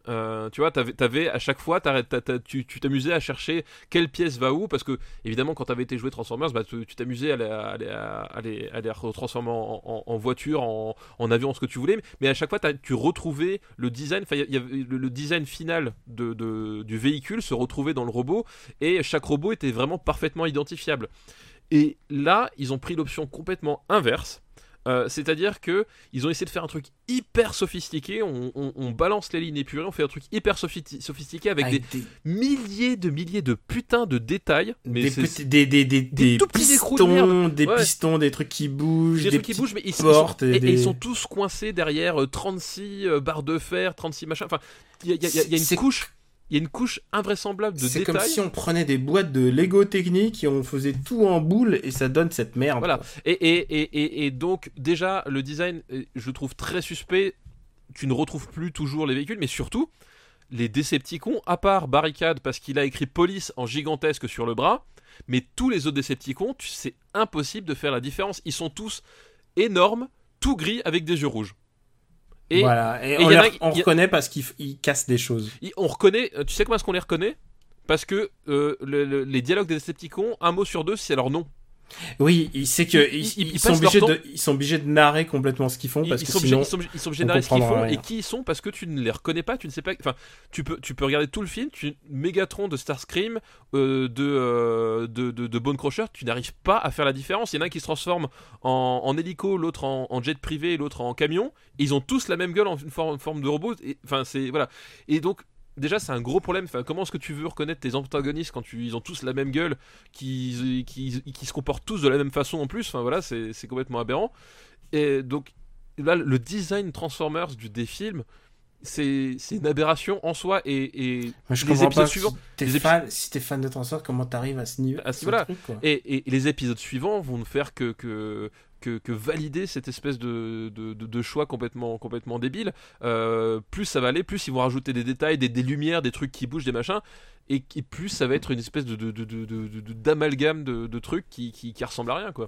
Euh, tu vois, t'avais, t'avais à chaque fois, t'as, t'as, t'as, tu, tu t'amusais à chercher quelle pièce va où, parce que évidemment, quand t'avais été joué Transformers, bah, tu, tu t'amusais à les, à les, à les, à les transformer en, en, en voiture, en, en avion, ce que tu voulais. Mais à chaque fois, tu retrouvais le design, enfin, il y avait le, le design final de, de, du véhicule se retrouvait dans le robot, et chaque robot était vraiment parfaitement identifiable. Et là, ils ont pris l'option complètement inverse. Euh, c'est-à-dire que ils ont essayé de faire un truc hyper sophistiqué, on, on, on balance les lignes épurées, on fait un truc hyper sophi- sophistiqué avec, avec des, des milliers de milliers de putains de détails, mais des, c'est, petits, des, des, des, des, des pistons, des ouais. pistons, des trucs qui bougent, des, des trucs qui bougent, mais ils, portes, ils sont, et, des... et ils sont tous coincés derrière euh, trente-six euh, barres de fer, trente-six machins. Enfin, il y a, y, a, y, a, y a une c'est... couche. Il y a une couche invraisemblable de c'est détails. C'est comme si on prenait des boîtes de Lego technique et on faisait tout en boule et ça donne cette merde. Voilà. Et, et, et, et, et donc, déjà, le design, je le trouve très suspect. Tu ne retrouves plus toujours les véhicules, mais surtout, les Decepticons, à part Barricade, parce qu'il a écrit police en gigantesque sur le bras, mais tous les autres Decepticons, tu, c'est impossible de faire la différence. Ils sont tous énormes, tout gris avec des yeux rouges. Et, voilà, et, et on, les, a, on a, reconnaît parce qu'ils ils cassent des choses. On reconnaît, tu sais comment est-ce qu'on les reconnaît ? Parce que euh, le, le, les dialogues des Decepticons, un mot sur deux, c'est leur nom. Oui, c'est que ils, ils, ils, ils, sont obligés de, ils sont obligés de narrer complètement ce qu'ils font parce ils que sont sinon obligés, ils sont, ils sont obligés de narrer ce qu'ils font rien. Et qui ils sont parce que tu ne les reconnais pas, tu ne sais pas. Enfin, tu peux, tu peux regarder tout le film, tu, Megatron de Starscream, euh, de, euh, de, de, de Bone Crusher, tu n'arrives pas à faire la différence. Il y en a un qui se transforme en, en hélico, l'autre en, en jet privé et l'autre en camion. Et ils ont tous la même gueule en une forme, forme de robot. Enfin, c'est voilà. Et donc. Déjà, c'est un gros problème. Enfin, comment est-ce que tu veux reconnaître tes antagonistes quand tu, ils ont tous la même gueule, qui, qui, qui se comportent tous de la même façon en plus. Enfin voilà, c'est, c'est complètement aberrant. Et donc là, le design Transformers du des films, c'est, c'est une aberration en soi. Et, et Moi, je les épisodes pas, suivants, si t'es, les fan, épi- si t'es fan de Transformers, comment t'arrives à ce niveau, à ce ce voilà. truc, quoi. Et, et les épisodes suivants vont ne faire que que Que, que valider cette espèce de, de, de, de choix complètement, complètement débile. Euh, plus ça va aller, plus ils vont rajouter des détails, des, des lumières, des trucs qui bougent, des machins, et, et plus ça va être une espèce de, de, de, de, de, de d'amalgame de, de trucs qui, qui, qui ressemblent à rien, quoi.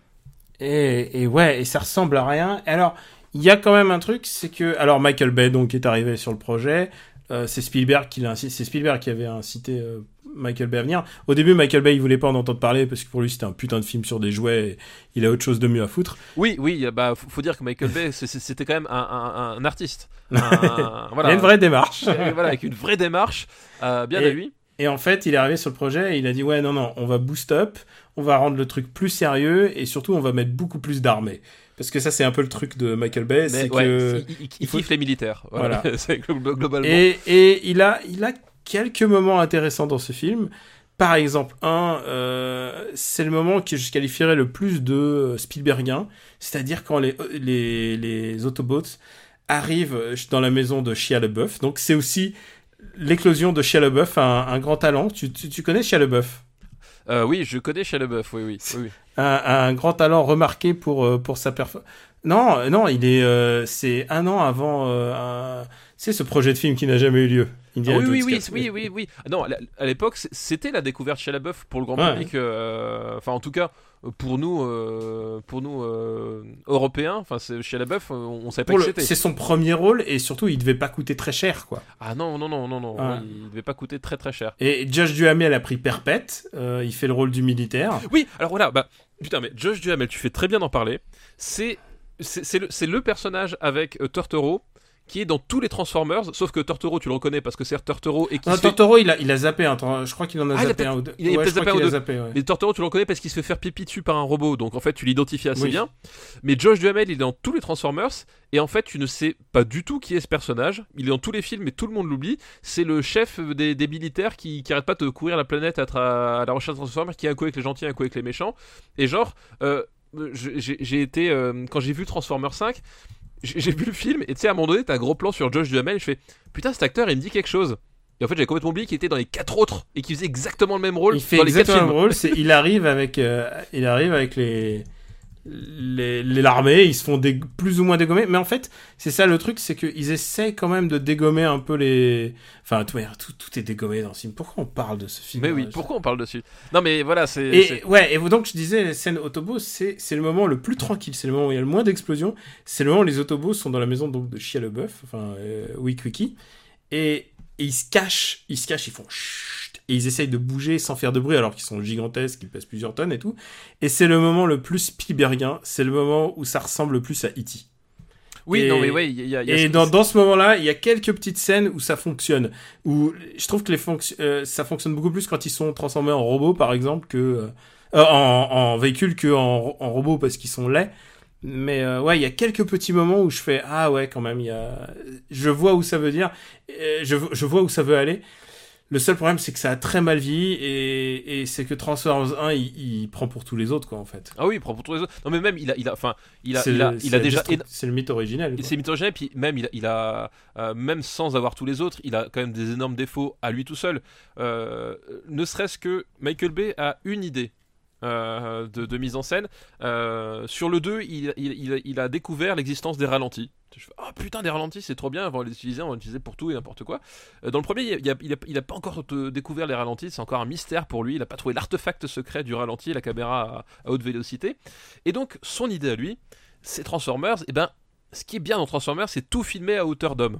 Et, et ouais, et ça ressemble à rien. Alors, il y a quand même un truc, c'est que... Alors, Michael Bay, donc, est arrivé sur le projet. Euh, c'est Spielberg qui l'a incité, c'est Spielberg qui avait incité euh, Michael Bay à venir. Au début, Michael Bay, il voulait pas en entendre parler parce que pour lui, c'était un putain de film sur des jouets et il a autre chose de mieux à foutre. Oui, oui, bah, faut, faut dire que Michael Bay, c'était quand même un, un, un artiste. Un, voilà. Il a une vraie démarche. Voilà, avec une vraie démarche, euh, bien et, à lui. Et en fait, il est arrivé sur le projet et il a dit, ouais, non, non, on va boost up, on va rendre le truc plus sérieux et surtout, on va mettre beaucoup plus d'armées. Parce que ça, c'est un peu le truc de Michael Bay, mais c'est ouais, que... Il, il, il faut... kiffe les militaires. Voilà. voilà. C'est globalement. Et, et il, a, il a quelques moments intéressants dans ce film. Par exemple, un, euh, c'est le moment que je qualifierais le plus de Spielbergien, c'est-à-dire quand les, les, les Autobots arrivent dans la maison de Shia LaBeouf. Donc, c'est aussi l'éclosion de Shia LaBeouf, un, un grand talent. Tu, tu, tu connais Shia LaBeouf ? Euh, oui, je connais Shia LaBeouf, oui, oui. oui, oui. Un, un grand talent remarqué pour, pour sa performance. Non, non, il est, euh, c'est un an avant, euh, un... c'est ce projet de film qui n'a jamais eu lieu. Ah oui, oui, oui, oui, oui, oui. Non, à l'époque, c'était la découverte Shia LaBeouf pour le grand ouais. public. Euh, enfin, en tout cas, pour nous, euh, pour nous euh, Européens, enfin, Shia LaBeouf, on, on savait pas pour qui le, c'était. C'est son premier rôle et surtout, il devait pas coûter très cher, quoi. Ah non, non, non, non, non, ouais. il devait pas coûter très, très cher. Et Josh Duhamel a pris Perpète. Euh, il fait le rôle du militaire. Oui, alors voilà, bah putain, mais Josh Duhamel, tu fais très bien d'en parler. C'est c'est, c'est, le, c'est le personnage avec euh, Turturro qui est dans tous les Transformers, sauf que Turturro, tu le reconnais parce que c'est Turturro et qui non, se Turturro, fait... il a, il a zappé un temps. Je crois qu'il en a ah, zappé un ou deux. Il a, ouais, il zappé un ou deux. Zappé, ouais. Mais Turturro, tu le reconnais parce qu'il se fait faire pipi dessus par un robot, donc en fait, tu l'identifies assez oui. bien. Mais Josh Duhamel, il est dans tous les Transformers, et en fait, tu ne sais pas du tout qui est ce personnage. Il est dans tous les films, mais tout le monde l'oublie. C'est le chef des, des militaires qui, qui arrête pas de courir la planète à, tra... à la recherche de Transformers, qui est un coup avec les gentils, un coup avec les méchants. Et genre, euh, j'ai, j'ai été, euh, quand j'ai vu Transformers cinq, j'ai vu le film et tu sais à un moment donné t'as un gros plan sur Josh Duhamel et je fais putain cet acteur il me dit quelque chose et en fait j'avais complètement oublié qu'il était dans les quatre autres et qu'il faisait exactement le même rôle il fait dans les quatre exactement films. le même rôle c'est, il arrive avec euh, il arrive avec les les, les l'armée ils se font dég... plus ou moins dégommer mais en fait c'est ça le truc c'est qu'ils essaient quand même de dégommer un peu les enfin tout, tout, tout est dégommé dans ce film. Pourquoi on parle de ce film mais oui je... pourquoi on parle dessus non mais voilà c'est et c'est... ouais et donc je disais les scènes Autobots c'est c'est le moment le plus tranquille c'est le moment où il y a le moins d'explosions c'est le moment où les Autobots sont dans la maison donc de Shia LaBeouf enfin euh, Wick Wiki et, et ils se cachent, ils se cachent, ils font chut, et ils essayent de bouger sans faire de bruit alors qu'ils sont gigantesques, ils pèsent plusieurs tonnes et tout. Et c'est le moment le plus Spielbergien, c'est le moment où ça ressemble le plus à E T. Oui, et, non, mais ouais, il y a. Y a et ce... dans, dans ce moment-là, il y a quelques petites scènes où ça fonctionne. Où je trouve que les fonc- euh, ça fonctionne beaucoup plus quand ils sont transformés en robots, par exemple, que euh, euh, en, en véhicules que en, en robots parce qu'ils sont laids. Mais euh, ouais, il y a quelques petits moments où je fais ah ouais quand même, il y a, je vois où ça veut dire, je je vois où ça veut aller. Le seul problème, c'est que ça a très mal vieilli et, et c'est que Transformers un, il, il prend pour tous les autres, quoi, en fait. Ah oui, il prend pour tous les autres. Non, mais même, il a, il a, enfin, il a, c'est il a, le, il a déjà. Destru- c'est le mythe originel. C'est le mythe originel, puis même, il a, il a euh, même sans avoir tous les autres, il a quand même des énormes défauts à lui tout seul. Euh, ne serait-ce que Michael Bay a une idée. Euh, de, de mise en scène. Euh, sur le deux, il, il, il, il a découvert l'existence des ralentis. Je fais, oh putain, des ralentis, c'est trop bien, on va les utiliser, on va les utiliser pour tout et n'importe quoi. Euh, dans le premier, il a, il, a, il a pas encore te, découvert les ralentis, c'est encore un mystère pour lui, il a pas trouvé l'artefact secret du ralenti, la caméra à, à haute vélocité. Et donc, son idée à lui, c'est Transformers, et ben, ce qui est bien dans Transformers, c'est tout filmer à hauteur d'homme.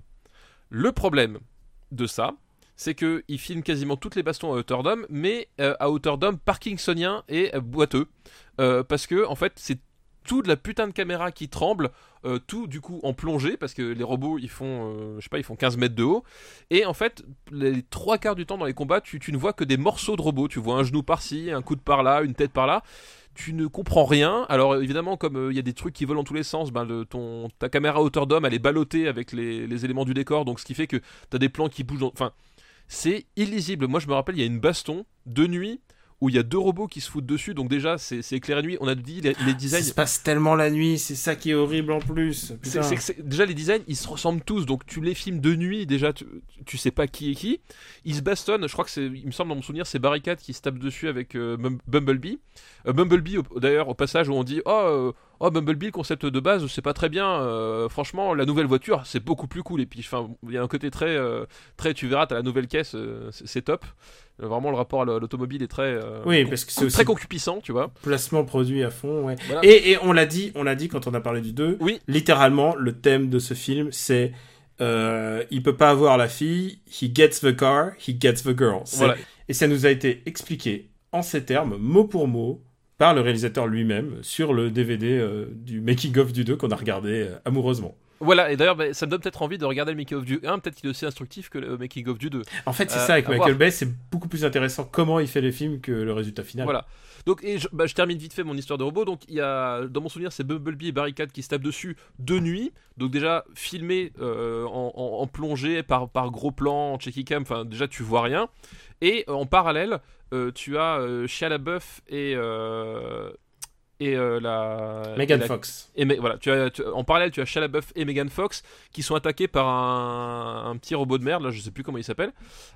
Le problème de ça, c'est qu'il filme quasiment toutes les bastons à hauteur d'homme, mais euh, à hauteur d'homme parkinsonien et euh, boiteux. Euh, parce que, en fait, c'est tout de la putain de caméra qui tremble, euh, tout du coup en plongée, parce que les robots, ils font, euh, je sais pas, ils font quinze mètres de haut. Et en fait, les trois quarts du temps dans les combats, tu, tu ne vois que des morceaux de robots. Tu vois un genou par-ci, un coude par-là, une tête par-là. Tu ne comprends rien. Alors évidemment, comme il euh, y a des trucs qui volent dans tous les sens, ben, le, ton, ta caméra à hauteur d'homme, elle est ballottée avec les, les éléments du décor, donc ce qui fait que t'as des plans qui bougent. Dans... Enfin, c'est illisible. Moi, je me rappelle, il y a une baston de nuit où il y a deux robots qui se foutent dessus. Donc déjà, c'est, c'est éclairé nuit. On a dit les, les designs. Ça se passe tellement la nuit, c'est ça qui est horrible en plus. C'est, c'est, c'est, déjà, les designs, ils se ressemblent tous. Donc tu les filmes de nuit. Déjà, tu, tu sais pas qui est qui. Ils se bastonnent. Je crois que c'est, il me semble dans mon souvenir, c'est Barricade qui se tape dessus avec euh, Bumblebee. Euh, Bumblebee, au, d'ailleurs, au passage où on dit, oh. Euh, Oh, Bumblebee, le concept de base, c'est pas très bien. Euh, franchement, la nouvelle voiture, c'est beaucoup plus cool. Et puis, enfin, il y a un côté très, euh, très, tu verras, t'as la nouvelle caisse, euh, c'est, c'est top. Euh, vraiment, le rapport à l'automobile est très, euh, oui, parce que c'est très concupissant, tu vois. Placement produit à fond, ouais. Voilà. Et, et on l'a dit, on l'a dit quand on a parlé du deux. Oui. Littéralement, le thème de ce film, c'est euh, il peut pas avoir la fille. He gets the car, he gets the girl. Voilà. Et ça nous a été expliqué en ces termes, mot pour mot, par le réalisateur lui-même, sur le D V D euh, du making-of du deux qu'on a regardé euh, amoureusement. Voilà, et d'ailleurs, bah, ça me donne peut-être envie de regarder le making-of du un, peut-être qu'il est aussi instructif que le making-of du deux. En fait, c'est euh, ça, avec Michael Bay, c'est beaucoup plus intéressant comment il fait les films que le résultat final. Voilà. Donc, et je, bah, je termine vite fait mon histoire de robot. Donc, il y a, dans mon souvenir, c'est Bumblebee et Barricade qui se tapent dessus de nuit. Donc, déjà, filmé euh, en, en, en plongée, par, par gros plan, en checky cam, enfin, déjà, tu vois rien. Et euh, en parallèle, euh, tu as euh, Shia LaBeouf et... Euh, et euh, la Megan et la, Fox. Et voilà, tu as, tu, en parallèle, tu as Shia LaBeouf et Megan Fox qui sont attaqués par un, un petit robot de merde, là je sais plus comment il s'appelle,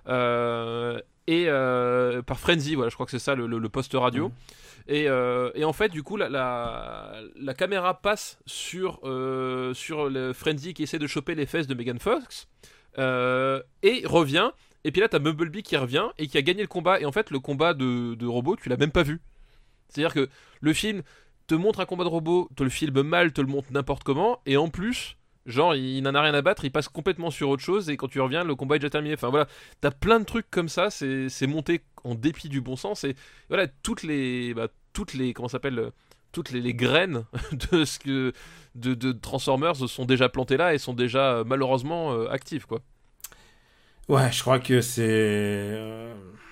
euh, et euh, par Frenzy, voilà, je crois que c'est ça le, le, le poste radio. Mmh. Et, euh, et en fait, du coup, la, la, la caméra passe sur, euh, sur le Frenzy qui essaie de choper les fesses de Megan Fox euh, et revient. Et puis là, t'as Bumblebee qui revient et qui a gagné le combat. Et en fait, le combat de, de robot, tu l'as même pas vu. C'est-à-dire que le film te montre un combat de robot, te le filme mal, te le montre n'importe comment, et en plus, genre, il, il n'en a rien à battre, il passe complètement sur autre chose, et quand tu reviens, le combat est déjà terminé. Enfin voilà, t'as plein de trucs comme ça, c'est, c'est monté en dépit du bon sens, et voilà, toutes les, bah, toutes les, comment ça s'appelle, toutes les, les graines de ce que, de, de Transformers sont déjà plantées là, et sont déjà malheureusement euh, actives, quoi. Ouais, je crois que c'est, euh,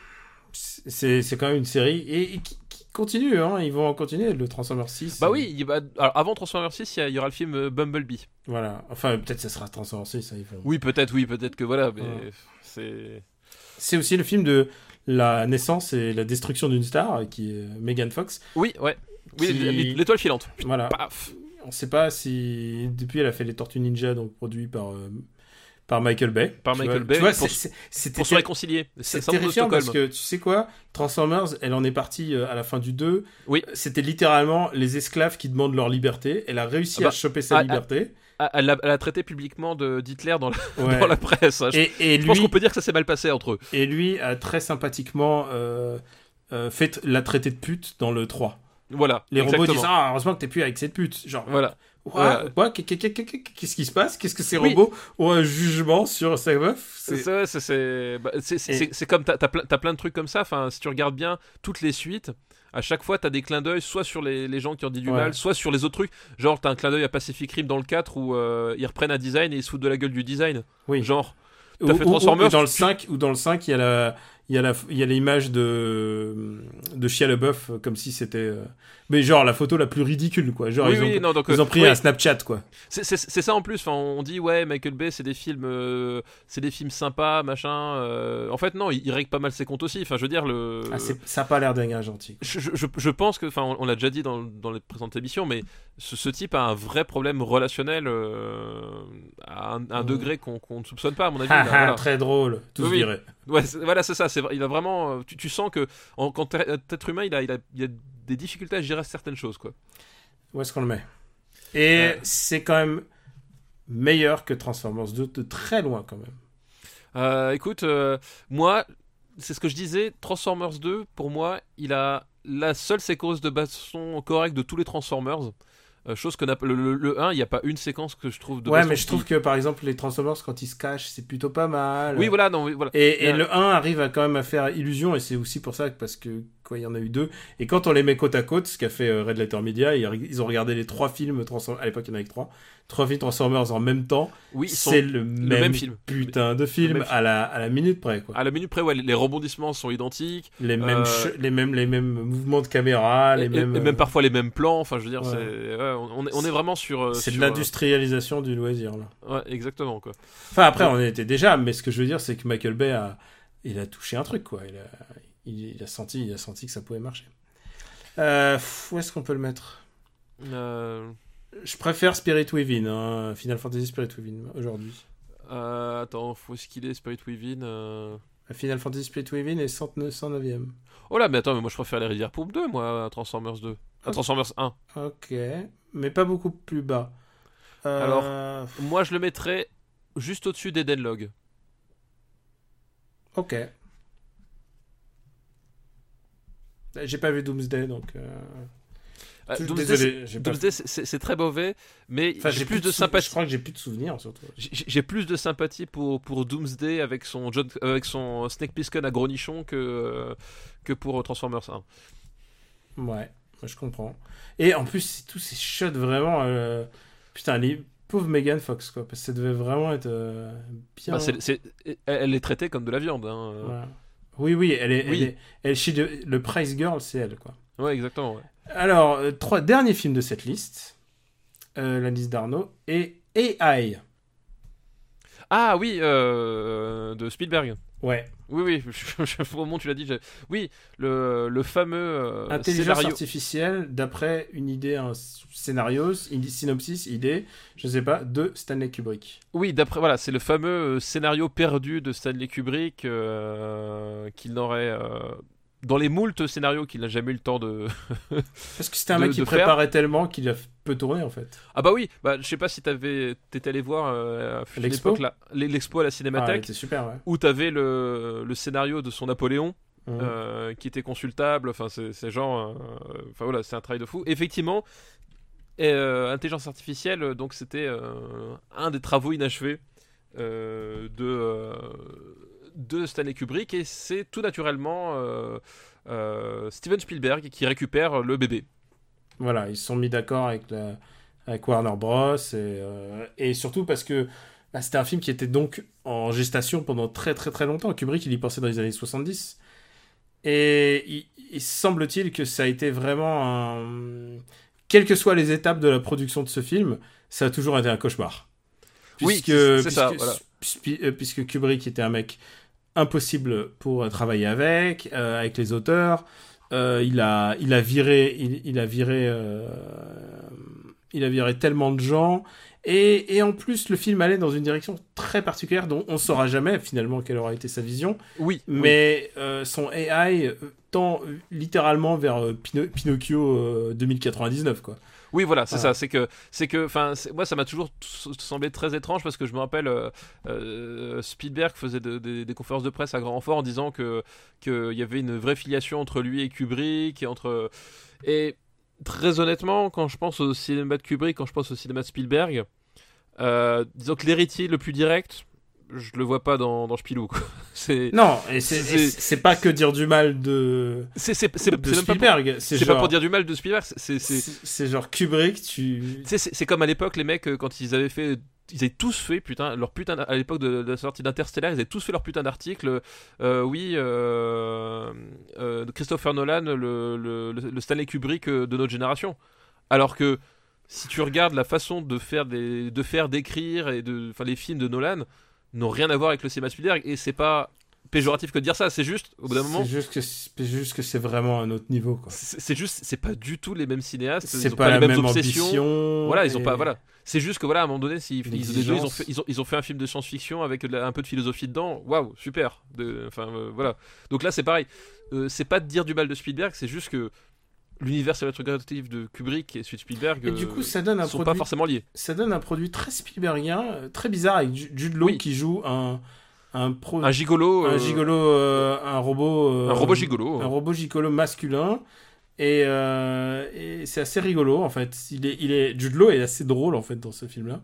c'est, c'est quand même une série, et, et qui, continue, hein, ils vont continuer le Transformers six. Bah oui, il va... Alors, avant Transformers six, il y, y aura le film euh, Bumblebee. Voilà, enfin peut-être ça sera Transformers six. Ça, ils vont... Oui, peut-être, oui, peut-être que voilà, mais ouais. c'est... C'est aussi le film de la naissance et la destruction d'une star, qui est Megan Fox. Oui, ouais, oui, qui... l'étoile filante. Voilà, paf. On sait pas si... Depuis, elle a fait les Tortues Ninja, donc produit par... Euh... Par Michael Bay. Par Michael vois, Bay, tu vois, pour, c'est, c'est, pour se réconcilier. C'est, c'est terrifiant parce que, tu sais quoi, Transformers, elle en est partie à la fin du deux. Oui. C'était littéralement les esclaves qui demandent leur liberté. Elle a réussi ah bah, à choper sa ah, liberté. Ah, elle, a, elle a traité publiquement de, d'Hitler dans la, ouais. dans la presse. Hein. Je, et, et je lui, pense qu'on peut dire que ça s'est mal passé entre eux. Et lui a très sympathiquement euh, euh, fait la traité de pute dans le trois. Voilà. Les exactement. robots disent ah heureusement que t'es plus avec cette pute. Genre Voilà. Quoi, quoi qu'est-ce qui se passe? Qu'est-ce que ces Oui. robots ont un jugement sur sa meuf? C'est c'est c'est c'est bah, c'est, c'est, c'est, c'est comme t'as, t'as, plein, t'as plein de trucs comme ça. Enfin, si tu regardes bien toutes les suites, à chaque fois t'as des clins d'œil soit sur les, les gens qui ont dit du Ouais. mal, soit sur les autres trucs. Genre t'as un clin d'œil à Pacific Rim dans le quatre où euh, ils reprennent un design et ils se foutent de la gueule du design. Oui. Genre Ou, t'as fait ou- Transformers, ou dans le tu- cinq, ou dans le cinq, il y a la, il y a la, il y a l'image de, de Shia LaBeouf, comme si c'était, euh, mais genre la photo la plus ridicule, quoi. Genre Oui, ils, oui, ont, non, donc, ils ont pris oui. un Snapchat, quoi. C'est, c'est, c'est ça en plus. Enfin, on dit ouais, Michael Bay, c'est des films, euh, c'est des films sympas, machin. euh, En fait, non, il, il règle pas mal ses comptes aussi. Enfin, je veux dire le. Ah, c'est, ça a pas l'air d'un gentil. Je, je, je pense que, enfin, on, on l'a déjà dit dans, dans les présentes émissions, mais ce, ce type a un vrai problème relationnel euh, à un, un Mm. degré qu'on, qu'on ne soupçonne pas, à mon avis. Ah, là, ah, voilà. très drôle, tous Oui, oui. diraient. Ouais, c'est- voilà, c'est ça. C'est, vrai, il a vraiment. euh, Tu, tu sens que en, quand t'es être humain, il a, il a, il a des difficultés à gérer certaines choses, quoi. Où est-ce qu'on le met? Et Euh. c'est quand même meilleur que Transformers deux, de très loin, quand même. Euh, écoute, euh, moi, c'est ce que je disais, Transformers deux, pour moi, il a la seule séquence de baston correcte de tous les Transformers. Euh, chose que n'a- le, le, le un, il n'y a pas une séquence que je trouve de Ouais, baston mais je qui- trouve que, par exemple, les Transformers, quand ils se cachent, c'est plutôt pas mal. Oui, voilà, non, oui, voilà. Et, et Euh, le un arrive à quand même à faire illusion, et c'est aussi pour ça que, parce que quoi, il y en a eu deux. Et quand on les met côte à côte, ce qu'a fait euh, Red Letter Media, ils, ils ont regardé les trois films Transformers, à l'époque il y en avait que trois, trois films Transformers en même temps. Oui, ils sont c'est le même, même film. putain de film, même film. à la, à la minute près, quoi. à la minute près, ouais, les rebondissements sont identiques. Les mêmes, Euh, che- les mêmes, les mêmes mouvements de caméra, les et, mêmes. et même parfois les mêmes plans. Enfin, je veux dire, Ouais. c'est, ouais, on, on est, on est vraiment sur. euh, C'est de sur, euh, l'industrialisation du loisir, là. Ouais, exactement, quoi. Enfin, après, on y était déjà, mais ce que je veux dire, c'est que Michael Bay a, il a touché un truc, quoi. Il a, il, il a senti, il a senti que ça pouvait marcher. Euh, pff, où est-ce qu'on peut le mettre? Euh, Je préfère Spirit Within, hein, Final Fantasy Spirit Within, aujourd'hui. euh, attends, faut ce qu'il est, Spirit Within. euh... Final Fantasy Spirit Within est cent neuvième. Oh là, mais attends, mais moi je préfère les Rivières Pourpres deux, moi, à Transformers deux. À Transformers un. Ok, mais pas beaucoup plus bas. Euh, Alors, Moi, je le mettrais juste au-dessus d'Eden Log. Ok. J'ai pas vu Doomsday, donc... Euh... Euh, tout- Doomsday, désolé, c'est- j'ai pas- Doomsday, c'est, c'est- c'est très mauvais, mais Enfin, j'ai plus de sou- sympathie. Je crois que j'ai plus de souvenirs, surtout. J'ai, j'ai plus de sympathie pour, pour Doomsday avec son, John, avec son Snake Plissken à gros nichon que, euh, que pour Transformers un. Ouais, je comprends. Et en plus, c'est- tous ces shots vraiment... euh, Putain, les pauvres Megan Fox, quoi. Parce que ça devait vraiment être euh, bien... Bah, c'est, c'est, elle est traitée comme de la viande. Hein. Ouais. Oui, oui, elle est... Oui. Elle est, elle chie de- le Price Girl, c'est elle, quoi. Ouais, exactement. Ouais. Alors, euh, trois derniers films de cette liste. Euh, la liste d'Arnaud. Et A I. Ah oui, euh, de Spielberg. Ouais. Oui, oui, je- je- au moment où tu l'as dit, j'ai- oui, le, le fameux euh, Intelligence scénario. artificielle, d'après une idée, un scénario, une synopsis, idée, je sais pas, de Stanley Kubrick. Oui, d'après, voilà, c'est le fameux euh, scénario perdu de Stanley Kubrick euh, qu'il n'aurait. euh, dans les moultes scénarios qu'il n'a jamais eu le temps de. Parce que c'était un De- mec qui de faire. préparait tellement qu'il a peu tourné, en fait. Ah bah oui, bah, je sais pas si t'avais, t'étais allé voir euh, à une L'expo époque, là, l'expo à la Ah, Cinémathèque, c'était super, ouais. où t'avais le, le scénario de son Napoléon. Mhm. euh, qui était consultable, enfin c'est, c'est genre, euh, enfin voilà, c'est un travail de fou. Effectivement, et, euh, intelligence artificielle, euh, donc c'était euh, un des travaux inachevés euh, de euh, de Stanley Kubrick, et c'est tout naturellement euh, euh, Steven Spielberg qui récupère le bébé. Voilà, ils se sont mis d'accord avec, la... avec Warner Bros. Et, euh, et surtout parce que bah, c'était un film qui était donc en gestation pendant très très très longtemps. Kubrick, il y pensait dans les années soixante-dix. Et il, il semble-t-il que ça a été vraiment un... Quelles que soient les étapes de la production de ce film, ça a toujours été un cauchemar. Oui, Puisque, c'est- c'est puisque, ça, voilà. spi- euh, puisque Kubrick était un mec impossible pour euh, travailler avec, euh, avec les auteurs. Euh, il a, il a viré, il, il a viré, euh, il a viré tellement de gens. Et, et en plus, le film allait dans une direction très particulière dont on ne saura jamais finalement quelle aura été sa vision. Oui, oui. Mais euh, son A I euh, tend euh, littéralement vers euh, Pino- Pinocchio euh, deux mille quatre-vingt-dix-neuf, quoi. Oui, voilà, c'est Voilà. ça. C'est que, c'est que, enfin, c'est- moi, ça m'a toujours t- semblé très étrange parce que je me rappelle, euh, euh, Spielberg faisait de- de- des conférences de presse à grand renfort en disant que qu'il y avait une vraie filiation entre lui et Kubrick et entre et très honnêtement, quand je pense au cinéma de Kubrick, quand je pense au cinéma de Spielberg, euh, disons que l'héritier le plus direct, je le vois pas dans, dans Spilou, quoi. C'est... Non, et c'est, c'est... c'est, c'est pas que dire du mal de, c'est, c'est, c'est, de c'est Spielberg. Même pas pour, c'est c'est genre... pas pour dire du mal de Spielberg, c'est... C'est, c'est... c'est genre Kubrick, tu... C'est, c'est, c'est comme à l'époque, les mecs, quand ils avaient fait... Ils avaient tous fait, putain, leur putain... À l'époque de, de la sortie d'Interstellar, ils avaient tous fait leur putain d'article. Euh, oui, euh, euh, Christopher Nolan, le, le, le Stanley Kubrick de notre génération. Alors que, si tu regardes la façon de faire, des, de faire d'écrire, et de, enfin, les films de Nolan n'ont rien à voir avec le cinéma Spielberg, et c'est pas péjoratif que de dire ça, c'est juste, au bout d'un moment... C'est juste que c'est, juste que c'est vraiment un autre niveau, quoi. C'est, c'est juste, c'est pas du tout les mêmes cinéastes, c'est ils ont pas, pas la les mêmes même obsessions. ambition, Voilà, ils ont et... pas, voilà. C'est juste que voilà, à un moment donné, s'ils, ils, ils, ils, ont fait, ils, ont, ils ont fait un film de science-fiction avec un peu de philosophie dedans, waouh, super. De, enfin, euh, voilà. Donc là, c'est pareil. Euh, c'est pas de dire du mal de Spielberg, c'est juste que l'univers cinématographique de Kubrick et celui de Spielberg et du coup, ça donne un sont produit, pas forcément liés. Ça donne un produit très Spielbergien, très bizarre, avec Jude Law oui. qui joue un un, pro... un gigolo, un euh... gigolo, euh, un robot, euh, un robot gigolo, un robot gigolo masculin. Et, euh, et c'est assez rigolo en fait. Il est, il est, Jude Law est assez drôle en fait dans ce film-là.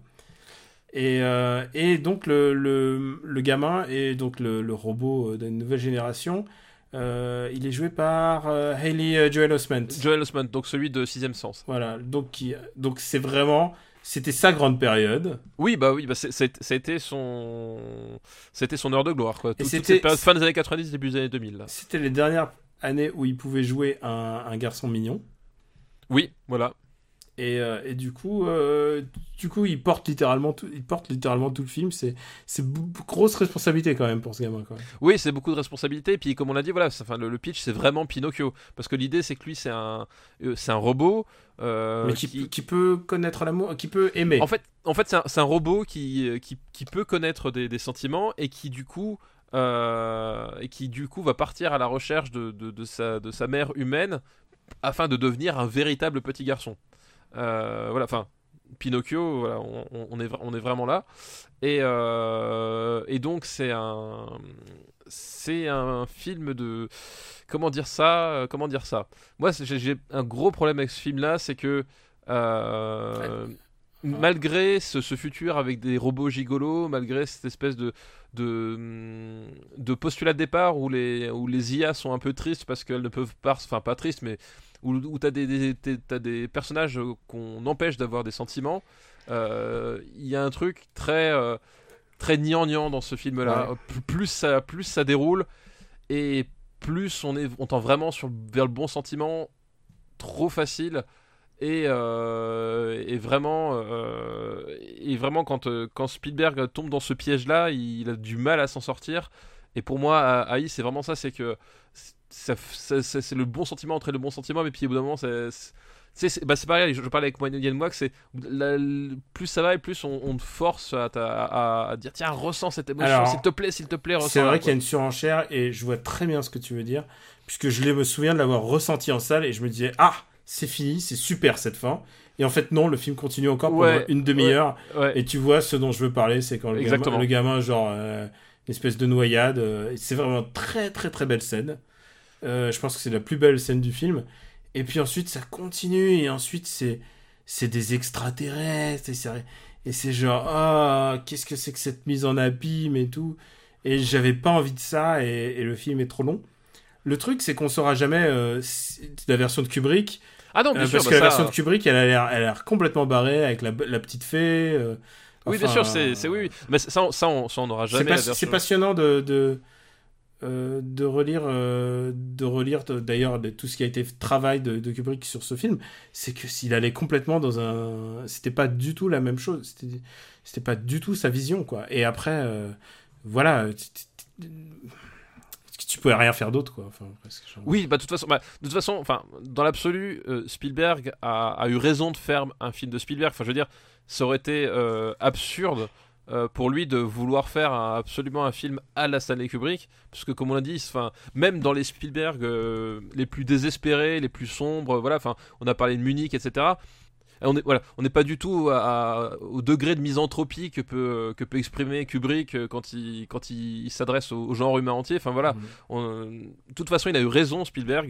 Et, euh, et donc le, le, le gamin et donc le, le robot d'une nouvelle génération, euh, il est joué par euh, Haley Joel Osment. Joel Osment, donc celui de Sixième Sens. Voilà, donc qui, donc c'est vraiment, c'était sa grande période. Oui, bah oui, bah c'est, c'est, ça a été son, c'était son heure de gloire quoi. Tout, et c'était toute cette période, fin des années quatre-vingt-dix, début des années deux mille. Là. C'était les dernières année où il pouvait jouer un, un garçon mignon. Oui, voilà. Et, euh, et du coup, euh, du coup, il porte littéralement tout, il porte littéralement tout le film. C'est, c'est b- grosse responsabilité quand même pour ce gamin. Quand même. Oui, c'est beaucoup de responsabilité. Et puis, comme on l'a dit, voilà, enfin, le, le pitch, c'est vraiment Pinocchio, parce que l'idée, c'est que lui, c'est un, euh, c'est un robot, euh, mais qui, qui... qui peut connaître l'amour, qui peut aimer. En fait, en fait, c'est un, c'est un robot qui, qui, qui peut connaître des, des sentiments et qui, du coup. Euh, et qui du coup va partir à la recherche de, de, de, sa, de sa mère humaine afin de devenir un véritable petit garçon. Euh, voilà, enfin, Pinocchio, voilà, on, on, est, on est vraiment là. Et, euh, et donc c'est un, c'est un film de... Comment dire ça Comment dire ça Moi, j'ai, j'ai un gros problème avec ce film-là, c'est que... Euh, malgré ce, ce futur avec des robots gigolos, malgré cette espèce de, de, de postulat de départ où les, où les I A sont un peu tristes parce qu'elles ne peuvent pas, enfin pas tristes, mais où, où tu as des, des, des, t'as des personnages qu'on empêche d'avoir des sentiments, il euh, y a un truc très, euh, très gnangnan dans ce film-là. Ouais. Plus, ça, plus ça déroule et plus on, est, on tend vraiment sur, vers le bon sentiment, trop facile. Et, euh, et vraiment, euh, et vraiment quand, euh, quand Spielberg tombe dans ce piège-là, il, il a du mal à s'en sortir. Et pour moi, Haï, c'est vraiment ça, c'est que ça, ça, ça, c'est le bon sentiment entre le bon sentiment, mais puis au bout d'un moment, c'est, c'est, c'est, bah c'est pareil. Je, je parlais avec Yann Moix, c'est la, plus ça va et plus on, on te force à, à, à dire tiens, ressens cette émotion, alors, s'il te plaît, s'il te plaît, ressens. C'est vrai qu'il y a une surenchère et je vois très bien ce que tu veux dire, puisque je me souviens de l'avoir ressenti en salle et je me disais ah. C'est fini, c'est super cette fin. Et en fait, non, le film continue encore pendant ouais, une demi-heure. Ouais, ouais. Et tu vois, ce dont je veux parler, c'est quand le gamin, le gamin, genre, euh, une espèce de noyade. Euh, c'est vraiment une très, très, très belle scène. Euh, je pense que c'est la plus belle scène du film. Et puis ensuite, ça continue. Et ensuite, c'est, c'est des extraterrestres. Et c'est, et c'est genre, ah, oh, qu'est-ce que c'est que cette mise en abîme et tout. Et j'avais pas envie de ça. Et, et le film est trop long. Le truc, c'est qu'on saura jamais euh, la version de Kubrick. Ah non, bien euh, sûr. Parce bah que ça... la version de Kubrick, elle a l'air, elle a l'air complètement barrée avec la, la petite fée. Euh, oui, enfin, bien sûr, c'est, c'est oui, oui. Mais ça, ça, on, ça, on n'aura jamais. C'est, pas, la version... c'est passionnant de de, euh, de relire, euh, de relire de, d'ailleurs de, tout ce qui a été travail de, de Kubrick sur ce film. C'est que s'il allait complètement dans un, c'était pas du tout la même chose. C'était, c'était pas du tout sa vision, quoi. Et après, euh, voilà. Tu pouvais rien faire d'autre, quoi. Enfin, presque, genre... Oui, bah de toute façon, bah, de toute façon, enfin, dans l'absolu, euh, Spielberg a, a eu raison de faire un film de Spielberg. Enfin, je veux dire, ça aurait été euh, absurde euh, pour lui de vouloir faire un, absolument un film à la Stanley Kubrick, parce que comme on l'a dit, enfin, même dans les Spielberg euh, les plus désespérés, les plus sombres, voilà, enfin, on a parlé de Munich, et cetera. On n'est voilà, on n'est pas du tout à, à, au degré de misanthropie que peut que peut exprimer Kubrick quand il quand il, il s'adresse au, au genre humain entier. Enfin voilà, mmh. on, de toute façon, il a eu raison Spielberg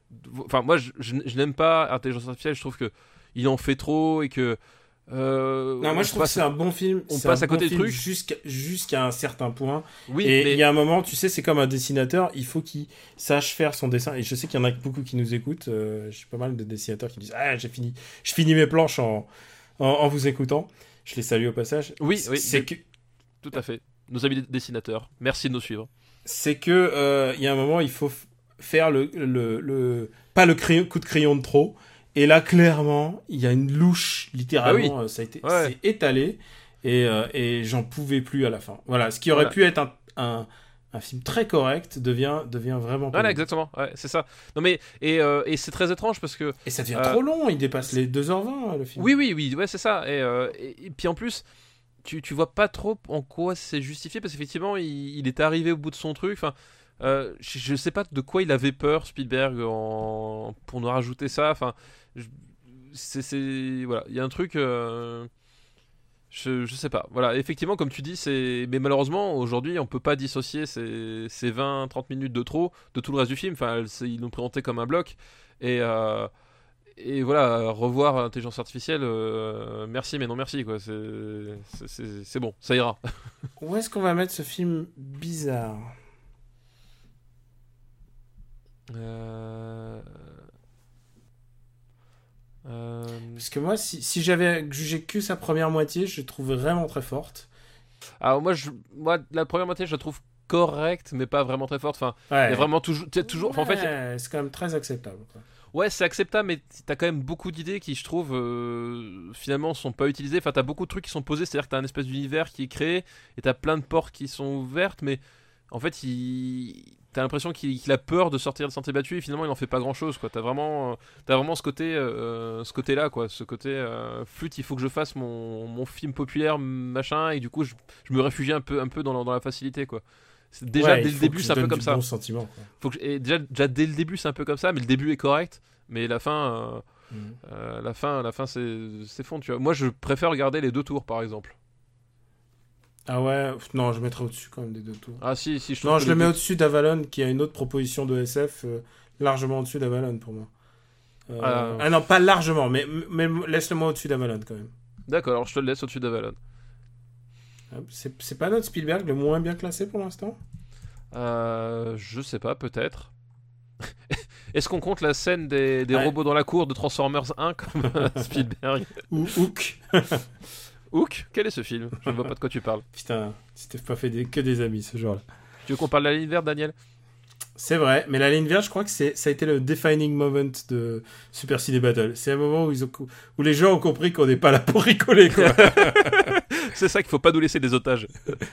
enfin moi je, je, je n'aime pas Intelligence Artificielle, je trouve que il en fait trop et que euh, non, moi je trouve passe, que c'est un bon film. On c'est passe à bon côté de trucs jusqu'à, jusqu'à un certain point. Oui, et il mais... y a un moment, tu sais, c'est comme un dessinateur, il faut qu'il sache faire son dessin. Et je sais qu'il y en a beaucoup qui nous écoutent. Euh, j'ai pas mal de dessinateurs qui me disent ah j'ai fini, je finis mes planches en, en, en vous écoutant. Je les salue au passage. Oui, c'est, oui, c'est mais... que tout à fait. Nos amis dessinateurs, merci de nous suivre. C'est que euh, il y a un moment, il faut f- faire le, le, le pas le crayon, coup de crayon de trop. Et là, clairement, il y a une louche, littéralement, ah oui. ça a été ouais. c'est étalé, et, euh, et j'en pouvais plus à la fin. Voilà, ce qui aurait voilà. pu être un, un, un film très correct devient, devient vraiment... Voilà, exactement, ouais, c'est ça. Non mais, et, euh, et c'est très étrange parce que... Et ça devient euh, trop long, il dépasse les deux heures vingt, le film. Oui, oui, oui, ouais, c'est ça. Et, euh, et, et puis en plus, tu, tu vois pas trop en quoi c'est justifié, parce qu'effectivement, il, il est arrivé au bout de son truc, enfin... Euh, je, je sais pas de quoi il avait peur Spielberg en... pour nous rajouter ça. Enfin, je... c'est, c'est voilà, il y a un truc. Euh... Je, je sais pas. Voilà, effectivement, comme tu dis, c'est. Mais malheureusement, aujourd'hui, on peut pas dissocier ces, ces vingt trente minutes de trop de tout le reste du film. Enfin, c'est... ils nous présentaient comme un bloc et. Euh... Et voilà, revoir Intelligence Artificielle, euh, merci mais non merci quoi. C'est, c'est, c'est, c'est bon, ça ira. Où est-ce qu'on va mettre ce film bizarre ? Euh... Euh... Parce que moi, si, si j'avais jugé que sa première moitié, je le trouve vraiment très forte. Alors moi, je, moi, la première moitié, je la trouve correcte, mais pas vraiment très forte. Enfin, il ouais. y a vraiment toujours, toujours. Ouais, en fait, c'est quand même très acceptable. Quoi. Ouais, c'est acceptable, mais t'as quand même beaucoup d'idées qui, je trouve, euh, finalement, sont pas utilisées. Enfin, t'as beaucoup de trucs qui sont posés, c'est-à-dire que t'as un espèce d'univers qui est créé, et t'as plein de portes qui sont ouvertes, mais en fait, il... t'as l'impression qu'il, qu'il a peur de sortir de sentier battu, et finalement, il en fait pas grand-chose, quoi. T'as vraiment, euh, t'as vraiment ce côté, euh, ce côté-là, quoi. Ce côté, euh, flûte, il faut que je fasse mon, mon film populaire, machin, et du coup, je, je me réfugie un peu, un peu dans, la, dans la facilité, quoi. C'est déjà ouais, dès le début, c'est un peu comme ça. Bon sentiment, quoi. Faut que, et déjà, déjà dès le début, c'est un peu comme ça, mais le début est correct, mais la fin, euh, mmh. euh, la fin, la fin, c'est, c'est fond, tu vois. Moi, je préfère regarder les deux tours, par exemple. Ah ouais, non, je mettrais au-dessus quand même des deux tours. Ah si, si, je trouve Non, que je le mets deux... au-dessus d'Avalon, qui a une autre proposition de S F, euh, largement au-dessus d'Avalon pour moi. Euh... Euh... Ah non, pas largement, mais, mais laisse-le moi au-dessus d'Avalon quand même. D'accord, alors je te le laisse au-dessus d'Avalon. C'est, c'est pas notre Spielberg le moins bien classé pour l'instant ? Euh, je sais pas, peut-être. Est-ce qu'on compte la scène des, des ouais. robots dans la cour de Transformers un comme Spielberg ? Ou Hook. Hook ? Quel est ce film ? Je ne vois pas de quoi tu parles. Putain, c'était pas fait des, que des amis ce genre-là. Tu veux qu'on parle de la ligne verte, Daniel ? C'est vrai, mais la ligne verte, je crois que c'est, ça a été le defining moment de Super Ciné Battle. C'est un moment où, ils ont, où les gens ont compris qu'on n'est pas là pour rigoler, quoi. C'est ça qu'il faut pas nous laisser des otages.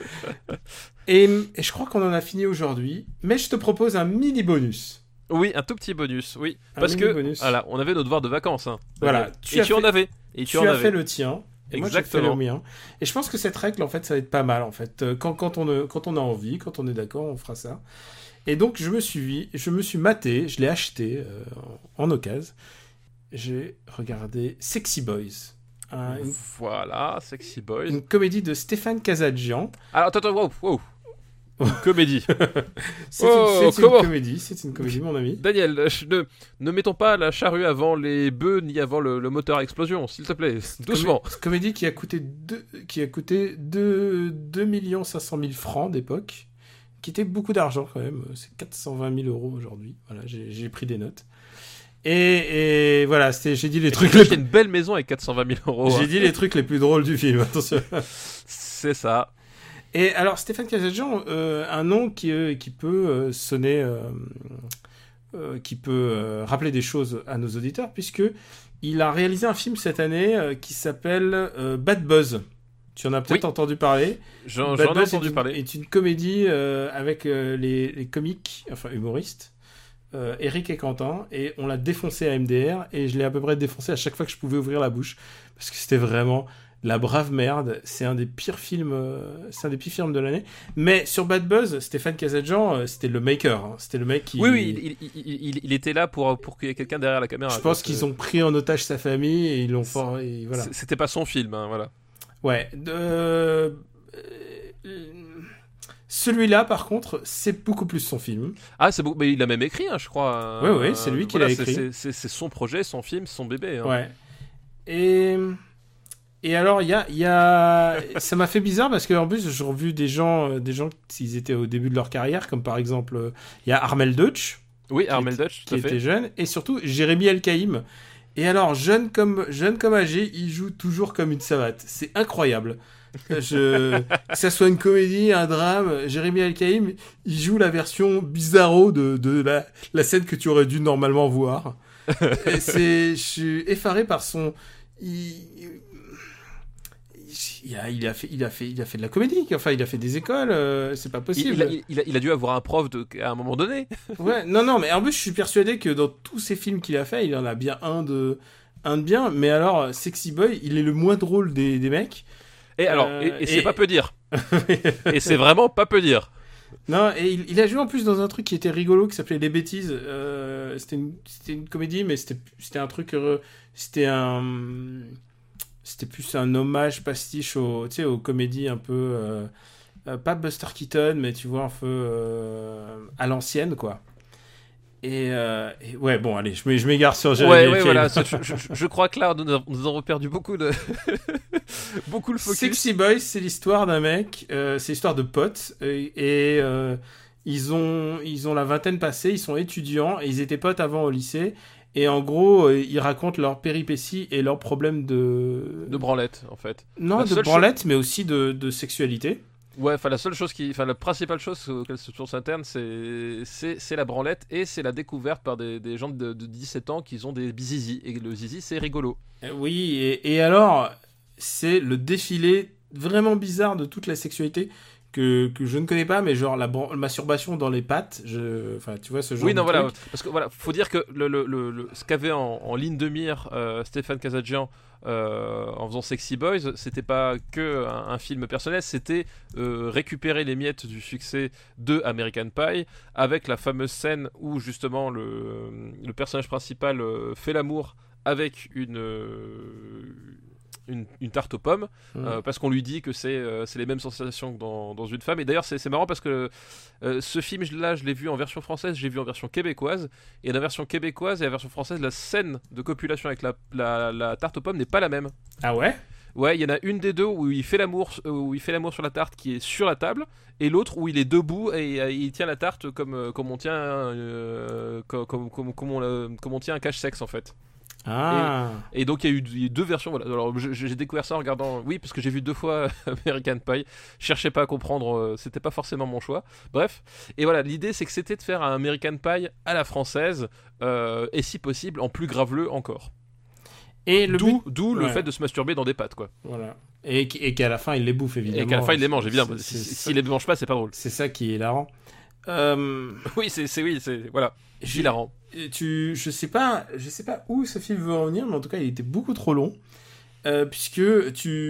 et, et je crois qu'on en a fini aujourd'hui, mais je te propose un mini bonus. Oui, un tout petit bonus, oui. Un Parce que, bonus. voilà, on avait nos devoirs de vacances. Hein, voilà. Tu et tu fait, en avais. Et tu, tu en as avais. fait le tien. Et moi, j'ai fait le mien. Et je pense que cette règle, en fait, ça va être pas mal, en fait. Quand, quand, on, quand on a envie, quand on est d'accord, on fera ça. Et donc, je me suis, je me suis maté, je l'ai acheté euh, en, en occasion. J'ai regardé Sexy Boys. Un, une, voilà, Sexy Boys. Une comédie de Stéphane Kazadjian. Alors, attends, attends, wow, wow. Une comédie. c'est oh, une, c'est une comédie, c'est une comédie, mon ami. Daniel, ne, ne mettons pas la charrue avant les bœufs ni avant le, le moteur à explosion, s'il te plaît. Doucement. C'est une comédie qui a coûté deux, qui a coûté deux millions cinq cent mille francs d'époque, qui était beaucoup d'argent quand même. C'est quatre cent vingt mille euros aujourd'hui. Voilà, j'ai, j'ai pris des notes. Et, et voilà, c'était, j'ai dit les et trucs. Les... une belle maison avec quatre cent vingt mille euros. J'ai hein. dit les trucs les plus drôles du film. Attention. C'est ça. Et alors, Stéphane Kazadjian, euh, un nom qui, euh, qui peut euh, sonner, euh, euh, qui peut euh, rappeler des choses à nos auditeurs, puisque il a réalisé un film cette année euh, qui s'appelle euh, Bad Buzz. Tu en as peut-être oui. entendu parler. J'en, Bad j'en ai Buzz entendu est une, parler. Est une comédie euh, avec euh, les, les comiques, enfin humoristes, euh, Eric et Quentin, et on l'a défoncé à M D R, et je l'ai à peu près défoncé à chaque fois que je pouvais ouvrir la bouche, parce que c'était vraiment... La brave merde, c'est un des pires films, euh, c'est un des pires films de l'année. Mais sur Bad Buzz, Stéphane Kazadjian, euh, c'était le maker, hein. C'était le mec qui. Oui, oui, il, il, il, il était là pour pour qu'il y ait quelqu'un derrière la caméra. Je pense qu'ils que... ont pris en otage sa famille et ils l'ont fort. Et voilà. C'était pas son film, hein, voilà. Ouais. Euh... Celui-là, par contre, c'est beaucoup plus son film. Ah, c'est beau, mais il a même écrit, hein, je crois. Oui, oui, c'est lui qui voilà, l'a c'est, écrit. C'est, c'est, c'est son projet, son film, son bébé. Hein. Ouais. Et... Et alors, il y a, y a... ça m'a fait bizarre parce qu'en plus, j'ai revu des gens, des gens qui étaient au début de leur carrière, comme par exemple, il y a Armel Deutsch. Oui, Armel Deutsch, tout à fait. Qui était jeune. Et surtout, Jérémy El-Kaïm. Et alors, jeune comme, jeune comme âgé, il joue toujours comme une savate. C'est incroyable. Je... que ça soit une comédie, un drame, Jérémy El-Kaïm, il joue la version bizarro de, de la, la scène que tu aurais dû normalement voir. Et c'est, je suis effaré par son... Il... Il a, il, a fait, il, a fait, il a fait de la comédie, enfin il a fait des écoles, euh, c'est pas possible. Il, il, a, il, a, il a dû avoir un prof de, à un moment donné. Ouais, non, non, mais en plus je suis persuadé que dans tous ces films qu'il a fait, il en a bien un de, un de bien, mais alors Sexy Boy, il est le moins drôle des, des mecs. Et alors, euh, et, et c'est et... pas peu dire. Et c'est vraiment pas peu dire. Non, et il, il a joué en plus dans un truc qui était rigolo, qui s'appelait Les Bêtises. Euh, c'était, une, c'était une comédie, mais c'était, c'était un truc heureux. C'était un... C'était plus un hommage pastiche aux, tu sais, aux comédies un peu... Euh, euh, pas Buster Keaton, mais tu vois, un peu euh, à l'ancienne, quoi. Et, euh, et ouais, bon, allez, je, je m'égare sur Jérémy Ouais, El-Kaïm. ouais, voilà. Je, je, je crois que là, nous, nous avons perdu beaucoup de... beaucoup le focus. Sexy Boys, c'est l'histoire d'un mec, euh, c'est l'histoire de potes, et, et euh, ils, ont, ils ont la vingtaine passée, ils sont étudiants, et ils étaient potes avant au lycée. Et en gros, euh, ils racontent leurs péripéties et leurs problèmes de... De branlette, en fait. Non, la de branlette, chose... mais aussi de, de sexualité. Ouais, enfin, la seule chose qui... Enfin, la principale chose auquel se source interne, c'est... c'est... c'est la branlette et c'est la découverte par des, des gens de, de dix-sept ans qui ont des zizi. Et le zizi, c'est rigolo. Oui, et, et alors, c'est le défilé vraiment bizarre de toute la sexualité... Que, que je ne connais pas, mais genre la bran- masturbation dans les pattes, je... enfin tu vois ce genre oui, non, de voilà, truc. Parce que voilà, faut dire que le, le, le, le, ce qu'avait en, en ligne de mire euh, Stéphane Kasajian euh, en faisant Sexy Boys, c'était pas que un, un film personnel, c'était euh, récupérer les miettes du succès de American Pie avec la fameuse scène où justement le, le personnage principal euh, fait l'amour avec une... Euh, Une, une tarte aux pommes mmh. euh, parce qu'on lui dit que c'est, euh, c'est les mêmes sensations que dans, dans une femme. Et d'ailleurs c'est, c'est marrant parce que euh, ce film là je l'ai vu en version française, j'ai vu en version québécoise, et la version québécoise et la version française, la scène de copulation avec la, la, la tarte aux pommes n'est pas la même. Ah ouais? Ouais, il y en a une des deux où il fait l'amour, où il fait l'amour sur la tarte qui est sur la table, et l'autre où il est debout et euh, il tient la tarte comme, comme on tient euh, comme, comme, comme, comme, on, comme on tient un cache-sexe en fait. Ah. Et, et donc il y a eu il y a eu deux versions. Voilà. Alors j'ai découvert ça en regardant. Oui, parce que j'ai vu deux fois American Pie. Je cherchais pas à comprendre. Euh, c'était pas forcément mon choix. Bref. Et voilà, l'idée c'est que c'était de faire un American Pie à la française, euh, et si possible en plus graveleux encore. Et le d'où, but... d'où le ouais. fait de se masturber dans des pâtes, quoi. Voilà. Et, et qu'à la fin il les bouffe évidemment. Et qu'à la fin il les mange évidemment. C'est, si, c'est si il les mange pas, c'est pas drôle. C'est ça qui est hilarant. Euh... Oui, c'est, c'est oui, c'est voilà. Hilarant. Tu, je sais pas, je sais pas où ce film veut en venir, mais en tout cas, il était beaucoup trop long, euh, puisque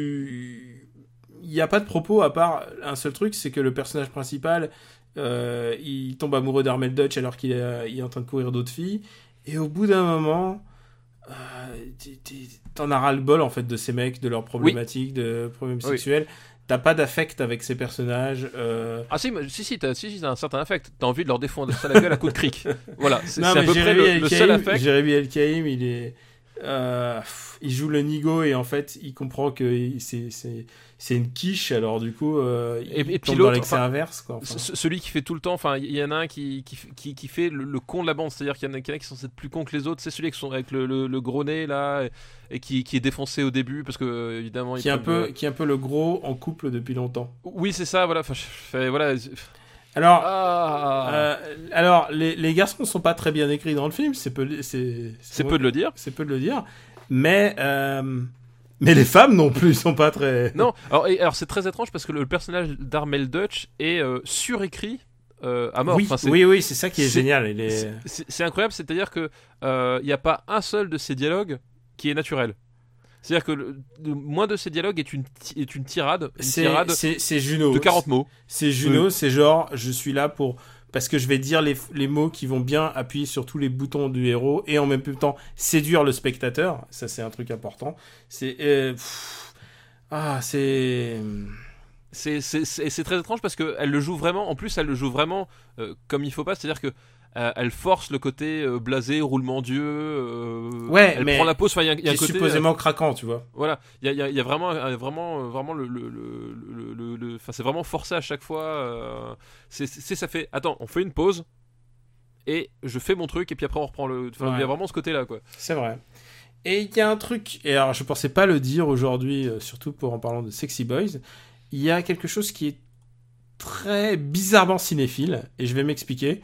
tu, il y a pas de propos à part un seul truc, c'est que le personnage principal, euh, il tombe amoureux d'Armel Deutsch alors qu'il est, il est en train de courir d'autres filles, et au bout d'un moment, euh, t'en as ras le bol en fait de ces mecs, de leurs problématiques, oui. de problèmes oui. sexuels. T'as pas d'affect avec ces personnages. Euh... Ah si, mais, si, si, t'as, si, si, t'as un certain affect. T'as envie de leur défendre ça la gueule à coups de cric. Voilà, c'est, non, c'est à peu Jérémy près le, le seul affect. Jérémy El-Kaïm, il est... Euh, il joue le nigo et en fait, il comprend que c'est, c'est, c'est une quiche, alors du coup, euh, il et, et tombe dans l'excès enfin, inverse. Quoi, enfin. c- celui qui fait tout le temps, enfin, il y en a un qui, qui, qui, qui fait le, le con de la bande, c'est-à-dire qu'il y en a, qu'il y en a qui sont peut-être plus cons que les autres, c'est celui qui sont avec le, le, le gros nez là, et, et qui, qui est défoncé au début, parce que évidemment... Qui est, un peu, qui est un peu le gros en couple depuis longtemps. Oui, c'est ça, voilà. Enfin, je, voilà. Alors, ah. euh, alors les, les garçons sont pas très bien écrits dans le film, c'est peu, c'est, c'est, c'est peu de le dire. C'est peu de le dire. Mais, euh, mais les femmes non plus sont pas très... Non, alors, et, alors c'est très étrange parce que le personnage d'Armel Deutsch est euh, surécrit euh, à mort. Oui, enfin, c'est, oui, oui, c'est ça qui est, c'est génial. Il est... c'est, c'est, c'est incroyable, c'est-à-dire qu'il n'y euh, a pas un seul de ces dialogues qui est naturel. C'est-à-dire que le, le moins de ces dialogues est une, est une tirade, une c'est, tirade c'est, c'est Juno. de quarante mots. C'est Juno, oui. C'est genre, je suis là pour... Parce que je vais dire les, les mots qui vont bien appuyer sur tous les boutons du héros et en même temps séduire le spectateur. Ça, c'est un truc important. C'est... Euh, pff, ah, c'est... c'est, c'est, c'est, c'est très étrange parce qu'elle le joue vraiment, en plus elle le joue vraiment euh, comme il faut pas, c'est-à-dire que euh, elle force le côté euh, blasé, roulement d'yeux, euh, ouais, elle mais prend la pause, enfin il y a, y a un côté supposément euh, craquant, tu vois. Voilà, il y a, y, a, y a vraiment, euh, vraiment, euh, vraiment le, le, le, le, le, le enfin c'est vraiment forcé à chaque fois. Euh, c'est, c'est, ça fait, attends, on fait une pause et je fais mon truc et puis après on reprend le, enfin il ouais. y a vraiment ce côté-là quoi. C'est vrai. Et il y a un truc, et alors je pensais pas le dire aujourd'hui, euh, surtout pour en parlant de Sexy Boys, il y a quelque chose qui est très bizarrement cinéphile, et je vais m'expliquer.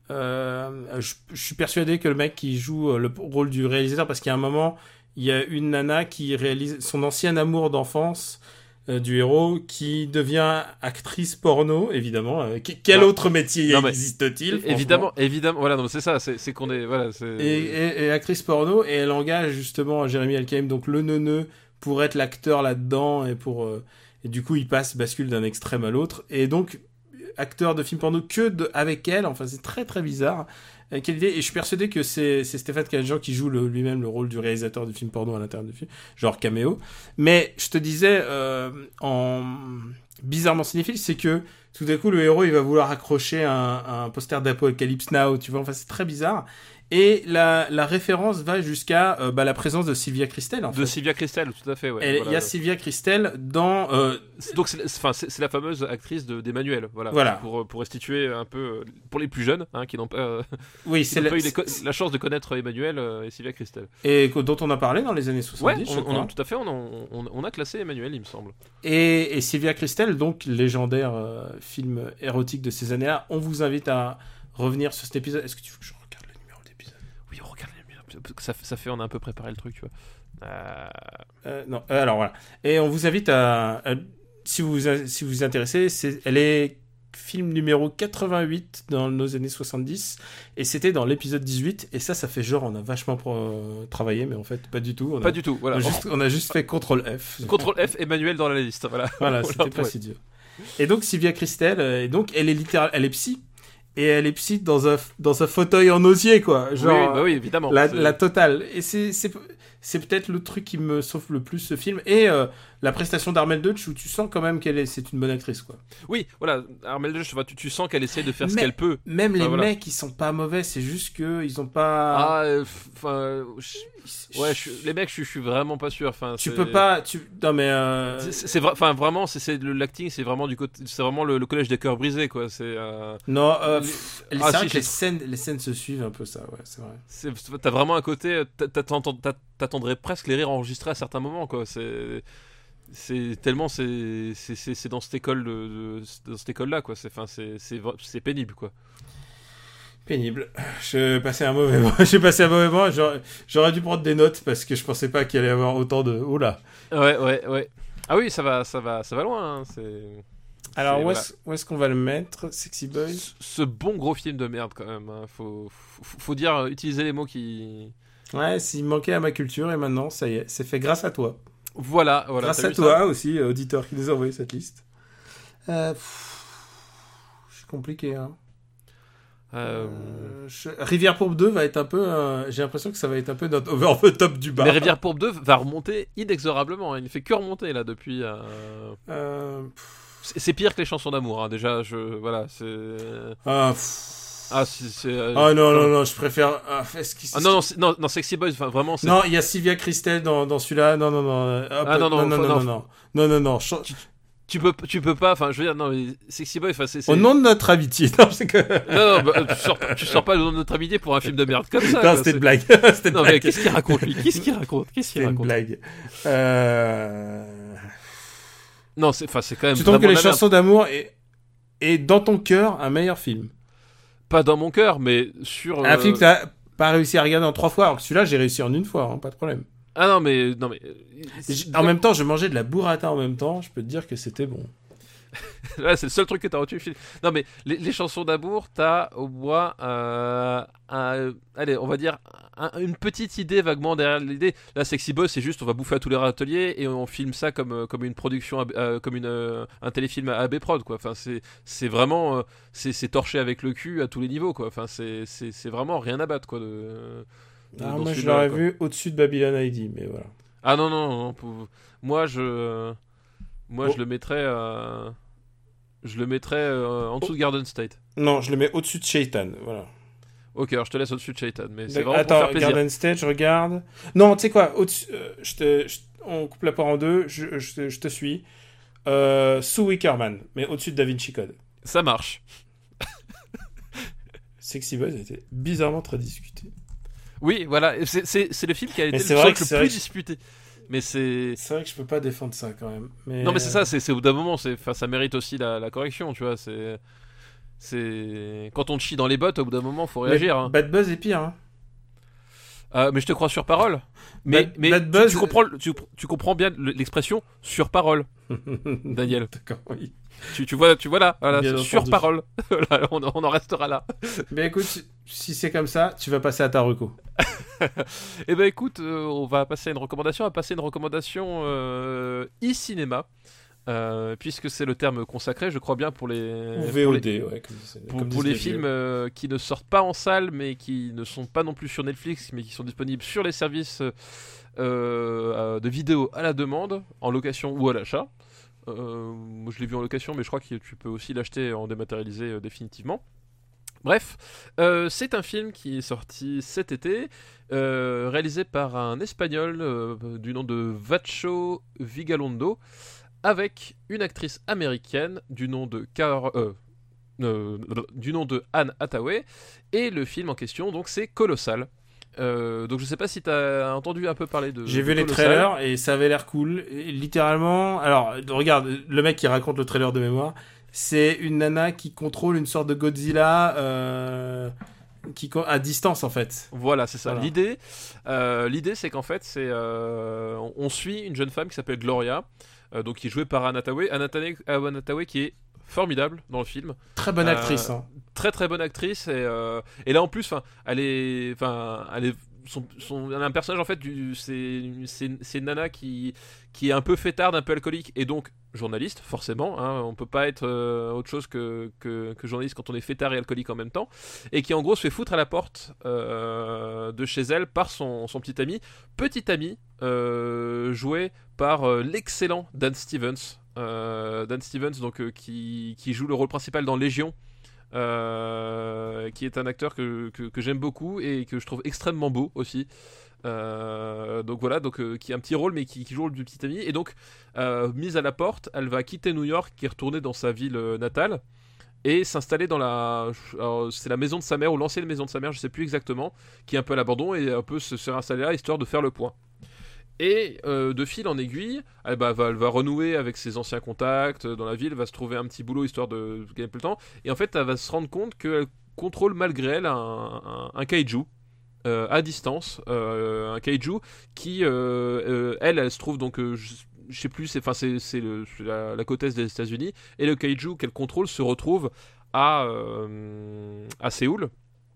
Euh, je, je suis persuadé que le mec qui joue le rôle du réalisateur, parce qu'il y a un moment, il y a une nana qui réalise son ancien amour d'enfance euh, du héros, qui devient actrice porno, évidemment. Euh, quel non. autre métier non, existe-t-il? Évidemment, évidemment. Voilà, non, c'est ça, c'est, c'est qu'on est, voilà. C'est... Et, et, et actrice porno, et elle engage justement Jérémy Elkaïm, donc le neuneu, pour être l'acteur là-dedans, et pour euh, et du coup il passe, bascule d'un extrême à l'autre, et donc acteur de film porno que de, avec elle, enfin c'est très très bizarre. Euh, quelle idée. Et je suis persuadé que c'est, c'est Stéphane Caljan qui joue le, lui-même le rôle du réalisateur du film porno à l'intérieur du film, genre caméo. Mais je te disais, euh, en bizarrement cinéphile, c'est que tout d'un coup le héros il va vouloir accrocher un, un poster d'Apocalypse Now, tu vois, enfin c'est très bizarre. Et la, la référence va jusqu'à euh, bah, la présence de Sylvia Kristel. En de fait. Sylvia Kristel, tout à fait. Ouais. Il voilà. y a Sylvia Kristel dans. Euh... C'est, donc c'est, c'est, c'est, c'est la fameuse actrice de, d'Emmanuel, voilà. voilà. Pour pour restituer un peu pour les plus jeunes, hein, qui n'ont pas. Euh, oui, c'est n'ont la... pas eu les co- la chance de connaître Emmanuel euh, et Sylvia Kristel. Et dont on a parlé dans les années soixante-dix. Ouais, je on, crois. on a, tout à fait. On a, on, on a classé Emmanuel, il me semble. Et, et Sylvia Kristel, donc légendaire euh, film érotique de ces années-là. On vous invite à revenir sur cet épisode. Est-ce que tu veux que je Oui, on regarde les murs. Ça, ça fait, on a un peu préparé le truc, tu vois. Euh... Euh, non, euh, alors voilà. Et on vous invite à, à si vous si vous vous intéressez, c'est, elle est film numéro quatre-vingt-huit dans nos années soixante-dix, et c'était dans l'épisode dix-huit. Et ça, ça fait genre on a vachement pro- travaillé, mais en fait pas du tout. On pas a, du tout. Voilà. On a juste, on a juste fait contrôle F. contrôle F, Emmanuel dans la liste. Voilà. Voilà, c'était pas si dur. Et donc Sylvia Kristel, et donc elle est littéralement, elle est psy. Et elle est psy dans un, dans un fauteuil en osier, quoi. Genre, oui, bah oui, évidemment. La, la totale. Et c'est, c'est, c'est peut-être le truc qui me sauve le plus ce film. Et euh, la prestation d'Armelle Deutsch, où tu sens quand même qu'elle est, c'est une bonne actrice, quoi. Oui, voilà. Armelle Deutsch, tu, tu sens qu'elle essaie de faire mais, ce qu'elle peut. Même enfin, les voilà. mecs, ils sont pas mauvais. C'est juste qu'ils ont pas. Ah, enfin. Euh, ouais, je, les mecs, je, je suis vraiment pas sûr. Enfin, tu c'est... peux pas. Tu... Non, mais. Euh... C'est, c'est, vra- enfin, vraiment, c'est, c'est le l'acting, c'est vraiment du côté, c'est vraiment le, le collège des cœurs brisés, quoi. C'est. Euh... Non, euh, pff, les... c'est ah, vrai si, que les scènes, les scènes se suivent un peu ça. Ouais, c'est vrai. C'est, t'as vraiment un côté, t'attendrais presque les rires enregistrés à certains moments, quoi. C'est. C'est tellement c'est c'est c'est, c'est dans cette école de, de dans cette école là quoi, c'est enfin c'est c'est c'est pénible quoi. Pénible. Je passais un mauvais moment. J'ai passé un mauvais moment. J'aurais, j'aurais dû prendre des notes parce que je pensais pas qu'il allait y avoir autant de. Oula. Ouais ouais ouais. Ah oui, ça va ça va ça va loin. Hein. C'est. Alors c'est, où, voilà. est-ce, où est-ce qu'on va le mettre, Sexy Boys? Ce, ce bon gros film de merde quand même. Hein. Faut, faut faut dire utiliser les mots qui. Ouais, s'il manquait à ma culture et maintenant ça y est, c'est fait grâce à toi. Voilà, voilà. Grâce à toi ça aussi, auditeur qui nous a envoyé cette liste. Euh, pff, c'est compliqué, hein. Euh... Euh, je... Rivière Pourbe deux va être un peu. Euh... J'ai l'impression que ça va être un peu notre over the top du bar. Mais Rivière Pourbe deux va remonter inexorablement. Hein. Il ne fait que remonter là depuis. Euh... Euh... C'est, c'est pire que les chansons d'amour. Hein. Déjà, je voilà, c'est. Ah. Ah, c'est, c'est, euh, ah non, non, non, je préfère. Ah, est-ce qu'il... ah non, non, c'est... non, non, Sexy Boys, vraiment. C'est... Non, il y a Sylvia Kristel dans, dans celui-là. Non, non, non. Hop, ah non, non, non, non, non, non, non, non, non, non. Ch... Tu, tu peux, tu peux pas. Enfin, je veux dire, non, mais Sexy Boys, enfin, c'est, c'est. Au nom de notre amitié. Non, c'est que. non, non, bah, tu sors, tu sors pas au nom de notre amitié pour un film de merde comme ça. Non, quoi, c'était c'est... une blague. c'était une non, blague. mais qu'est-ce qu'il raconte lui Qu'est-ce qu'il raconte Qu'est-ce qu'il c'était raconte une blague. Euh... Non, c'est, enfin, c'est quand même. Tu trouves que les chansons d'amour est, est dans ton cœur un meilleur film? Pas dans mon cœur, mais sur. Un euh... film que t'as pas réussi à regarder en trois fois, alors que celui-là, j'ai réussi en une fois, hein, pas de problème. Ah non, mais. Non, mais... En même temps, je mangeais de la burrata en même temps, je peux te dire que c'était bon. Ouais, c'est le seul truc que t'as retenu. Non, mais les, les chansons d'amour, t'as au moins. Euh, un, allez, on va dire. Un, une petite idée vaguement derrière l'idée. Là, Sexy Boys, c'est juste on va bouffer à tous les râteliers et on filme ça comme, comme une production, euh, comme une, euh, un téléfilm à A B Prod, quoi. Enfin, c'est, c'est vraiment. Euh, c'est, c'est torché avec le cul à tous les niveaux, quoi. Enfin, c'est, c'est, c'est vraiment rien à battre, quoi. De, de, ah, moi, je l'aurais quoi. vu au-dessus de Babylon I D, mais voilà. Ah non, non, non. Pour, moi, je. Moi, bon. je le mettrais. Euh... Je le mettrais euh, en dessous oh. de Garden State. Non, je le mets au-dessus de Shaitan, voilà. Ok, alors je te laisse au-dessus de Shaitan, mais c'est vraiment Attends, pour faire plaisir. Garden State, je regarde. Non, tu sais quoi, au-dessus, euh, je te, je, on coupe la poire en deux, je, je, je te suis. Euh, sous Wickerman, mais au-dessus de Da Vinci Code. Ça marche. Sexy Boys a été bizarrement très discuté. Oui, voilà, c'est, c'est, c'est le film qui a été mais le, c'est vrai le que plus disputé. Mais c'est... c'est vrai que je peux pas défendre ça quand même. Mais... Non, mais c'est ça, c'est, c'est au bout d'un moment, c'est, ça mérite aussi la, la correction, tu vois. C'est, c'est... Quand on te chie dans les bottes, au bout d'un moment, faut réagir. Hein. Bad Buzz est pire. Hein. Euh, mais je te crois sur parole. Mais, Bad, mais Bad tu, Buzz... tu, comprends, tu, tu comprends bien l'expression sur parole, Daniel. D'accord, oui. Tu, tu vois, tu vois là, voilà, sur entendu. parole. Voilà, on, on en restera là. Mais écoute, si c'est comme ça, tu vas passer à ta reco. Eh ben écoute, euh, on va passer à une recommandation. On va passer à une recommandation euh, e-cinéma. Euh, puisque c'est le terme consacré, je crois bien, pour les Ou V O D, pour les, ouais, comme c'est, pour, comme pour les les films euh, qui ne sortent pas en salle, mais qui ne sont pas non plus sur Netflix, mais qui sont disponibles sur les services euh, euh, de vidéo à la demande, en location ou à l'achat. Euh, moi, je l'ai vu en location, mais je crois que tu peux aussi l'acheter en dématérialisé euh, définitivement. Bref, euh, c'est un film qui est sorti cet été, euh, réalisé par un Espagnol euh, du nom de Vacho Vigalondo, avec une actrice américaine du nom de Car- euh, euh, du nom de Anne Hathaway, et le film en question donc c'est Colossal. Euh, donc je sais pas si t'as entendu un peu parler de. J'ai de vu les Colossal. trailers et ça avait l'air cool. Et littéralement, alors regarde, le mec qui raconte le trailer de mémoire, c'est une nana qui contrôle une sorte de Godzilla euh, qui à distance en fait. Voilà, c'est ça. Voilà. L'idée, euh, l'idée, c'est qu'en fait, c'est euh, on suit une jeune femme qui s'appelle Gloria. Euh, donc qui est jouée par Anne Hathaway. Anne Hathaway, Anne Hathaway qui est formidable dans le film. Très bonne actrice. Euh, hein. Très très bonne actrice et, euh, et là en plus, enfin, elle est, enfin, elle est, son, son, elle a un personnage en fait, du, c'est, c'est, c'est une nana qui, qui est un peu fêtarde, un peu alcoolique et donc journaliste forcément. Hein, on peut pas être euh, autre chose que, que que journaliste quand on est fêtard et alcoolique en même temps et qui en gros se fait foutre à la porte euh, de chez elle par son son petit ami, petit ami euh, joué par euh, l'excellent Dan Stevens. Euh, Dan Stevens donc euh, qui qui joue le rôle principal dans Légion. Euh, qui est un acteur que, que, que j'aime beaucoup et que je trouve extrêmement beau aussi. Euh, donc voilà, donc euh, qui a un petit rôle mais qui, qui joue le rôle du petit ami. Et donc, euh, mise à la porte, elle va quitter New York, qui est retournée dans sa ville euh, natale et s'installer dans la, alors, c'est la maison de sa mère ou l'ancienne maison de sa mère, je sais plus exactement, qui est un peu à l'abandon et un peu se, se réinstaller là histoire de faire le point. Et euh, de fil en aiguille, elle, bah, va, elle va renouer avec ses anciens contacts dans la ville, va se trouver un petit boulot histoire de gagner plus de temps. Et en fait, elle va se rendre compte qu'elle contrôle malgré elle un, un, un kaiju euh, à distance. Euh, un kaiju qui, euh, euh, elle, elle se trouve donc, euh, je, je sais plus, c'est, c'est, c'est, le, c'est la, la côte est des États-Unis. Et le kaiju qu'elle contrôle se retrouve à, euh, à Séoul.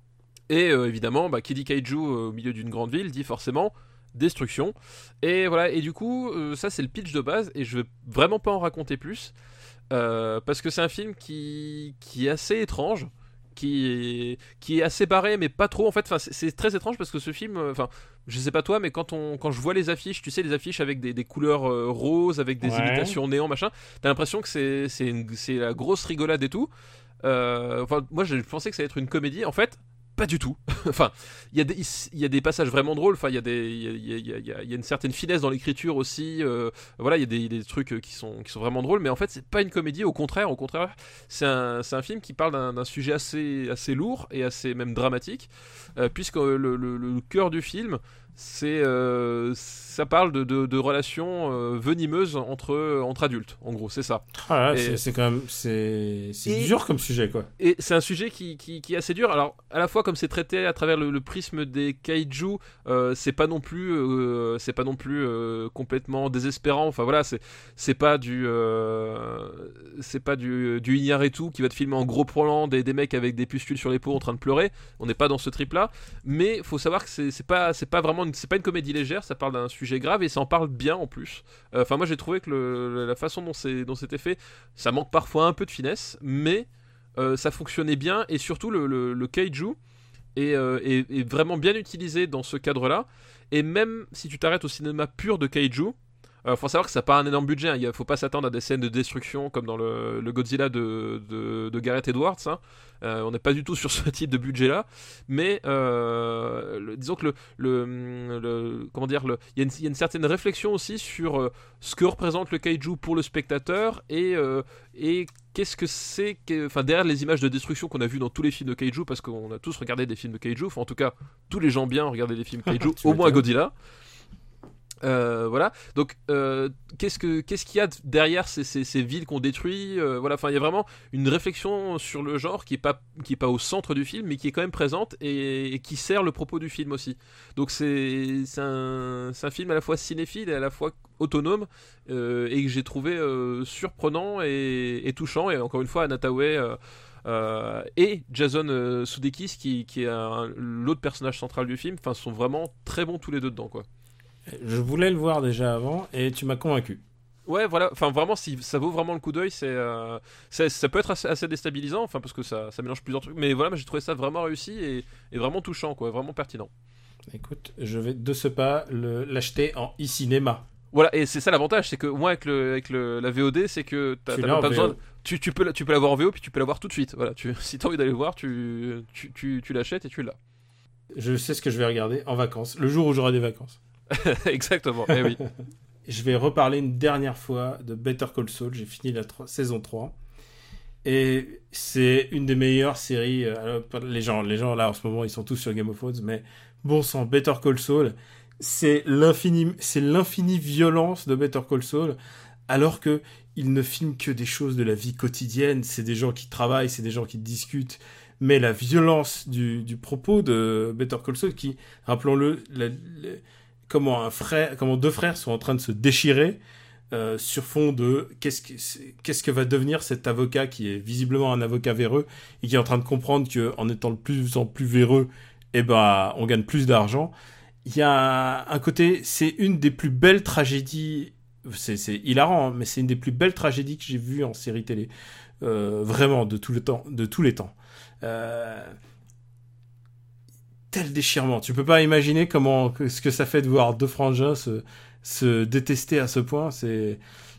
Et euh, évidemment, bah, qui dit kaiju euh, au milieu d'une grande ville dit forcément destruction. Et voilà, et du coup, euh, ça c'est le pitch de base, et je vais vraiment pas en raconter plus, euh, parce que c'est un film qui, qui est assez étrange, qui est, qui est assez barré, mais pas trop en fait. Enfin, c'est, c'est très étrange parce que ce film, enfin, euh, je sais pas toi, mais quand, on, quand je vois les affiches, tu sais, les affiches avec des, des couleurs euh, roses, avec des ouais. imitations néon, machin, t'as l'impression que c'est, c'est, une, c'est la grosse rigolade et tout. Euh, enfin, moi je pensais que ça allait être une comédie, en fait. Pas du tout. Enfin, il y a des il y a des passages vraiment drôles. Enfin, il y a des il y a il y a, il y a, il y a une certaine finesse dans l'écriture aussi. Euh, voilà, il y a des, des trucs qui sont qui sont vraiment drôles. Mais en fait, c'est pas une comédie. Au contraire, au contraire, c'est un c'est un film qui parle d'un, d'un sujet assez assez lourd et assez même dramatique, euh, puisque le, le, le cœur du film, c'est euh, ça parle de, de, de relations euh, venimeuses entre entre adultes. En gros, c'est ça. Ah là, et, c'est, c'est quand même c'est c'est et, dur comme sujet quoi. Et c'est un sujet qui, qui qui est assez dur. Alors à la fois comme c'est traité à travers le, le prisme des kaiju, euh, c'est pas non plus euh, c'est pas non plus euh, complètement désespérant. Enfin voilà, c'est c'est pas du euh, c'est pas du du Iñárritu qui va te filmer en gros plan des des mecs avec des pustules sur les peaux en train de pleurer. On n'est pas dans ce trip là. Mais faut savoir que c'est c'est pas c'est pas vraiment c'est pas une comédie légère, ça parle d'un sujet grave et ça en parle bien en plus. Enfin euh, moi j'ai trouvé que le, la façon dont c'est dont c'était fait, ça manque parfois un peu de finesse, mais euh, ça fonctionnait bien et surtout le, le, le kaiju est, euh, est, est vraiment bien utilisé dans ce cadre-là. Et même si tu t'arrêtes au cinéma pur de kaiju, Euh, faut savoir que ça n'a pas un énorme budget, hein. Il faut pas s'attendre à des scènes de destruction comme dans le, le Godzilla de, de, de Gareth Edwards, hein. Euh, on n'est pas du tout sur ce type de budget-là, mais euh, le, disons que le, le, le comment dire, le, il y, y a une certaine réflexion aussi sur euh, ce que représente le kaiju pour le spectateur et euh, et qu'est-ce que c'est, que, enfin derrière les images de destruction qu'on a vues dans tous les films de kaiju, parce qu'on a tous regardé des films de kaiju, enfin en tout cas tous les gens bien ont regardé des films kaiju, au moins Godzilla. Euh, voilà, donc euh, qu'est-ce que qu'est-ce qu'il y a derrière ces, ces, ces villes qu'on détruit, euh, voilà, enfin il y a vraiment une réflexion sur le genre qui est pas qui est pas au centre du film, mais qui est quand même présente et, et qui sert le propos du film aussi. Donc c'est c'est un c'est un film à la fois cinéphile et à la fois autonome, euh, et que j'ai trouvé euh, surprenant et, et touchant. Et encore une fois, Anna Thaoué euh, euh, et Jason euh, Sudeikis qui qui est un, l'autre personnage central du film, enfin sont vraiment très bons tous les deux dedans, quoi. Je voulais le voir déjà avant et tu m'as convaincu. Ouais, voilà, enfin vraiment, si ça vaut vraiment le coup d'œil, c'est, euh, c'est ça peut être assez, assez déstabilisant, enfin parce que ça, ça mélange plusieurs trucs, mais voilà, moi, j'ai trouvé ça vraiment réussi et, et vraiment touchant, quoi, vraiment pertinent. Écoute, je vais de ce pas le, l'acheter en e-cinéma. Voilà, et c'est ça l'avantage, c'est que moi avec le avec le, la V O D, c'est que t'as, t'as pas besoin, tu tu peux tu peux l'avoir en V O puis tu peux l'avoir tout de suite. Voilà, tu si t'as envie d'aller le voir, tu tu tu, tu l'achètes et tu l'as. Je sais ce que je vais regarder en vacances, le jour où j'aurai des vacances. Exactement, eh oui. Je vais reparler une dernière fois de Better Call Saul. J'ai fini la trois, saison trois. Et c'est une des meilleures séries. Euh, les, gens, les gens, là, en ce moment, ils sont tous sur Game of Thrones. Mais bon sang, Better Call Saul, c'est l'infini, c'est l'infinie violence de Better Call Saul. Alors que il ne filme que des choses de la vie quotidienne. C'est des gens qui travaillent, c'est des gens qui discutent. Mais la violence du, du propos de Better Call Saul, qui, rappelons-le, la, la, comment un frère, comment deux frères sont en train de se déchirer euh, sur fond de qu'est-ce que qu'est-ce que va devenir cet avocat qui est visiblement un avocat véreux et qui est en train de comprendre que en étant de plus en plus véreux, eh ben on gagne plus d'argent. Il y a un côté, c'est une des plus belles tragédies, c'est, c'est hilarant, hein, mais c'est une des plus belles tragédies que j'ai vues en série télé, euh, vraiment de tout le temps, de tous les temps. Euh... Tel déchirement, tu peux pas imaginer comment ce que ça fait de voir deux frangins se, se détester à ce point. C'est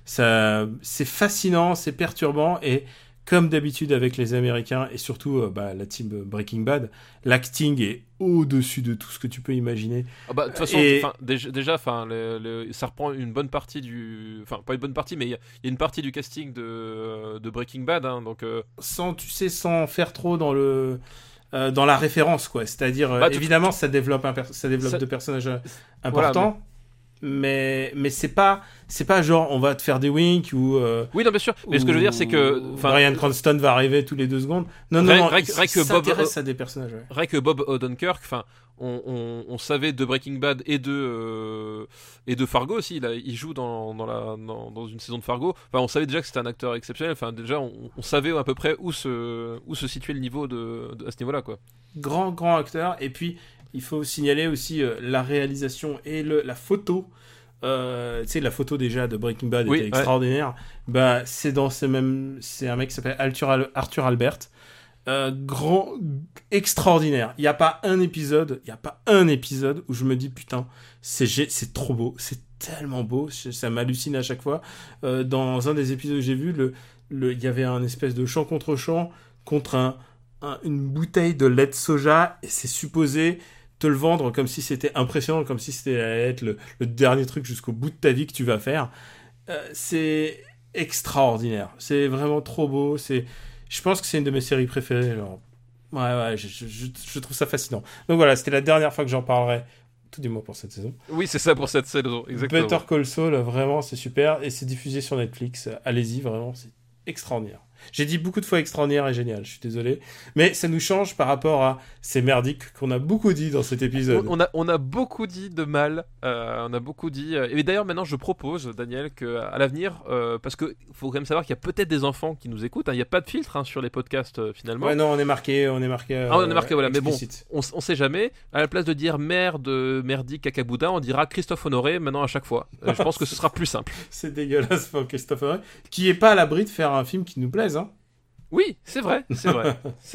ça, c'est fascinant, c'est perturbant et comme d'habitude avec les Américains et surtout euh, bah, la team Breaking Bad, l'acting est au-dessus de tout ce que tu peux imaginer. Ah bah, de toute façon, et... déjà, enfin, le, le, ça reprend une bonne partie du, enfin pas une bonne partie, mais il y, y a une partie du casting de, de Breaking Bad, hein, donc euh... sans, tu sais, sans faire trop dans le. Euh, dans la référence, quoi. C'est-à-dire, bah, euh, évidemment, ça développe, un per- ça développe ça... deux personnages importants, voilà, mais... mais mais c'est pas c'est pas genre on va te faire des winks ou. Euh, oui, non, bien sûr. Mais ce que je veux dire, c'est que Brian Cranston va arriver tous les deux secondes. Non, non, non. Il s'intéresse à des personnages. Ouais. Rien que Bob Odenkirk, enfin. On, on, on savait de Breaking Bad et de euh, et de Fargo aussi. Il, a, il joue dans dans, la, dans dans une saison de Fargo. Enfin, on savait déjà que c'était un acteur exceptionnel. Enfin, déjà, on, on savait à peu près où se où se situait le niveau de, de à ce niveau-là, quoi. Grand grand acteur. Et puis il faut signaler aussi euh, la réalisation et le la photo. Euh, tu sais, la photo déjà de Breaking Bad oui, était extraordinaire. Ouais. Bah, c'est dans ces mêmes. C'est un mec qui s'appelle Arthur, Arthur Albert. Euh, grand, extraordinaire. Il n'y a pas un épisode, il y a pas un épisode où je me dis putain, c'est c'est trop beau, c'est tellement beau, ça m'hallucine à chaque fois. Euh, dans un des épisodes que j'ai vu, le le il y avait un espèce de chant contre chant contre un, un une bouteille de lait de soja et c'est supposé te le vendre comme si c'était impressionnant, comme si c'était allait être le, le dernier truc jusqu'au bout de ta vie que tu vas faire. Euh, c'est extraordinaire, c'est vraiment trop beau, c'est je pense que c'est une de mes séries préférées. Genre. Ouais, ouais, je, je, je trouve ça fascinant. Donc voilà, c'était la dernière fois que j'en parlerai, tout du moins pour cette saison. Oui, c'est ça pour cette saison, exactement. Better Call Saul, vraiment, c'est super. Et c'est diffusé sur Netflix. Allez-y, vraiment, c'est extraordinaire. J'ai dit beaucoup de fois extraordinaire et génial, je suis désolé. Mais ça nous change par rapport à ces merdiques qu'on a beaucoup dit dans cet épisode. On a, on a beaucoup dit de mal, euh, on a beaucoup dit... Euh, et d'ailleurs, maintenant, je propose, Daniel, qu'à l'avenir, euh, parce qu'il faut quand même savoir qu'il y a peut-être des enfants qui nous écoutent, hein, il n'y a pas de filtre hein, sur les podcasts, euh, finalement. Ouais, non, on est marqué, on est marqué... Euh, ah, on est marqué, voilà, explicite. Mais bon, on, on sait jamais. À la place de dire merde, merdique, cacaboudin, on dira Christophe Honoré, maintenant à chaque fois. Euh, je pense que ce sera plus simple. C'est dégueulasse pour Christophe Honoré, qui est pas à l'abri de faire un film qui nous plaise, hein. Oui, c'est vrai, c'est vrai, c'est vrai.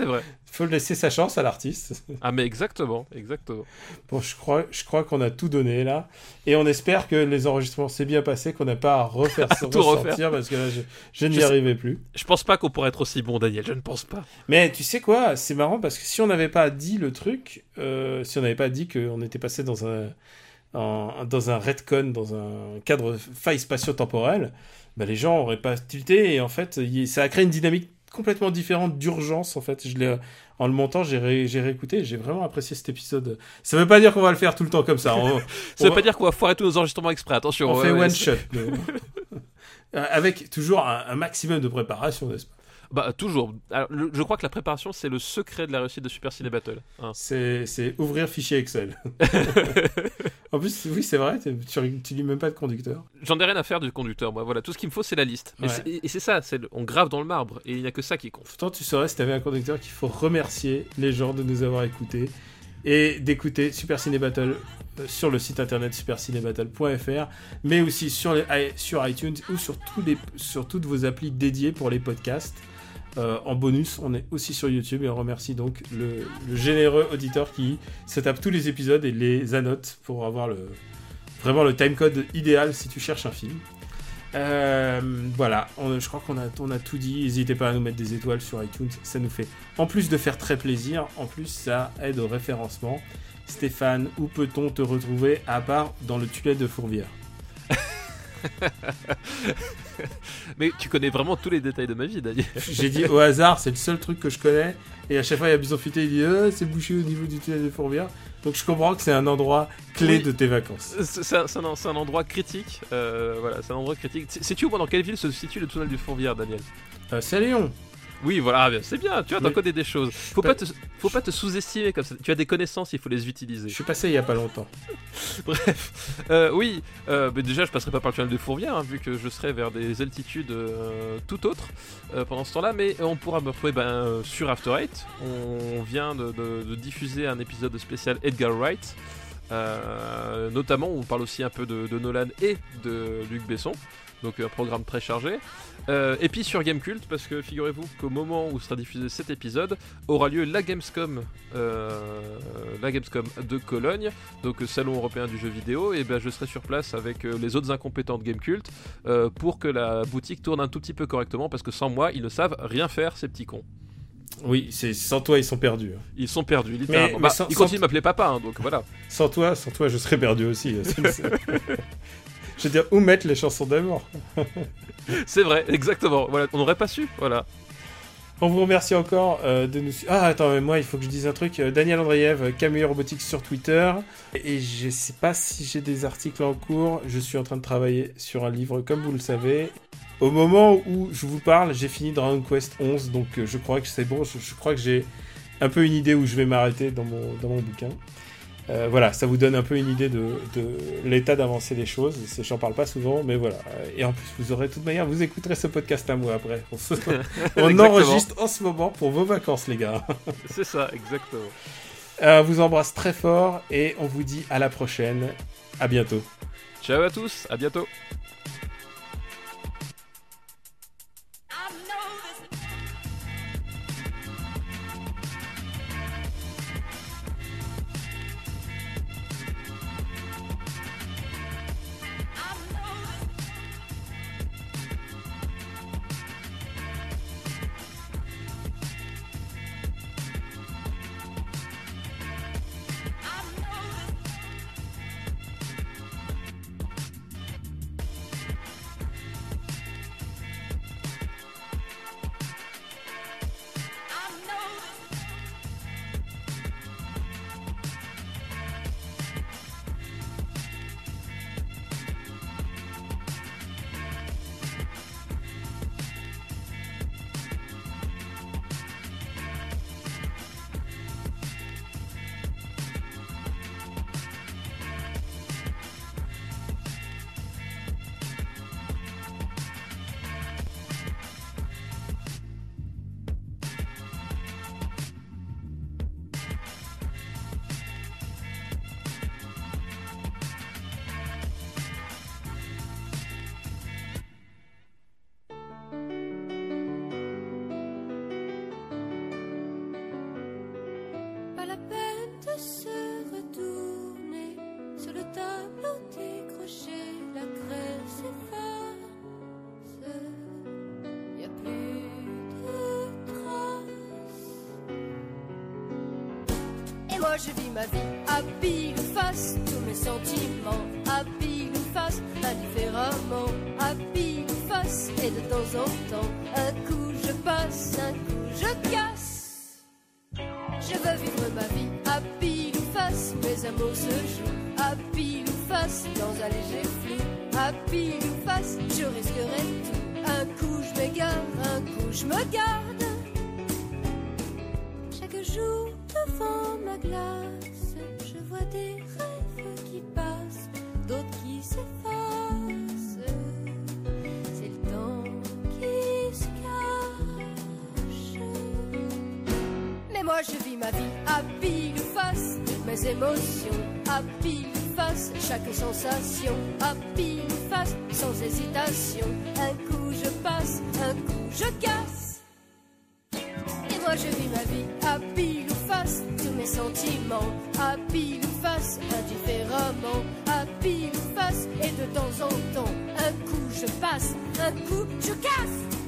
faut laisser sa chance à l'artiste. Ah mais exactement, exactement. Bon, je crois, je crois qu'on a tout donné là, et on espère que les enregistrements s'est bien passé, qu'on n'a pas à refaire ça tout ressortir, refaire. parce que là, je, je n'y Je sais- arrivais plus. Je pense pas qu'on pourrait être aussi bon, Daniel, je ne pense pas. Mais tu sais quoi, c'est marrant parce que si on n'avait pas dit le truc, euh, si on n'avait pas dit qu'on était passé dans un, en- dans un retcon, dans un cadre faille spatio-temporel, bah, les gens auraient pas tilté, et en fait, y- ça a créé une dynamique complètement différente d'urgence, en fait. Je l'ai, en le montant, j'ai, ré- j'ai réécouté, j'ai vraiment apprécié cet épisode. Ça veut pas dire qu'on va le faire tout le temps comme ça. On, Ça on veut va- pas dire qu'on va foirer tous nos enregistrements exprès, attention. on ouais, fait ouais, one c'est- shot. mais- Euh, Avec toujours un, un maximum de préparation, n'est-ce pas? Bah toujours. Alors, le- je crois que la préparation c'est le secret de la réussite de Super Ciné Battle. hein. C'est, c'est ouvrir fichier Excel. En plus, oui, c'est vrai, t'es- tu, tu lis même pas de conducteur. J'en ai rien à faire du conducteur, moi. Voilà, tout ce qu'il me faut c'est la liste. Et Ouais. c'est- Et, et c'est ça, c'est le- on grave dans le marbre et il n'y a que ça qui compte. Pourtant, tu saurais si t'avais un conducteur qu'il faut remercier les gens de nous avoir écoutés et d'écouter Super Ciné Battle euh, sur le site internet super ciné battle point f r, mais aussi sur, les, i- sur iTunes ou sur, tous les, sur toutes vos applis dédiées pour les podcasts. Euh, en bonus, on est aussi sur YouTube, et on remercie donc le, le généreux auditeur qui se tape tous les épisodes et les annote pour avoir le, vraiment le timecode idéal si tu cherches un film. Euh, voilà, on- je crois qu'on a, on a tout dit. N'hésitez pas à nous mettre des étoiles sur iTunes, ça nous fait, en plus de faire très plaisir, en plus ça aide au référencement. Stéphane, où peut-on te retrouver à part dans le tunnel de Fourvière? Mais tu connais vraiment tous les détails de ma vie, Daniel. J'ai dit au hasard, c'est le seul truc que je connais, et à chaque fois il y a Bison Futé, il dit euh, c'est bouché au niveau du tunnel de Fourvière, donc je comprends que c'est un endroit clé Oui. de tes vacances. C'est c'est un, c'est un- c'est un endroit critique. euh, voilà, c'est un endroit critique. Sais- Sais-tu au moins dans quelle ville se situe le tunnel du Fourvière, Daniel? Euh, c'est à Lyon. Oui, voilà, ah, bien, c'est bien. Tu vois, t'en Mais- connais des choses. Faut pas te, faut pas te sous-estimer comme ça. Tu as des connaissances, il faut les utiliser. Je suis passé il y a pas longtemps. Bref, euh, oui, euh, mais déjà je passerai pas par le tunnel de Fourvière, hein, vu que je serai vers des altitudes euh, tout autres euh, pendant ce temps-là, mais on pourra me retrouver ben, euh, sur After Eight. On vient de, de- de diffuser un épisode spécial Edgar Wright, euh, notamment on parle aussi un peu de, de Nolan et de Luc Besson. Donc un programme très chargé. Euh, et puis sur Gamecult, parce que figurez-vous qu'au moment où sera diffusé cet épisode, aura lieu la Gamescom, euh, la Gamescom de Cologne, donc salon européen du jeu vidéo, et ben je serai sur place avec euh, les autres incompétents de Gamecult euh, pour que la boutique tourne un tout petit peu correctement, parce que sans moi, ils ne savent rien faire, ces petits cons. Oui, c'est sans toi ils sont perdus. hein. Ils sont perdus, littéralement. mais Bah, sans- ils sans- continuent de m'appeler papa, hein, donc voilà. Sans toi, sans toi je serais perdu aussi. C'est- c'est- Je veux dire, où mettre les chansons d'amour? C'est vrai, exactement. Voilà, on n'aurait pas su, voilà. On vous remercie encore euh, de nous suivre. Ah, attends, mais moi, il faut que je dise un truc. Euh, Daniel Andreev, euh, Camille Robotics sur Twitter. Et je sais pas si j'ai des articles en cours. Je suis en train de travailler sur un livre, comme vous le savez. Au moment où je vous parle, j'ai fini Dragon Quest onze. Donc, euh, je crois que c'est bon. Je, je crois que j'ai un peu une idée où je vais m'arrêter dans mon, dans mon bouquin. Euh, voilà, ça vous donne un peu une idée de, de l'état d'avancée des choses. C'est- J'en parle pas souvent, mais voilà. Et en plus, vous aurez de toute manière, vous écouterez ce podcast à moi après. On, se- on Exactement. enregistre en ce moment pour vos vacances, les gars. C'est ça, exactement. Euh, on vous embrasse très fort et on vous dit à la prochaine. À bientôt. Ciao à tous, à bientôt. moi je vis ma vie à pile ou face, tous mes sentiments à pile ou face, indifféremment à pile ou face, et de temps en temps, un coup je passe, un coup je casse. Je veux vivre ma vie à pile ou face, mes amours se jouent à pile ou face, dans un léger flou, à pile ou face, je risquerai tout. Un coup je m'égare, un coup je me garde. Chaque jour devant ma glace, je vois des rêves qui passent, d'autres qui s'effacent. C'est le temps qui se cache. Mais moi je vis ma vie à pile ou face, toutes mes émotions à pile ou face, chaque sensation à pile ou face, sans hésitation. Un coup je passe, un coup je casse. Et moi je vis ma vie à pile ou face, tous mes sentiments à pile ou face, indifféremment à pile ou face, et de temps en temps, un coup je passe, un coup je casse.